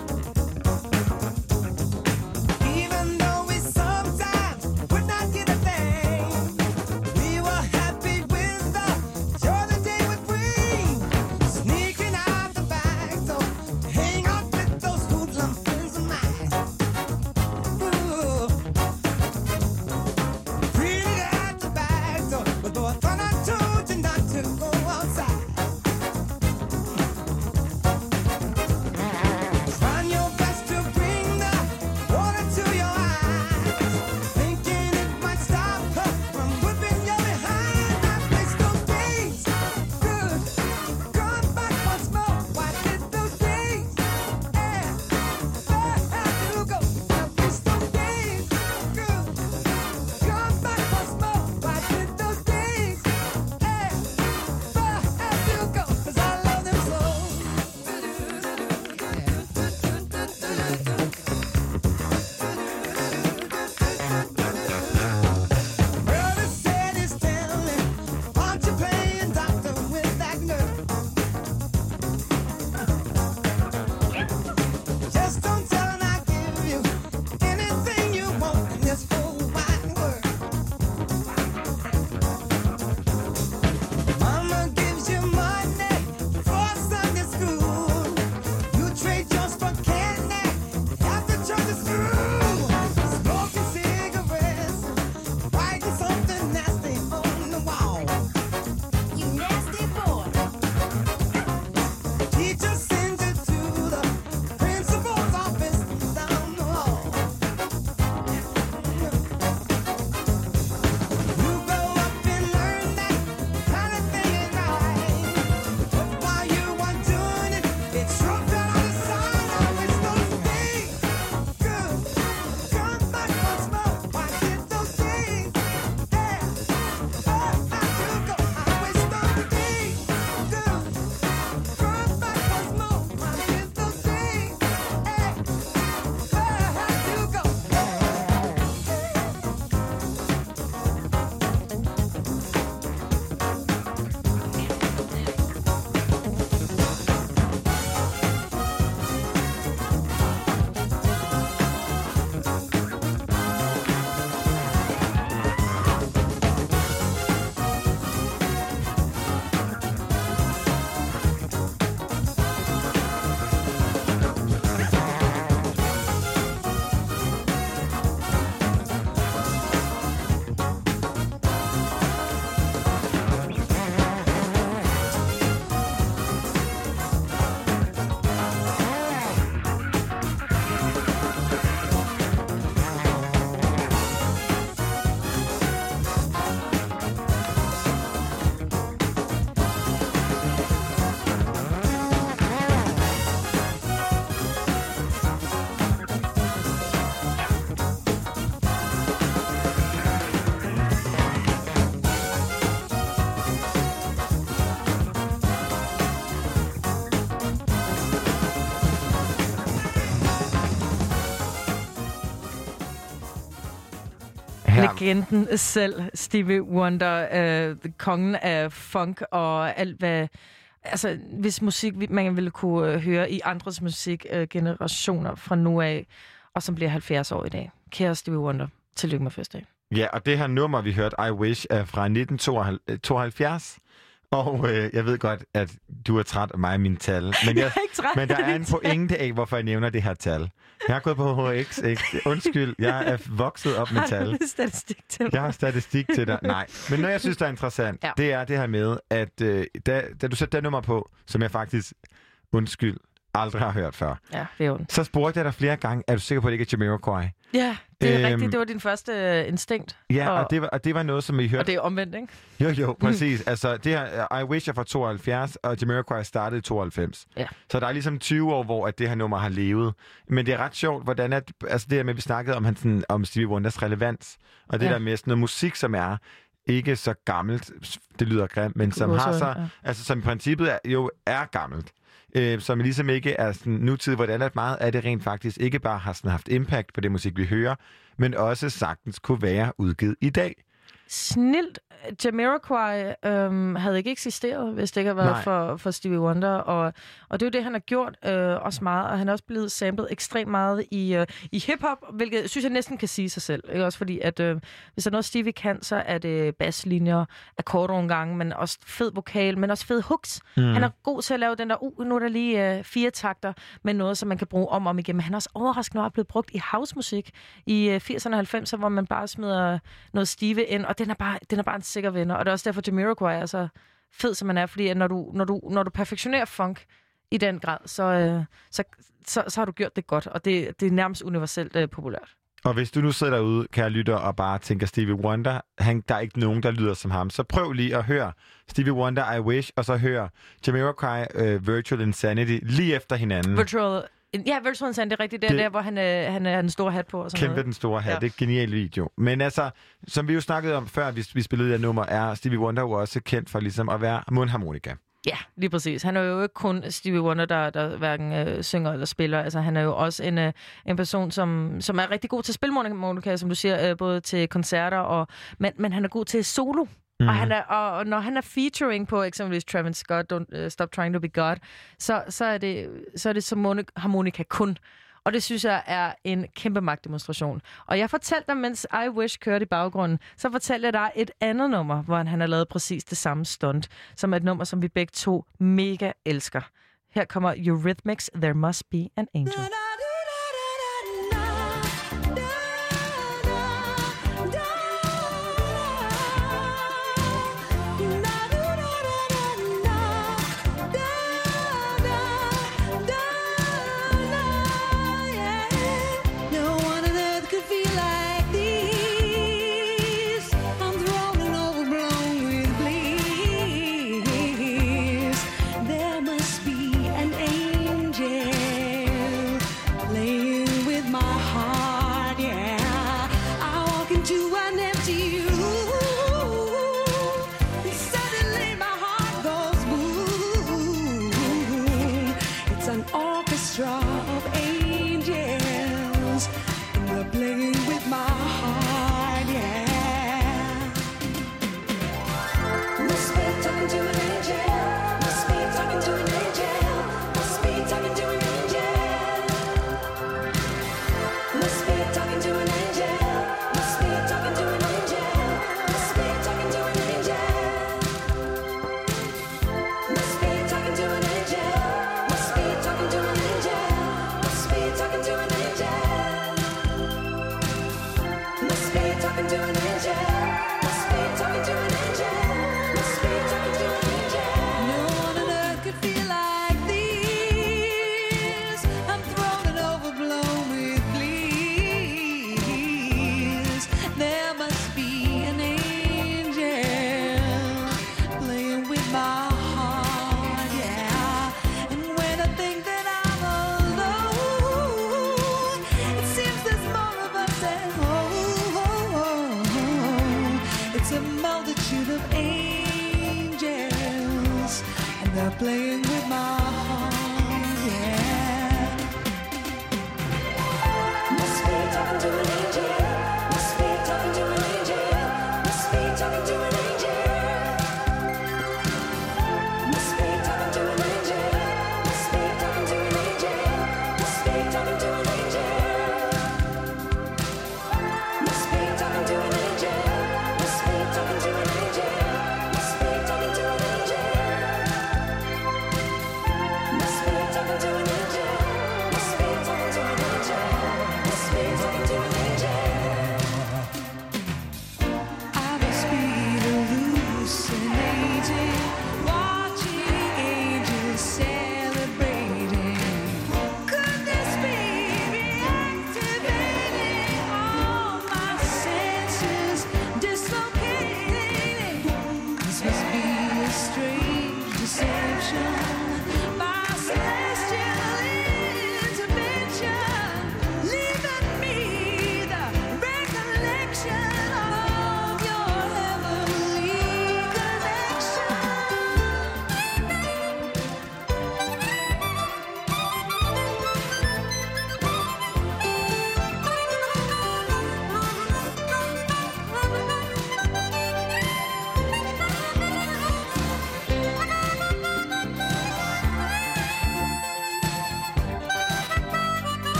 Her. Legenden selv, Stevie Wonder, øh, kongen af funk og alt hvad... Altså, hvis musik, man ville kunne øh, høre i andres musikgenerationer øh, fra nu af, og som bliver halvfjerds år i dag. Kære Stevie Wonder, tillykke med fødselsdag. Ja, og det her nummer, vi hørte, I Wish, er fra nitten tooghalvfjerds. Og øh, jeg ved godt, at du er træt af mig og mine tal. Men, jeg, jeg er ikke træt men der af er en pointe af, hvorfor jeg nævner det her tal. Jeg har gået på H X, ikke? Undskyld, jeg er vokset op med tal. Har du statistik til mig? Jeg har statistik til dig. Nej. Men noget, jeg synes, der er interessant, ja. det er det her med, at øh, da, da du satte det nummer på, som jeg faktisk, undskyld, aldrig har hørt før. Ja, det er ondt. Så spurgte jeg dig flere gange, er du sikker på, at det ikke er Jamiroquai? Ja, det er øhm, rigtigt. Det var din første øh, instinkt. Ja, og, og, og, det var, og det var noget, som vi hørte... Og det er omvendt, ikke? Jo, jo, præcis. altså, det her I Wish er fra tooghalvfjerds, og Jamiroquai startede i tooghalvfems. Ja. Så der er ligesom tyve år, hvor at det her nummer har levet. Men det er ret sjovt, hvordan at, altså det her med, vi snakkede om, han, sådan, om Stevie Wonders relevans, og det ja. der med sådan noget musik, som er ikke så gammelt, det lyder grimt, men som har så, ja. altså som i princippet er, jo er gammelt. Øh, som ligesom ikke er sådan nutid, hvordan at meget af det rent faktisk ikke bare har sådan haft impact på det musik, vi hører, men også sagtens kunne være udgivet i dag. Snilt. Jamiroquai øhm, havde ikke eksisteret, hvis det ikke havde været for, for Stevie Wonder, og, og det er jo det, han har gjort øh, også meget, og han er også blevet samlet ekstremt meget i, øh, i hiphop, hvilket synes jeg næsten kan sige sig selv. Ikke? Også fordi, at øh, hvis der er noget Stevie kan, så er det basslinjer, akkorder nogle gange, men også fed vokal, men også fed hooks. Mm. Han er god til at lave den der, uh, nu er der lige øh, fire takter, med noget, som man kan bruge om og om igen. Men han er også overraskende meget blevet brugt i housemusik i øh, firserne og halvfemserne, hvor man bare smider noget Stevie ind, og den er bare, den er bare en sikker vinder. Og det er også derfor, at Jamiroquai er så fed, som man er. Fordi at når, du, når, du, når du perfektionerer funk i den grad, så, øh, så, så, så har du gjort det godt. Og det, det er nærmest universelt øh, populært. Og hvis du nu sidder derude, kære lytter, og bare tænker Stevie Wonder, han, der er ikke nogen, der lyder som ham, så prøv lige at høre Stevie Wonder, I Wish, og så hør Jamiroquai, uh, Virtual Insanity, lige efter hinanden. Virtual Ja, Virtual Insanity, det er rigtigt. Det er der, hvor han, øh, han har den store hat på. Og sådan kæmpe noget. den store hat. Ja. Det er en genial video. Men altså, som vi jo snakkede om før, vi, vi spillede det her nummer, er Stevie Wonder jo også kendt for ligesom at være mundharmonika. Ja, lige præcis. Han er jo ikke kun Stevie Wonder, der, der hverken øh, synger eller spiller. Altså, han er jo også en, øh, en person, som, som er rigtig god til at spille harmonika, som du siger, øh, både til koncerter, og, men, men han er god til solo. Mm. Og, han er, og når han er featuring på eksempelvis Travis Scott, Don't uh, Stop Trying to Be God, så, så er det, så er det som harmonika kun. Og det synes jeg er en kæmpe magtdemonstration. Og jeg fortalte dig, mens I Wish kørte i baggrunden, så fortalte jeg dig et andet nummer, hvor han har lavet præcis det samme stunt, som er et nummer, som vi begge to mega elsker. Her kommer Eurythmics, There Must Be an Angel. Playing with my heart, yeah. Must be talking to an angel. Must be talking to an angel.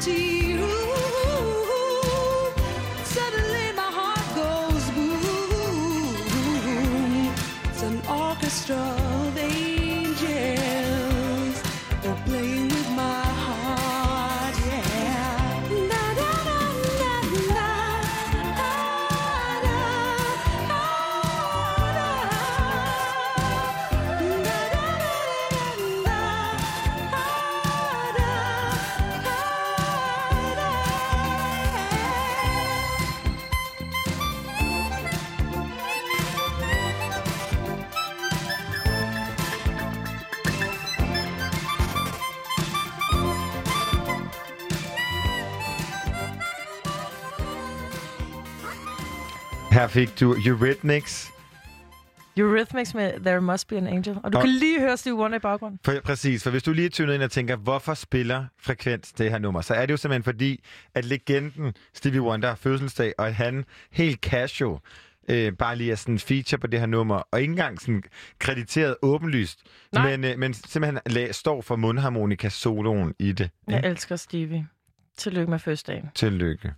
to you. Suddenly my heart goes boom. It's an orchestra of angels. They're playing with my heart, yeah. Da da da da da. Her fik du Eurythmics. Eurythmics med There Must Be an Angel. Og du og, kan lige høre Stevie Wonder i baggrunden. For, præcis, for hvis du lige tuner ind og tænker, hvorfor spiller Frekvens det her nummer, så er det jo simpelthen fordi, at legenden Stevie Wonder har fødselsdag, og at han helt casual øh, bare lige er sådan en feature på det her nummer, og ikke engang sådan krediteret åbenlyst, men, øh, men simpelthen la- står for mundharmonika-soloen i det. Jeg ja. elsker Stevie. Tillykke med fødselsdagen. Tillykke.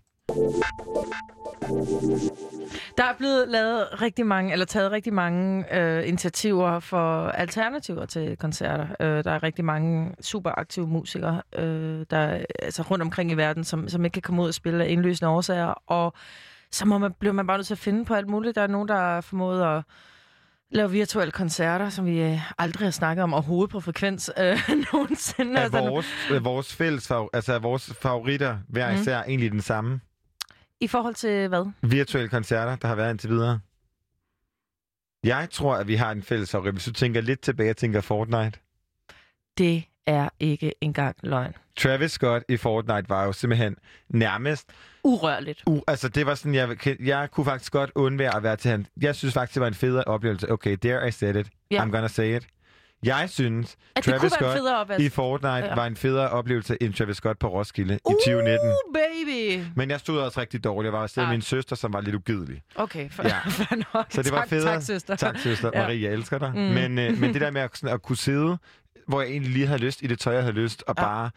Der er blevet lavet rigtig mange, eller taget rigtig mange øh, initiativer for alternativer til koncerter. Øh, der er rigtig mange super aktive musikere, øh, der altså rundt omkring i verden, som, som ikke kan komme ud og spille af indlysende årsager. Og så må man, bliver man bare nødt til at finde på alt muligt. Der er nogen, der har formået at lave virtuelle koncerter, som vi øh, aldrig har snakket om overhovedet på Frekvens øh, nogensinde. Er altså, vores, øh, vores fælles favor- altså er vores favoritter hver især mm. egentlig den samme? I forhold til hvad? Virtuelle koncerter, der har været indtil videre. Jeg tror, at vi har en fælles favorit. Hvis du tænker lidt tilbage og tænker Fortnite. Det er ikke engang løgn. Travis Scott i Fortnite var jo simpelthen nærmest... Urørligt. U- altså, det var sådan, jeg, jeg kunne faktisk godt undvære at være til han. Jeg synes faktisk, det var en federe oplevelse. Okay, there I said it. Yeah. I'm gonna say it. Jeg synes, at Travis Scott i Fortnite ja. var en federe oplevelse end Travis Scott på Roskilde uh, i tyve nitten. Baby! Men jeg stod også rigtig dårligt. Jeg var afsted med min søster, som var lidt ugidelig. Okay, for, ja. for nok. Så det var tak, federe. Tak, søster. Tak, søster. Ja. Marie, jeg elsker dig. Mm. Men, øh, men det der med at, sådan, at kunne sidde, hvor jeg egentlig lige havde lyst, i det tøj, jeg havde lyst, og ja. bare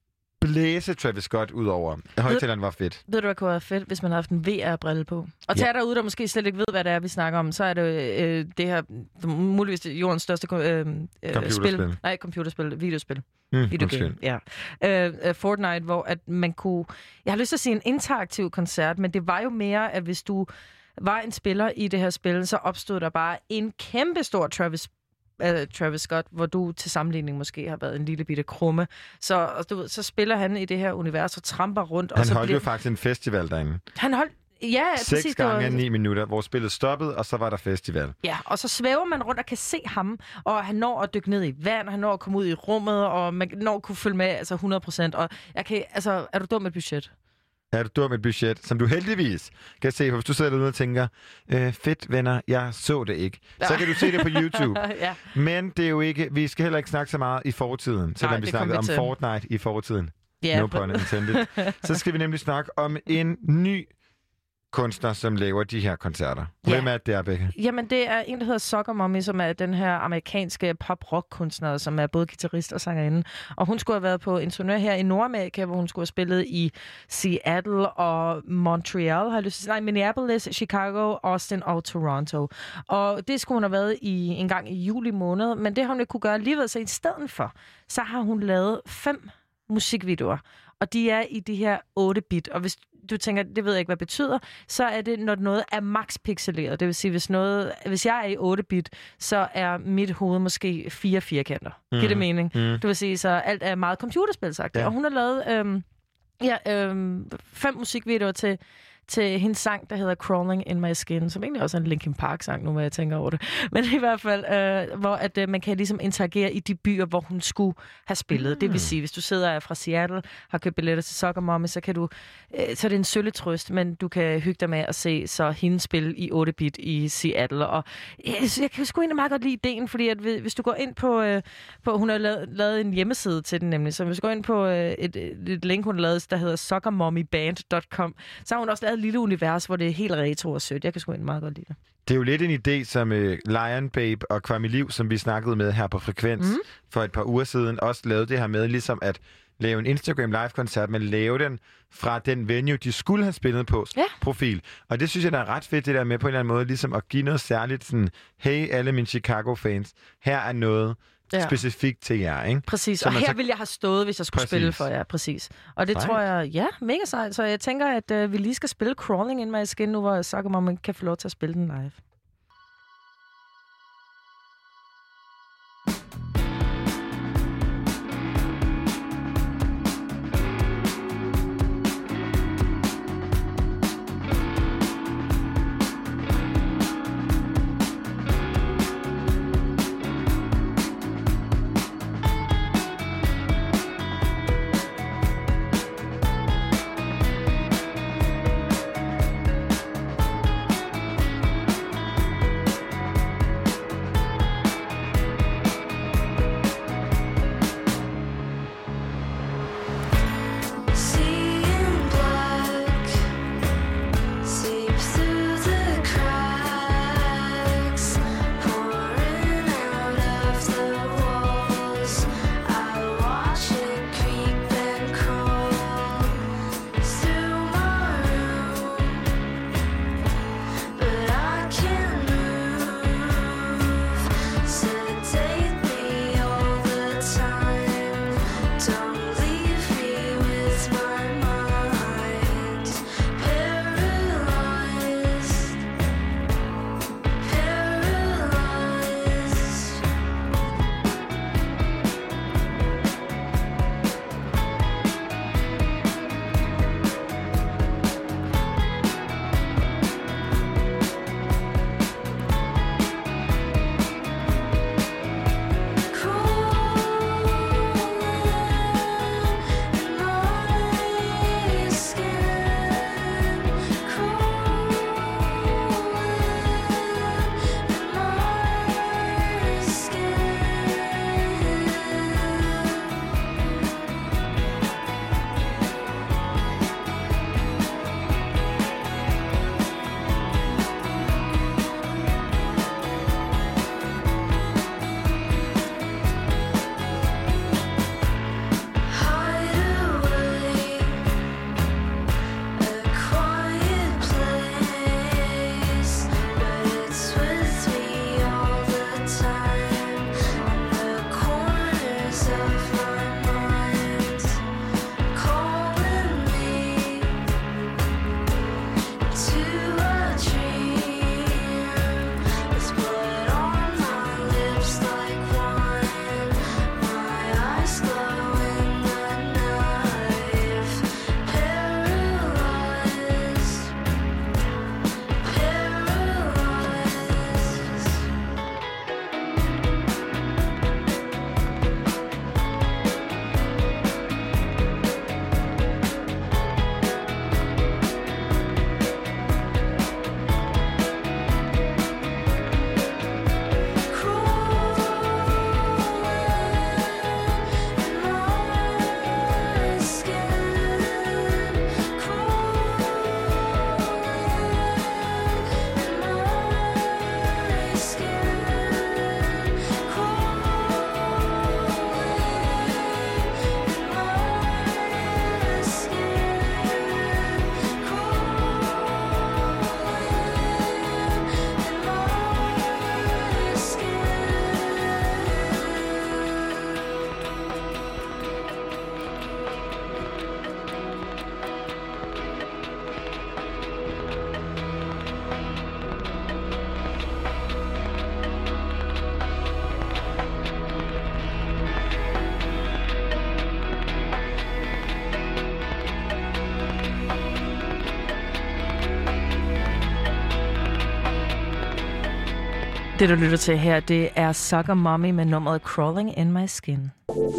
blæse Travis Scott ud over. Højtaleren var fedt. Ved du, hvad kunne være fedt, hvis man havde haft en V R-brille på? Og til ja. derude, der måske slet ikke ved, hvad det er, vi snakker om, så er det øh, det her, muligvis jordens største øh, øh, spil. Nej, computerspil, videospil. Mm, Videogame, ja. Øh, Fortnite, hvor at man kunne... Jeg har lyst til at sige en interaktiv koncert, men det var jo mere, at hvis du var en spiller i det her spil, så opstod der bare en kæmpe stor Travis Uh, Travis Scott, hvor du til sammenligning måske har været en lille bitte krumme. Så, og du ved, så spiller han i det her univers og tramper rundt. Han og så holdt bliver... jo faktisk en festival derinde. Han holdt... Ja, Seks præcis. gange var... ni minutter, hvor spillet stoppede, og så var der festival. Ja, og så svæver man rundt og kan se ham, og han når at dykke ned i vand, han når at komme ud i rummet, og man når at kunne følge med altså hundrede procent. Og jeg kan... Altså, er du dum med et budget? Er du dum med et budget, som du heldigvis kan se, for hvis du sidder derude og tænker, øh, fedt venner, jeg så det ikke. Så kan du se det på YouTube. ja. Men det er jo ikke, vi skal heller ikke snakke så meget i fortiden, selvom Nej, vi snakkede om til. Fortnite i fortiden. Yeah, no pun intended. Så skal vi nemlig snakke om en ny kunstner, som laver de her koncerter. Ja. Hvem er det der, Becca? Jamen, det er en, der hedder Soccer Mommy, som er den her amerikanske pop-rock-kunstner, som er både guitarist og sangerinde. Og hun skulle have været på en turné her i Nordamerika, hvor hun skulle have spillet i Seattle og Montreal, har jeg lyst til at sige. Nej, Minneapolis, Chicago, Austin og Toronto. Og det skulle hun have været i en gang i juli måned, men det har hun ikke kunne gøre alligevel. Så i stedet for, så har hun lavet fem musikvideoer. Og de er i de her otte bit. Og hvis du tænker, det ved jeg ikke, hvad det betyder, så er det, når noget er max pixeleret. Det vil sige, hvis, noget, hvis jeg er i otte bit, så er mit hoved måske fire firkanter. Mm. Giver det mening? Mm. Det vil sige, så alt er meget computerspilsagtigt. Ja. Og hun har lavet øhm, ja, øhm, fem musikvideoer til... til hendes sang, der hedder Crawling in My Skin, som egentlig også er en Linkin Park-sang, nu hvor jeg tænker over det. Men i hvert fald, øh, hvor at, øh, man kan ligesom interagere i de byer, hvor hun skulle have spillet. Mm. Det vil sige, hvis du sidder fra Seattle, har købt billetter til Soccer Mommy, så kan du, øh, så er det en sølle trøst, men du kan hygge dig med at se så hende spille i otte bit i Seattle. Og jeg, jeg kan sgu egentlig meget godt lide ideen, fordi at hvis du går ind på, øh, på hun har lavet, lavet en hjemmeside til den nemlig, så hvis du går ind på øh, et, et link, hun har lavet, der hedder soccer mommy band punktum com, så har hun også lavet et lille univers, hvor det er helt retro og sødt. Jeg kan sgu egentlig meget godt lide det. Det er jo lidt en idé, som uh, Lion Babe og Kwame Liv, som vi snakkede med her på Frekvens mm. for et par uger siden, også lavede det her med, ligesom at lave en Instagram live-koncert, men lave den fra den venue, de skulle have spillet på ja. profil. Og det synes jeg, der er ret fedt, det der med på en eller anden måde, ligesom at give noget særligt sådan, hey, alle mine Chicago-fans, her er noget ja. specifikt til jer, ikke? Præcis, så og her så... ville jeg have stået, hvis jeg skulle præcis. spille for jer, præcis. Og det sejt. tror jeg, ja, mega sejt. Så jeg tænker, at uh, vi lige skal spille Crawling in My Skin nu, hvor Sucker Mommy kan få lov til at spille den live. Det, du lytter til her, det er Sucker Mommy med nummeret Crawling in My Skin.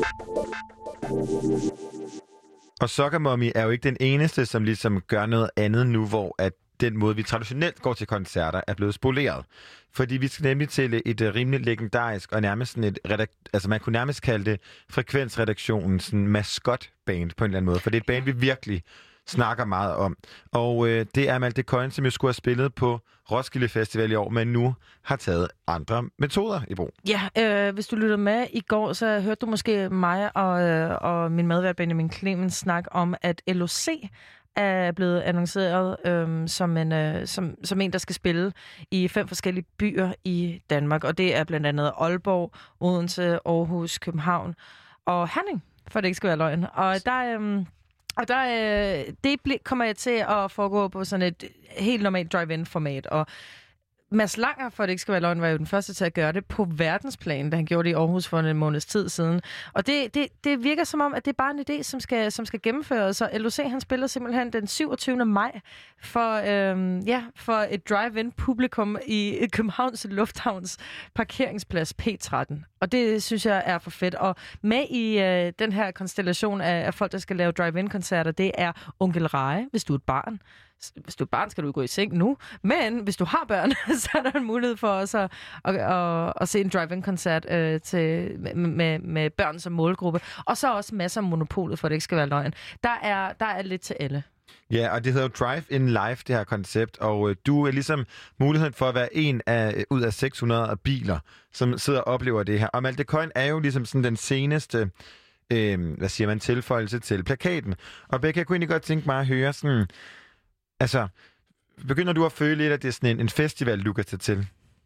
Og Sucker Mommy er jo ikke den eneste, som ligesom gør noget andet nu, hvor at den måde, vi traditionelt går til koncerter, er blevet spoleret. Fordi vi skal nemlig til et uh, rimelig legendarisk og nærmest sådan et redak- altså man kunne nærmest kalde det frekvensredaktionens maskotband på en eller anden måde. For det er et band, vi virkelig snakker meget om. Og øh, det er Malthe Coyne, som jo skulle have spillet på Roskilde Festival i år, men nu har taget andre metoder i brug. Ja, øh, hvis du lyttede med i går, så hørte du måske mig og, øh, og min medvært Benjamin Clemens snakke om, at L O C er blevet annonceret øh, som, en, øh, som, som en, der skal spille i fem forskellige byer i Danmark. Og det er blandt andet Aalborg, Odense, Aarhus, København og Herning, for det ikke skal være løgn. Og der... Øh, Og der, øh, det kommer jeg til at foregå på sådan et helt normalt drive-in-format. Og Mads Langer, for det ikke skal være løgn, var jo den første til at gøre det på verdensplan, da han gjorde det i Aarhus for en måneds tid siden. Og det, det, det virker som om, at det er bare en idé, som skal, som skal gennemføres. Så L O C, han spiller simpelthen den syvogtyvende maj for, øhm, ja, for et drive-in-publikum i Københavns Lufthavns parkeringsplads P tretten. Og det synes jeg er for fedt. Og med i øh, den her konstellation af, af folk, der skal lave drive-in-koncerter, det er Onkel Reje, hvis du er et barn. Hvis du er barn, skal du gå i seng nu. Men hvis du har børn, så er der en mulighed for også at, at, at, at se en drive-in-koncert øh, til, med, med børn som målgruppe. Og så også masser af Monopolet, for det ikke skal være løgn. Der er, der er lidt til alle. Ja, og det hedder jo Drive-in Live, det her koncept, og øh, du er ligesom muligheden for at være en af, ud af seks hundrede biler, som sidder og oplever det her. Og Malthe Coyne er jo ligesom sådan den seneste, øh, hvad siger man, tilføjelse til plakaten. Og Becca, jeg kunne egentlig godt tænke mig at høre sådan, altså, begynder du at føle lidt, at det er sådan en, en festival, du kan tage til?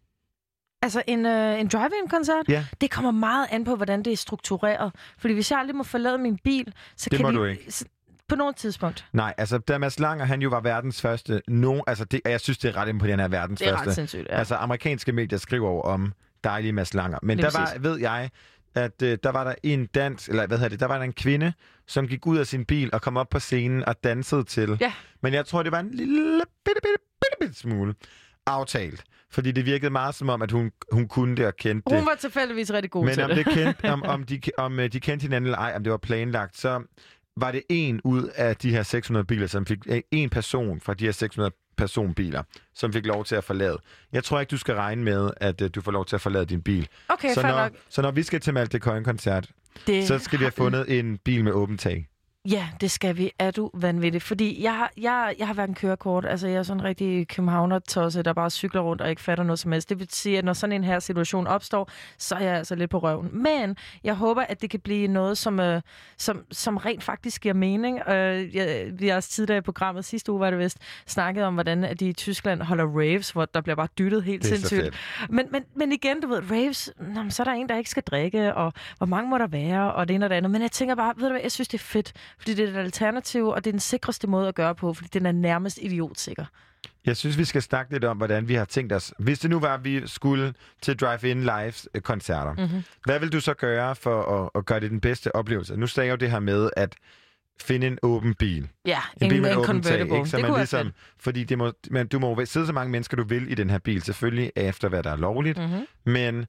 Altså en, øh, en drive-in-koncert? Ja. Det kommer meget an på, hvordan det er struktureret. Fordi hvis jeg aldrig må forlade min bil, så det kan må vi... du ikke. På noget tidspunkt. Nej, altså da Mads Langer, han jo var verdens første, no, altså det, jeg synes, det er ret imponerende, at verdens det er første. Ret sindssygt, ja. Altså amerikanske medier skriver jo om dejlige Mads Langer. Men det der var, ved jeg, at uh, der var der en dans, eller hvad hedder det, der var der en kvinde, som gik ud af sin bil og kom op på scenen og dansede til. Ja. Men jeg tror, det var en lille bitte, bitte, bitte, bitte smule aftalt. Fordi det virkede meget som om, at hun, hun kunne det og kendte det. Hun var tilfældigvis rigtig god Men til om det. det. Men om, om, de, om de kendte hinanden eller ej, om det var planlagt, så var det en ud af de her seks hundrede biler, som fik en person fra de her seks hundrede personbiler, som fik lov til at forlade. Jeg tror ikke, du skal regne med, at uh, du får lov til at forlade din bil. Okay, så, fair når, nok. så når vi skal til Malthe Coyne-koncert, Det så skal vi have fundet en bil med åbent tag. Ja, det skal vi. Er du vanvittig? Fordi jeg har, jeg, jeg har hverken kørekort. Altså, jeg er sådan en rigtig københavner-tosse, der bare cykler rundt og ikke fatter noget som helst. Det vil sige, at når sådan en her situation opstår, så er jeg altså lidt på røven. Men jeg håber, at det kan blive noget, som, øh, som, som rent faktisk giver mening. Øh, jeg, vi har også tidligere i programmet, sidste uge var det vist, snakket om, hvordan at de i Tyskland holder raves, hvor der bliver bare dyttet helt sindssygt. Men, men, men igen, du ved, raves, nå, så er der en, der ikke skal drikke, og hvor mange må der være, og det ene og det andet. Men jeg tænker bare, ved du hvad, jeg synes, det er fedt. Fordi det er et alternativ, og det er den sikreste måde at gøre på, fordi den er nærmest idiotsikker. Jeg synes, vi skal snakke lidt om, hvordan vi har tænkt os. Hvis det nu var, at vi skulle til Drive-In Live-koncerter, mm-hmm. hvad vil du så gøre for at, at gøre det den bedste oplevelse? Nu sagde jeg jo det her med at finde en åben bil. Ja, en, en bil med en åben convertible. Tag, ikke? Så det man kunne ligesom, fordi det må, man, du må sidde så mange mennesker, du vil i den her bil, selvfølgelig efter, hvad der er lovligt, mm-hmm. men...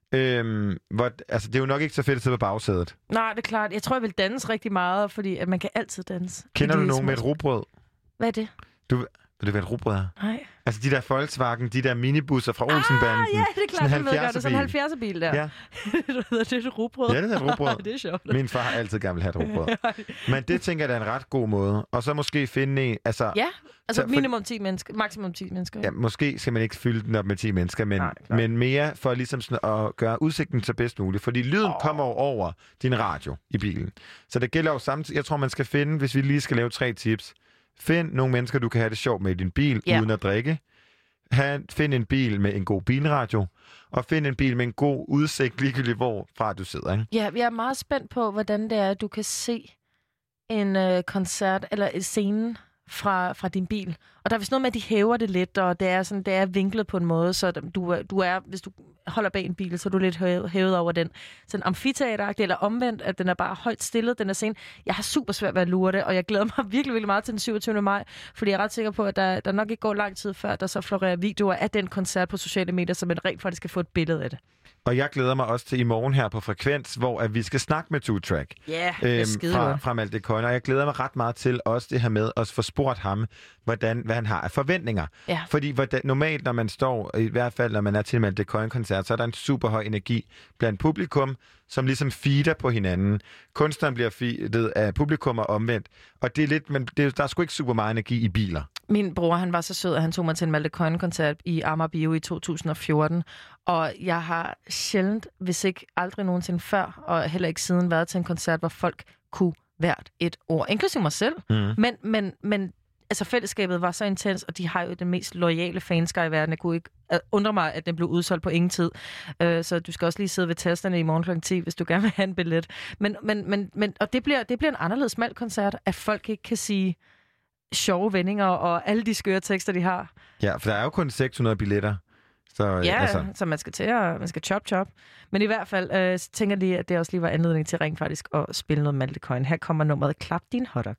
Øhm, hvor, altså, det er jo nok ikke så fedt at sidde på bagsædet. Nej, det er klart. Jeg tror, jeg vil danse rigtig meget, fordi at man kan altid danse. Kender du nogen med et rugbrød? Hvad er det? Du, ved du, hvad et rugbrød er? Nej. Altså de der Volkswagen, de der minibusser fra Olsenbanden. Ah, ja, det er klart, sådan det ved jeg godt. Det er sådan en halvfjerdser-bil der. Ja. Det er et rugbrød. Ja, det er et rugbrød. Det er sjovt. Min far har altid gerne vil have et rugbrød. Men det tænker jeg, er en ret god måde. Og så måske finde en... Altså, ja, altså så, minimum ti mennesker, maksimum ti mennesker. Ja, måske skal man ikke fylde den op med ti mennesker, men, Nej, men mere for ligesom sådan at gøre udsigten så bedst muligt. Fordi lyden oh. kommer over din radio i bilen. Så det gælder jo samtidig... Jeg tror, man skal finde, hvis vi lige skal lave tre tips. Find nogle mennesker, du kan have det sjovt med i din bil, ja. uden at drikke. Find en bil med en god bilradio, og find en bil med en god udsigt, ligegyldigt hvorfra du sidder. Ikke? Ja, jeg er meget spændt på, hvordan det er, at du kan se en øh, koncert eller en scene fra, fra din bil. Og der er vist noget med, at de hæver det lidt, og det er, sådan, det er vinklet på en måde, så du, du er, hvis du holder bag en bil, så er du lidt hævet, hævet over den. Sådan amfiteateragtig eller omvendt, at den er bare højt stillet, den er scene. Jeg har super svært ved at lure det, og jeg glæder mig virkelig, virkelig meget til den syvogtyvende maj, fordi jeg er ret sikker på, at der, der nok ikke går lang tid før, der så florerer videoer af den koncert på sociale medier, så man rent faktisk skal få et billede af det. Og jeg glæder mig også til i morgen her på Frekvens, hvor at vi skal snakke med Two Track yeah, øhm, fra, fra Malthe Coyne. Og jeg glæder mig ret meget til også det her med at få spurgt ham, hvordan, hvad han har af forventninger. Ja. Fordi hvordan, normalt, når man står, i hvert fald når man er til en Malte Coyne-koncert, så er der en super høj energi blandt publikum, som ligesom feeder på hinanden. Kunstneren bliver feedet af publikum og omvendt. Og det er lidt, men det, der er sgu ikke super meget energi i biler. Min bror, han var så sød, at han tog mig til en Malte Coyne-koncert i Amager Bio i to tusind og fjorten. Og jeg har sjældent, hvis ikke aldrig nogensinde før, og heller ikke siden, været til en koncert, hvor folk kunne hvert et ord, inklusive mig selv. Mm. Men, men, men altså, fællesskabet var så intens, og de har jo den mest loyale fanskare i verden. Jeg kunne ikke undre mig, at den blev udsolgt på ingen tid. Uh, så du skal også lige sidde ved tasterne i morgen klokken ti, hvis du gerne vil have en billet. Men, men, men, men, og det bliver, det bliver en anderledes smal koncert, at folk ikke kan sige sjove vendinger og alle de skøre tekster, de har. Ja, for der er jo kun seks hundrede billetter. Så, ja, altså. så man skal til at man skal chop chop. Men i hvert fald øh, så tænker jeg lige, at det også lige var anledning til rent faktisk at spille noget Malte Coyne. Her kommer nummeret Klap din hotdog.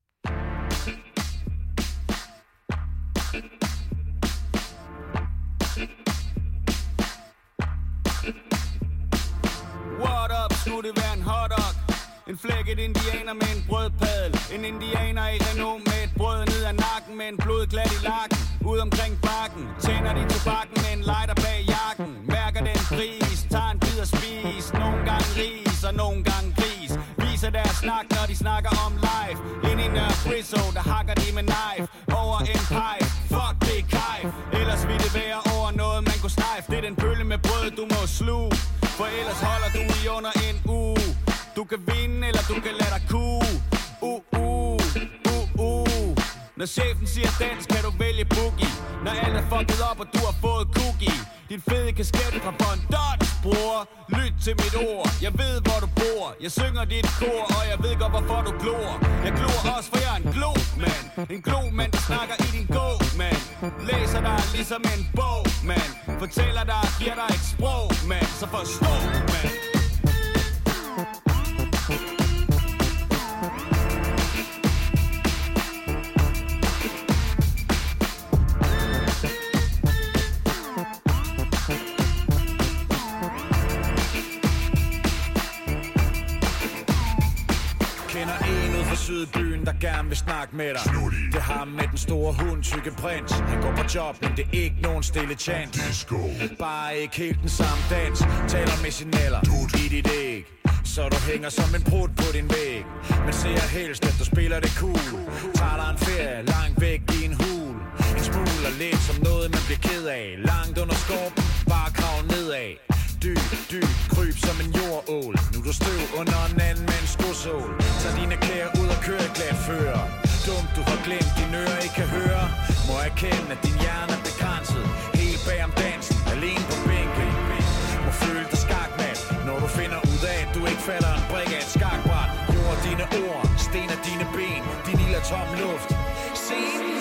What up, skulle det være en hotdog? En flækket indianer med en brødpadel. En indianer i Renault med et brød ned ad nakken. Med en blodklat i lakken, ud omkring bakken. Tænder de tobakken med en lighter bag jakken. Mærker den pris, tager en bid og spis. Nogle gange ris og nogle gange gris. Viser deres snak, når de snakker om life. Ind i Nørre Friso, der hakker de med knife. Over en pipe, fuck det er kajf. Ellers vil det være over noget man kunne snejfe. Det er den bølle med brød, du må sluge. For ellers holder du i under en uge. Du kan vinde, eller du kan lade dig kue. Uh, uh, uh, uh. Når chefen siger dans, kan du vælge boogie. Når alt er fucket op, og du har fået cookie. Din fede kasket fra Bondons, bror. Lyt til mit ord, jeg ved hvor du bor. Jeg synger dit kor, og jeg ved godt hvorfor du glor. Jeg glor også, for jeg er en glo-mand. En glo-mand, der snakker i din gå, mand. Læser dig ligesom en bog, mand. Fortæller dig, giver dig et sprog, mand. Så forstå, mand. Sydbyen, der gerne vil snakke med dig. Det har ham med den store hund, tykke prins. Han går på job, men det er ikke nogen stille chance. Disco. Bare ikke helt den samme dans. Taler med signaler i dit æg, så du hænger som en brud på din væg. Men ser helst, at du spiller det cool. Tager dig en ferie langt væk i en hul. En smule og lidt som noget, man bliver ked af. Langt under skorpen, bare krav nedad. Dyb, dyb, kryb som en jordål. Nu er du støv under en anden med en skosål. Tag dine klæder ud og kør et glat fører. Dumt, du har glemt, dine ører ikke kan høre. Må erkende, at din hjerne er begrænset. Helt bag om dansen, alene på bænken. Må føle dig skakmat, når du finder ud af, at du ikke fatter en brik af et skakbræt. Jord dine ord, sten af dine ben. Din ild er tom luft. Scenen.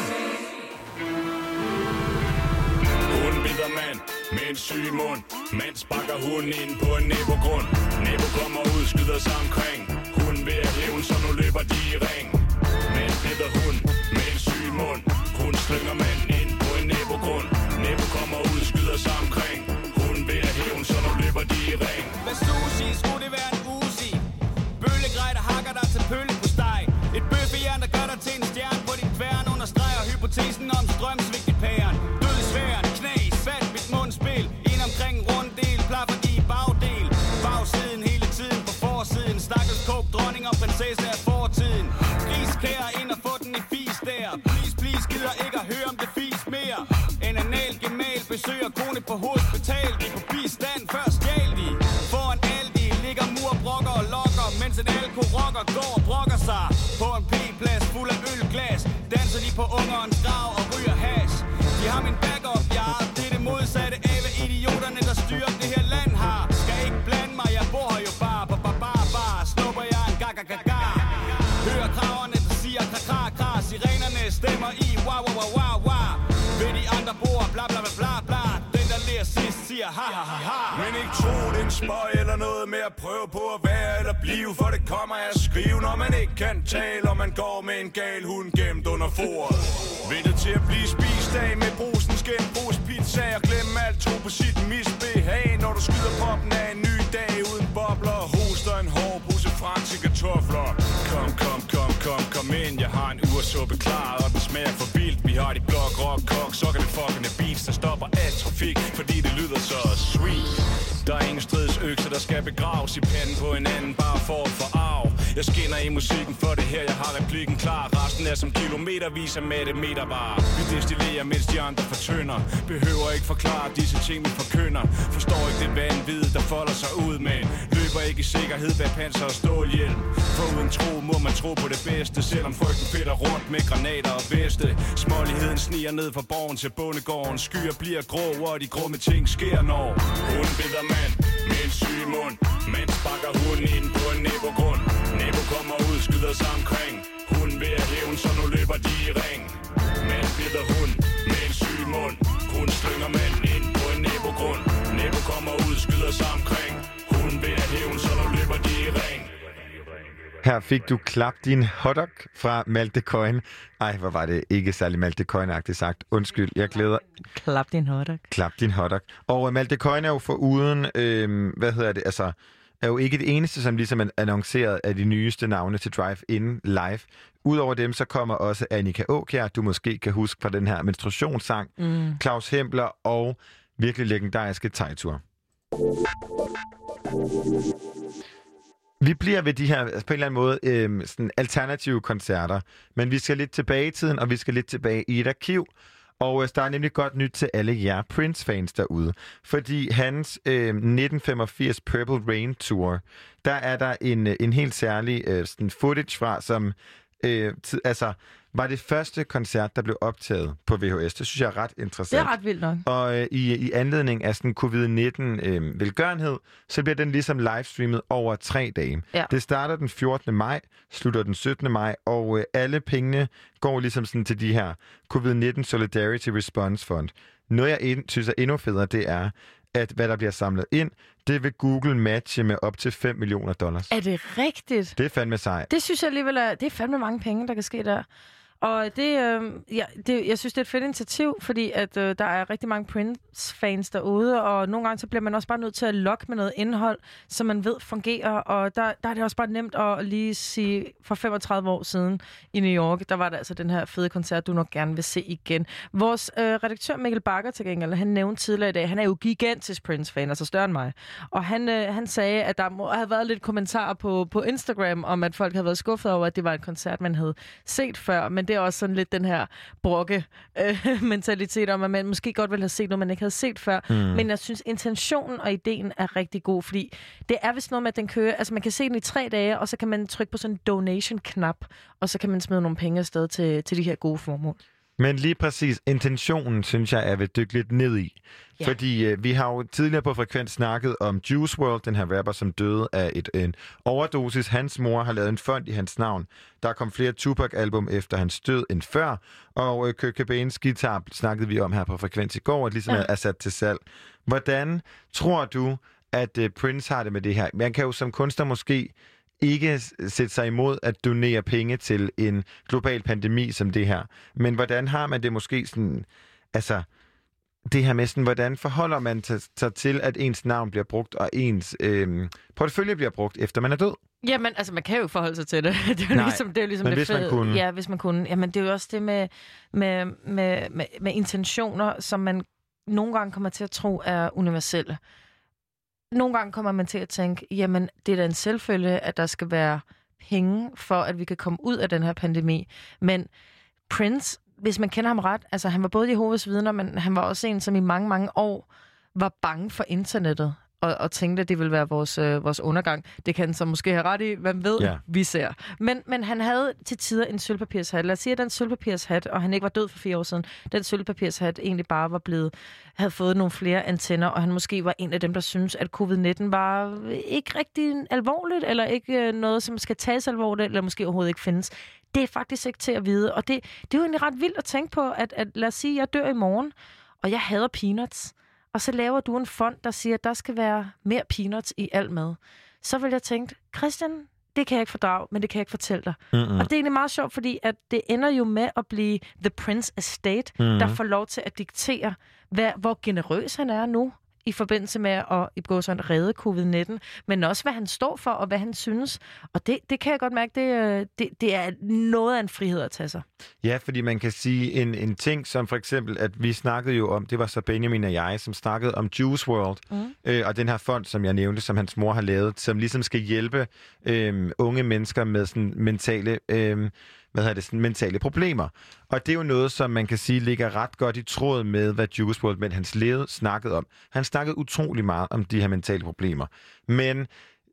Hun bider mand med en syg mund. Mand sparker hunden ind på en næbogrund. Næbo kommer ud, skyder sig omkring. Hun vil have hævn, så nu løber de i ring. Mand bider hund med en syg mund. Hun slynger mand ind på en næbogrund. Næbo kommer ud, skyder sig omkring. Hun vil have hævn, så nu løber de i ring. Hvad sushi, skulle det være en usi? Bøllegrej, der hakker dig til pølle på steg. Et bøffejern, der gør dig til en stjerne på din kværn. Understreger hypotesen om strømsvigt i pæren. Dødsfæren, knæs, fat mit mundspil. Ind omkring en runddel, plaffer i bagdel. Bagsiden hele tiden på forsiden. Stakkels kog, dronning og prinsesse af fortiden. Griskære ind og få den i fis der. Please, please, gider ikke at høre om det fis mere. En anal gemal besøger kone på hospital. De på bistand, før stjal de. Foran Aldi ligger mur, brokker og lokker. Mens en alko-rocker går og brokker sig. På en p-plads fuld af ølglas. Danser de på ungerens grav og ryger hash. De har min backup, ja. Det er det modsatte af, hvad idioterne, der styrer det her land har. Skal ikke blande mig, jeg bor her jo bare. Ba ba ba ba, snupper jeg en gaga gaga. Hører kraverne, der siger kra kra kra. Sirenerne stemmer i wow wow wow wow wow. Ved de andre bor bla bla bla bla bla. Den der lærer sidst siger ha ha ha ha. Men ikke tro det er en spøj eller noget med at prøve på at være eller blive. For det kommer af at skrive, når man ikke kan tale. Og man går med en gal hund gemt under foret. Ventet til at blive spist af med brusen skæm, brus pizza. Og glemme alt, tro på sit misbehag. Når du skyder poppen af en ny dag uden bobler. Og hoster en hård pose franske kartofler. Kom, kom, kom, kom, kom ind. Jeg har en ursuppe klar, og den smager for vildt. Vi har Party, blok, rock, kok, såkaldte fuckende beats, der stopper al trafik, fordi det lyder så sweet. Der er ingen stridsøkse, der skal begraves i panden på hinanden, bare for at få arv. Jeg skinner i musikken, for det her, jeg har replikken klar. Resten er som kilometervis af mattemetervarer. Vi destillerer, mens de andre fortynder. Behøver ikke forklare disse ting, vi forkynder. Forstår ikke det vanvid, der folder sig ud, men løber ikke i sikkerhed bag panser og stålhjelm. For uden tro må man tro på det bedste, selvom frygten fedter rundt med granater og veste. Småligheden sniger ned fra borgen til bondegården. Skyer bliver grå, og de grumme ting sker når hunden bider mand med en syg mund. Mand sparker hunden ind på en nabogrund. Nabo kommer ud, skyder sig omkring. Hunden ved at hævn, så nu løber de i ring. Mand bider hund med en syg mund. Hun slynger mand ind på en nabogrund. Nabo kommer ud, skyder sig omkring. Hunden ved at hævn, så nu løber de i ring. Her fik du Klap din hotdog fra Malte Coyne. Ej, hvor var det ikke særlig Malte Coyne-agtigt sagt. Undskyld, jeg glæder... Klap din hotdog. Klap din hotdog. Og uh, Malte Coyne er jo foruden, øh, hvad hedder det, altså, er jo ikke det eneste, som ligesom er annonceret af de nyeste navne til Drive-In Live. Udover dem, så kommer også Annika Aakjær, du måske kan huske fra den her menstruationssang, mm. Claus Hempler og virkelig legendariske Tejtur. Vi bliver ved de her, altså på en eller anden måde, øh, sådan alternative koncerter, men vi skal lidt tilbage i tiden, og vi skal lidt tilbage i et arkiv. Og øh, der er nemlig godt nyt til alle jer Prince-fans derude, fordi hans øh, nitten femogfirs Purple Rain Tour, der er der en, en helt særlig øh, sådan footage fra, som øh, tid, altså var det første koncert, der blev optaget på V H S. Det synes jeg er ret interessant. Det er ret vildt nok. Og øh, i, i anledning af sådan covid nitten øh, velgørenhed, så bliver den ligesom livestreamet over tre dage. Ja. Det starter den fjortende maj, slutter den syttende maj, og øh, alle pengene går ligesom sådan til de her covid nitten Solidarity Response Fund. Noget jeg ind, synes er endnu federe, det er, at hvad der bliver samlet ind, det vil Google matche med op til fem millioner dollars. Er det rigtigt? Det er fandme sejt. Det synes jeg alligevel er, det er fandme mange penge, der kan ske der. Og det, øh, ja, det, jeg synes, det er et fedt initiativ, fordi at, øh, der er rigtig mange Prince-fans derude, og nogle gange så bliver man også bare nødt til at lokke med noget indhold, som man ved fungerer, og der, der er det også bare nemt at lige sige, for femogtredive år siden i New York, der var der altså den her fede koncert, du nok gerne vil se igen. Vores øh, redaktør Mikkel Bakker til gengæld, han nævnte tidligere i dag, han er jo gigantisk Prince-fan, altså større end mig, og han, øh, han sagde, at der må have været lidt kommentarer på, på Instagram, om at folk havde været skuffet over, at det var en koncert, man havde set før, men det er også sådan lidt den her brokke-mentalitet øh, om, at man måske godt ville have set noget, man ikke havde set før. Mm. Men jeg synes, intentionen og ideen er rigtig god, fordi det er vist noget med, at den kører... Altså, man kan se den i tre dage, og så kan man trykke på sådan en donation-knap, og så kan man smide nogle penge afsted til, til de her gode formål. Men lige præcis, intentionen, synes jeg, er ved dykke lidt ned i. Ja. Fordi øh, vi har jo tidligere på Frekvens snakket om Juice world, den her rapper, som døde af et, en overdosis. Hans mor har lavet en fond i hans navn. Der kom flere Tupac-album efter hans død end før. Og øh, Kurt Cobains guitar snakkede vi om her på Frekvens i går, at ligesom ja. er sat til salg. Hvordan tror du, at øh, Prince har det med det her? Man kan jo som kunstner måske ikke sætte sig imod at donere penge til en global pandemi som det her. Men hvordan har man det måske sådan... Altså, det her med sådan, hvordan forholder man sig til, at ens navn bliver brugt, og ens øh, portefølje bliver brugt, efter man er død? Jamen, altså, man kan jo forholde sig til det. Det er jo Nej, ligesom det, er jo ligesom men det hvis fede. man kunne. Ja, hvis man kunne. Jamen, det er jo også det med, med, med, med, med intentioner, som man nogle gange kommer til at tro er universelle. Nogle gange kommer man til at tænke, jamen, det er da en selvfølge, at der skal være penge for, at vi kan komme ud af den her pandemi. Men Prince, hvis man kender ham ret, altså han var både Jehovas vidner, men han var også en, som i mange, mange år var bange for internettet. Og, og tænkte, at det ville være vores, øh, vores undergang. Det kan han så måske have ret i. Hvem ved, yeah. vi ser. Men, men han havde til tider en sølvpapirshat. Lad os sige, at den sølvpapirshat, og han ikke var død for fire år siden, den sølvpapirshat egentlig bare var blevet, havde fået nogle flere antenner, og han måske var en af dem, der synes, at covid nitten var ikke rigtig alvorligt, eller ikke noget, som skal tages alvorligt, eller måske overhovedet ikke findes. Det er faktisk ikke til at vide. Og det, det er jo egentlig ret vildt at tænke på, at, at lad os sige, at jeg dør i morgen, og jeg hader peanuts. Og så laver du en fond, der siger, at der skal være mere peanuts i al mad. Så vil jeg tænke, Christian, det kan jeg ikke fordrage, men det kan jeg ikke fortælle dig. Mm-hmm. Og det er egentlig meget sjovt, fordi at det ender jo med at blive The Prince Estate, mm-hmm. der får lov til at diktere, hvad, hvor generøs han er nu. i forbindelse med at i gå sådan redde covid nitten, men også hvad han står for og hvad han synes. Og det, det kan jeg godt mærke, det, det, det er noget af en frihed at tage sig. Ja, fordi man kan sige en, en ting, som for eksempel, at vi snakkede jo om, det var så Benjamin og jeg, som snakkede om Juice world, mm. øh, og den her fond, som jeg nævnte, som hans mor har lavet, som ligesom skal hjælpe øh, unge mennesker med sådan mentale... Øh, hvad hedder det, sådan mentale problemer. Og det er jo noget, som man kan sige ligger ret godt i tråd med, hvad Juice world, men hans levede, snakkede om. Han snakkede utrolig meget om de her mentale problemer. Men,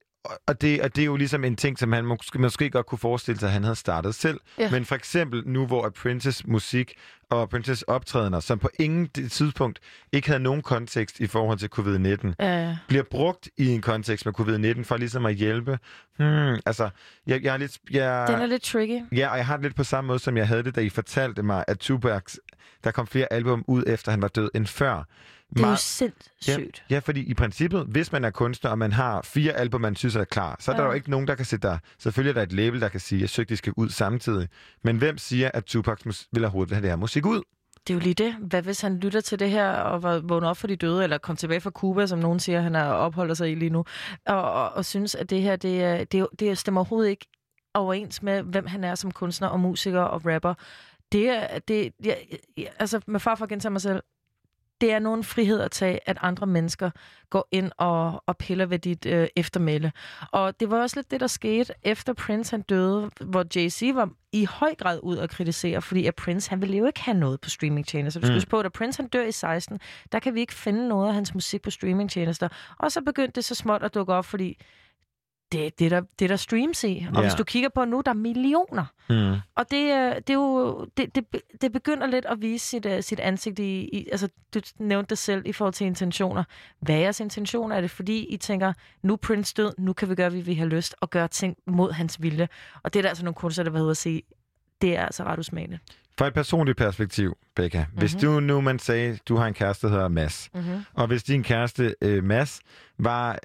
og det, og det er jo ligesom en ting, som han måske, måske godt kunne forestille sig, at han havde startet selv. Ja. Men for eksempel nu, hvor Princes musik og Princes optrædener, som på ingen tidspunkt ikke havde nogen kontekst i forhold til covid nitten, ja, ja. bliver brugt i en kontekst med covid nitten for ligesom at hjælpe. Hmm, altså, jeg, jeg er lidt... Jeg, Den er lidt tricky. Ja, og jeg har det lidt på samme måde, som jeg havde det, da I fortalte mig, at Tupac, der kom flere album ud efter, han var død, end før. Det er jo sindssygt. Ja, ja, fordi i princippet, hvis man er kunstner, og man har fire album, man synes er klar, så er ja. der jo ikke nogen, der kan sætte der. Selvfølgelig er der et label, der kan sige, at jeg synes, de skal ud samtidig. Men hvem siger, at Tupac vil overhovedet have det her musik ud? Det er jo lige det. Hvad hvis han lytter til det her og var vågnet op for de døde, eller kom tilbage fra Cuba, som nogen siger, han har opholdt sig i lige nu, og, og, og synes, at det her, det, det, det stemmer overhovedet ikke overens med, hvem han er som kunstner og musiker og rapper. Det er, det, ja, altså med far for at gentage mig selv, det er nogen frihed at tage, at andre mennesker går ind og, og piller ved dit øh, eftermæle. Og det var også lidt det, der skete efter Prince han døde, hvor Jay-Z var i høj grad ud at kritisere, fordi at Prince, han ville jo ikke have noget på streamingtjenester. Så du skal huske på, at da Prince han dør i seksten, der kan vi ikke finde noget af hans musik på streamingtjenester. Og så begyndte det så småt at dukke op, fordi det, det, er der, det er der streams i. Og yeah. hvis du kigger på nu, der er millioner. Mm. Og det, det er jo det, det, det begynder lidt at vise sit, uh, sit ansigt i, i... Altså, du nævnte det selv i forhold til intentioner. Hvad er jeres intentioner? Er det fordi, I tænker, nu er Prince død, nu kan vi gøre, hvad vi har lyst, og gøre ting mod hans vilje? Og det er der altså nogle kunstnere, der var ude at sige, det er altså ret usmagende. Fra et personligt perspektiv, Becca. Mm-hmm. Hvis du nu, man sagde, du har en kæreste, der hedder Mads. Mm-hmm. Og hvis din kæreste, øh, Mads, var...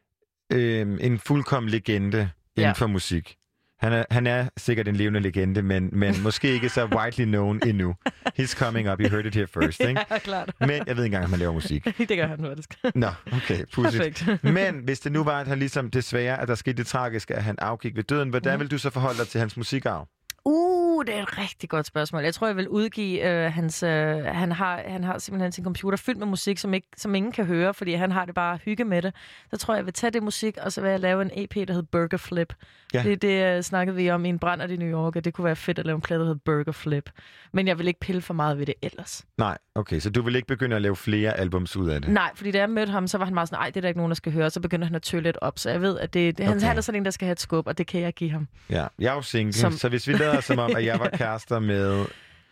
Øh, en fuldkommen legende inden ja. for musik. Han er, han er sikkert en levende legende, men, men måske ikke så widely known endnu. He's coming up, you heard it here first, ikke? Ja, klart. Men jeg ved ikke engang, om han laver musik. Det gør han faktisk. Nå, okay, pudsigt. Men hvis det nu var, at han ligesom desværre, at der skete det tragiske, at han afgik ved døden, hvordan mm. vil du så forholde dig til hans musikarv? Uh, det er et rigtig godt spørgsmål. Jeg tror, jeg vil udgive øh, hans... Øh, han, har, han har simpelthen sin computer fyldt med musik, som, ikke, som ingen kan høre, fordi han har det bare hygge med det. Så tror jeg, jeg vil tage det musik, og så vil jeg lave en E P, der hedder Burger Flip. Ja. Det, det uh, snakkede vi om i en brændert i New York, og det kunne være fedt at lave en plade, der hedder Burger Flip. Men jeg vil ikke pille for meget ved det ellers. Nej, okay. Så du vil ikke begynde at lave flere albums ud af det? Nej, fordi da jeg mødte ham, så var han meget sådan, nej, det er der ikke nogen, der skal høre. Så begyndte han at tølle lidt op, så jeg ved, at det, det, okay. han er sådan en, der skal have et skub, og det kan jeg give ham. Ja, jeg er jo single, som... så hvis vi lader som om, at jeg var kærester med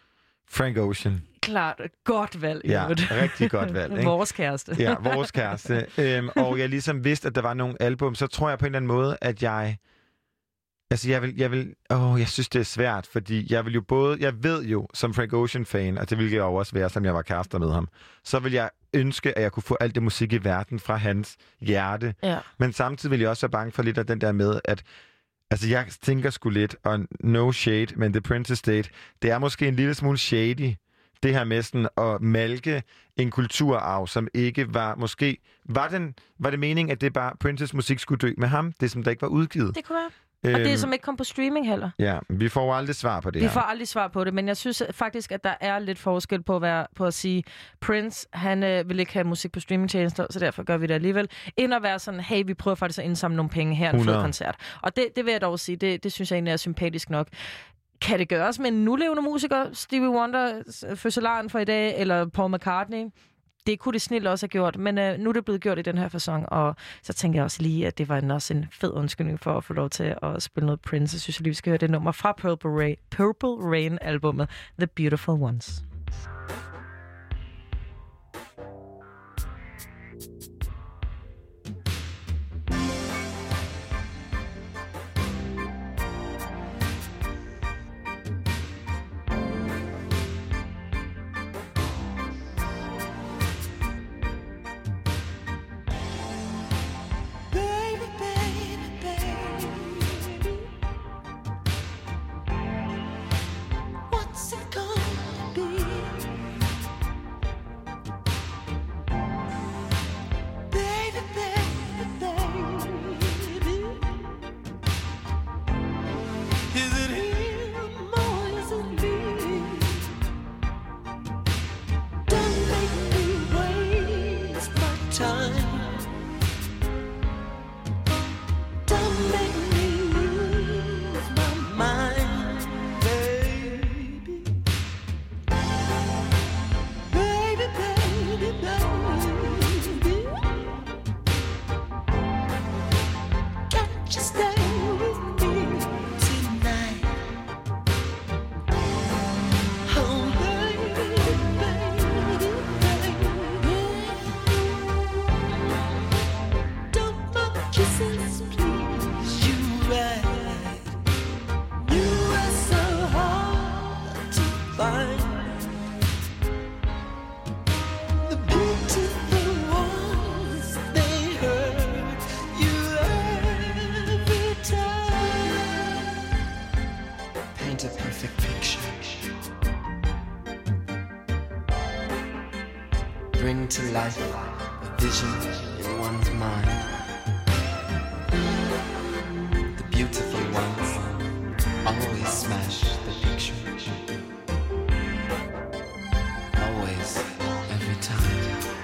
Frank Ocean. Klart, godt valg. Ja, rigtig godt valg. Ikke? Vores kæreste. Ja, vores kæreste. øhm, og jeg ligesom vidste, at der var nogle album, så tror jeg på en eller anden måde, at jeg... Altså, jeg vil... Jeg, vil, åh, jeg synes, det er svært, fordi jeg vil jo både... Jeg ved jo, som Frank Ocean-fan, og det ville jeg jo også være, som jeg var kærester med ham, så vil jeg ønske, at jeg kunne få alt det musik i verden fra hans hjerte. Ja. Men samtidig vil jeg også være bange for lidt af den der med, at altså, jeg tænker sgu lidt, og no shade, men The Prince Estate, det er måske en lille smule shady, det her med sådan at malke en kulturarv, som ikke var, måske, var, den, var det meningen, at det bare, Princes musik skulle dø med ham, det som der ikke var udgivet? Det kunne være. Og det er som ikke kom på streaming heller. Ja, vi får jo aldrig svar på det vi her. Vi får aldrig svar på det, men jeg synes faktisk, at der er lidt forskel på at, være, på at sige, Prince, han øh, vil ikke have musik på streamingtjenester, så derfor gør vi det alligevel. End at være sådan, hey, vi prøver faktisk at indsamle nogle penge her, en fed koncert. Og det, det vil jeg dog sige, det, det synes jeg egentlig er sympatisk nok. Kan det gøres med en nulevende musiker, Stevie Wonder, fødselaren for i dag, eller Paul McCartney? Det kunne det snilt også have gjort, men øh, nu er det blevet gjort i den her facon, og så tænker jeg også lige, at det var en, også en fed undskyldning for at få lov til at spille noget Prince. Jeg synes jeg lige, vi skal høre det nummer fra Purple Rain, Purple Rain-albummet, The Beautiful Ones. What's it gonna be? vision in one's mind. The beautiful ones always smash the picture. Always, every time.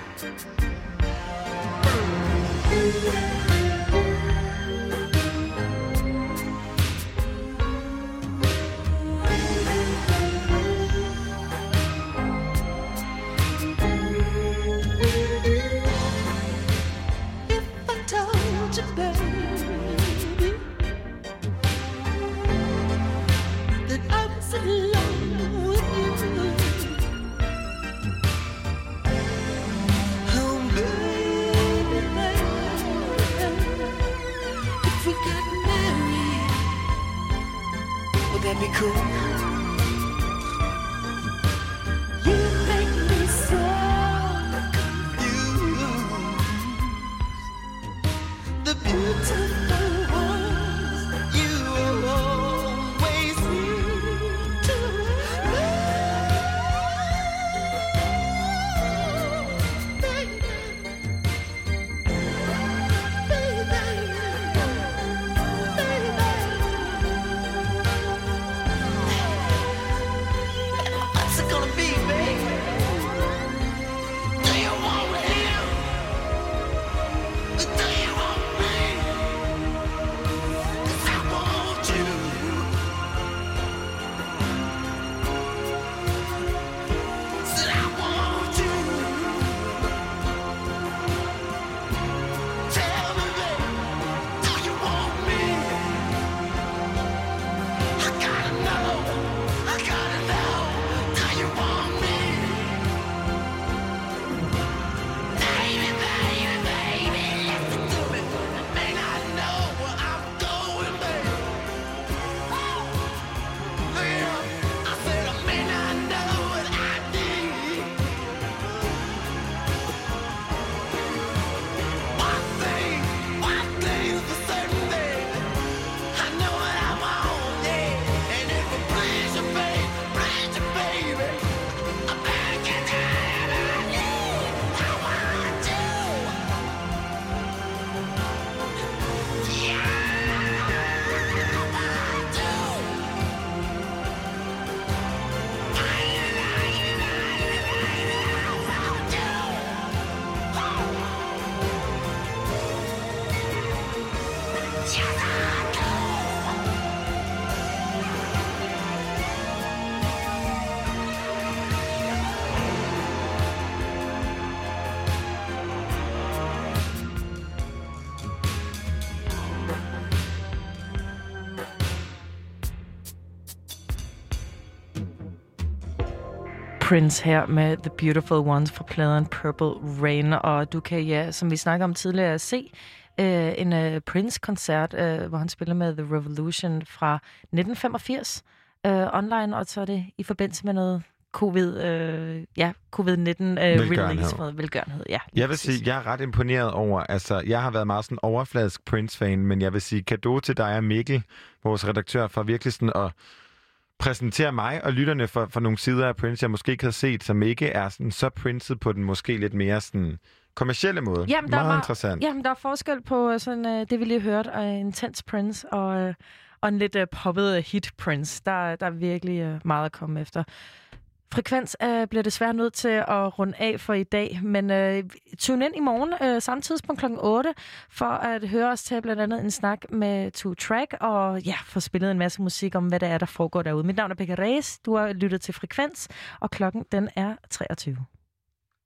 That'd be cool. You make me so confused. The beautiful ones you always seem to love, baby. Prince her med The Beautiful Ones fra pladen Purple Rain, og du kan, ja, som vi snakker om tidligere, se øh, en øh, Prince-koncert, øh, hvor han spiller med The Revolution fra nitten femogfirs øh, online, og så er det i forbindelse med noget covid, øh, ja, covid nitten øh, release for velgørenhed. Ja, jeg vil sige, jeg er ret imponeret over, altså jeg har været meget sådan overfladisk Prince-fan, men jeg vil sige cadeau til dig og Mikkel, vores redaktør, for virkelig sådan at præsentere mig og lytterne for, for nogle sider af Prince, jeg måske ikke havde set, som ikke er sådan, så Princet på den måske lidt mere sådan kommercielle måde. Jamen, der meget var, interessant. Jamen, der er forskel på sådan, uh, det, vi lige hørte, og uh, Intense Prince og, uh, og en lidt uh, poppet hit Prince. Der, der er virkelig uh, meget at komme efter. Frekvens uh, bliver desværre nødt til at runde af for i dag, men uh, tune ind i morgen uh, samme tidspunkt klokken otte for at høre os til blandt andet en snak med Two Track og ja, få spillet en masse musik om, hvad det er, der foregår derude. Mit navn er Becca Reyes, du har lyttet til Frekvens, og klokken den er treogtyve.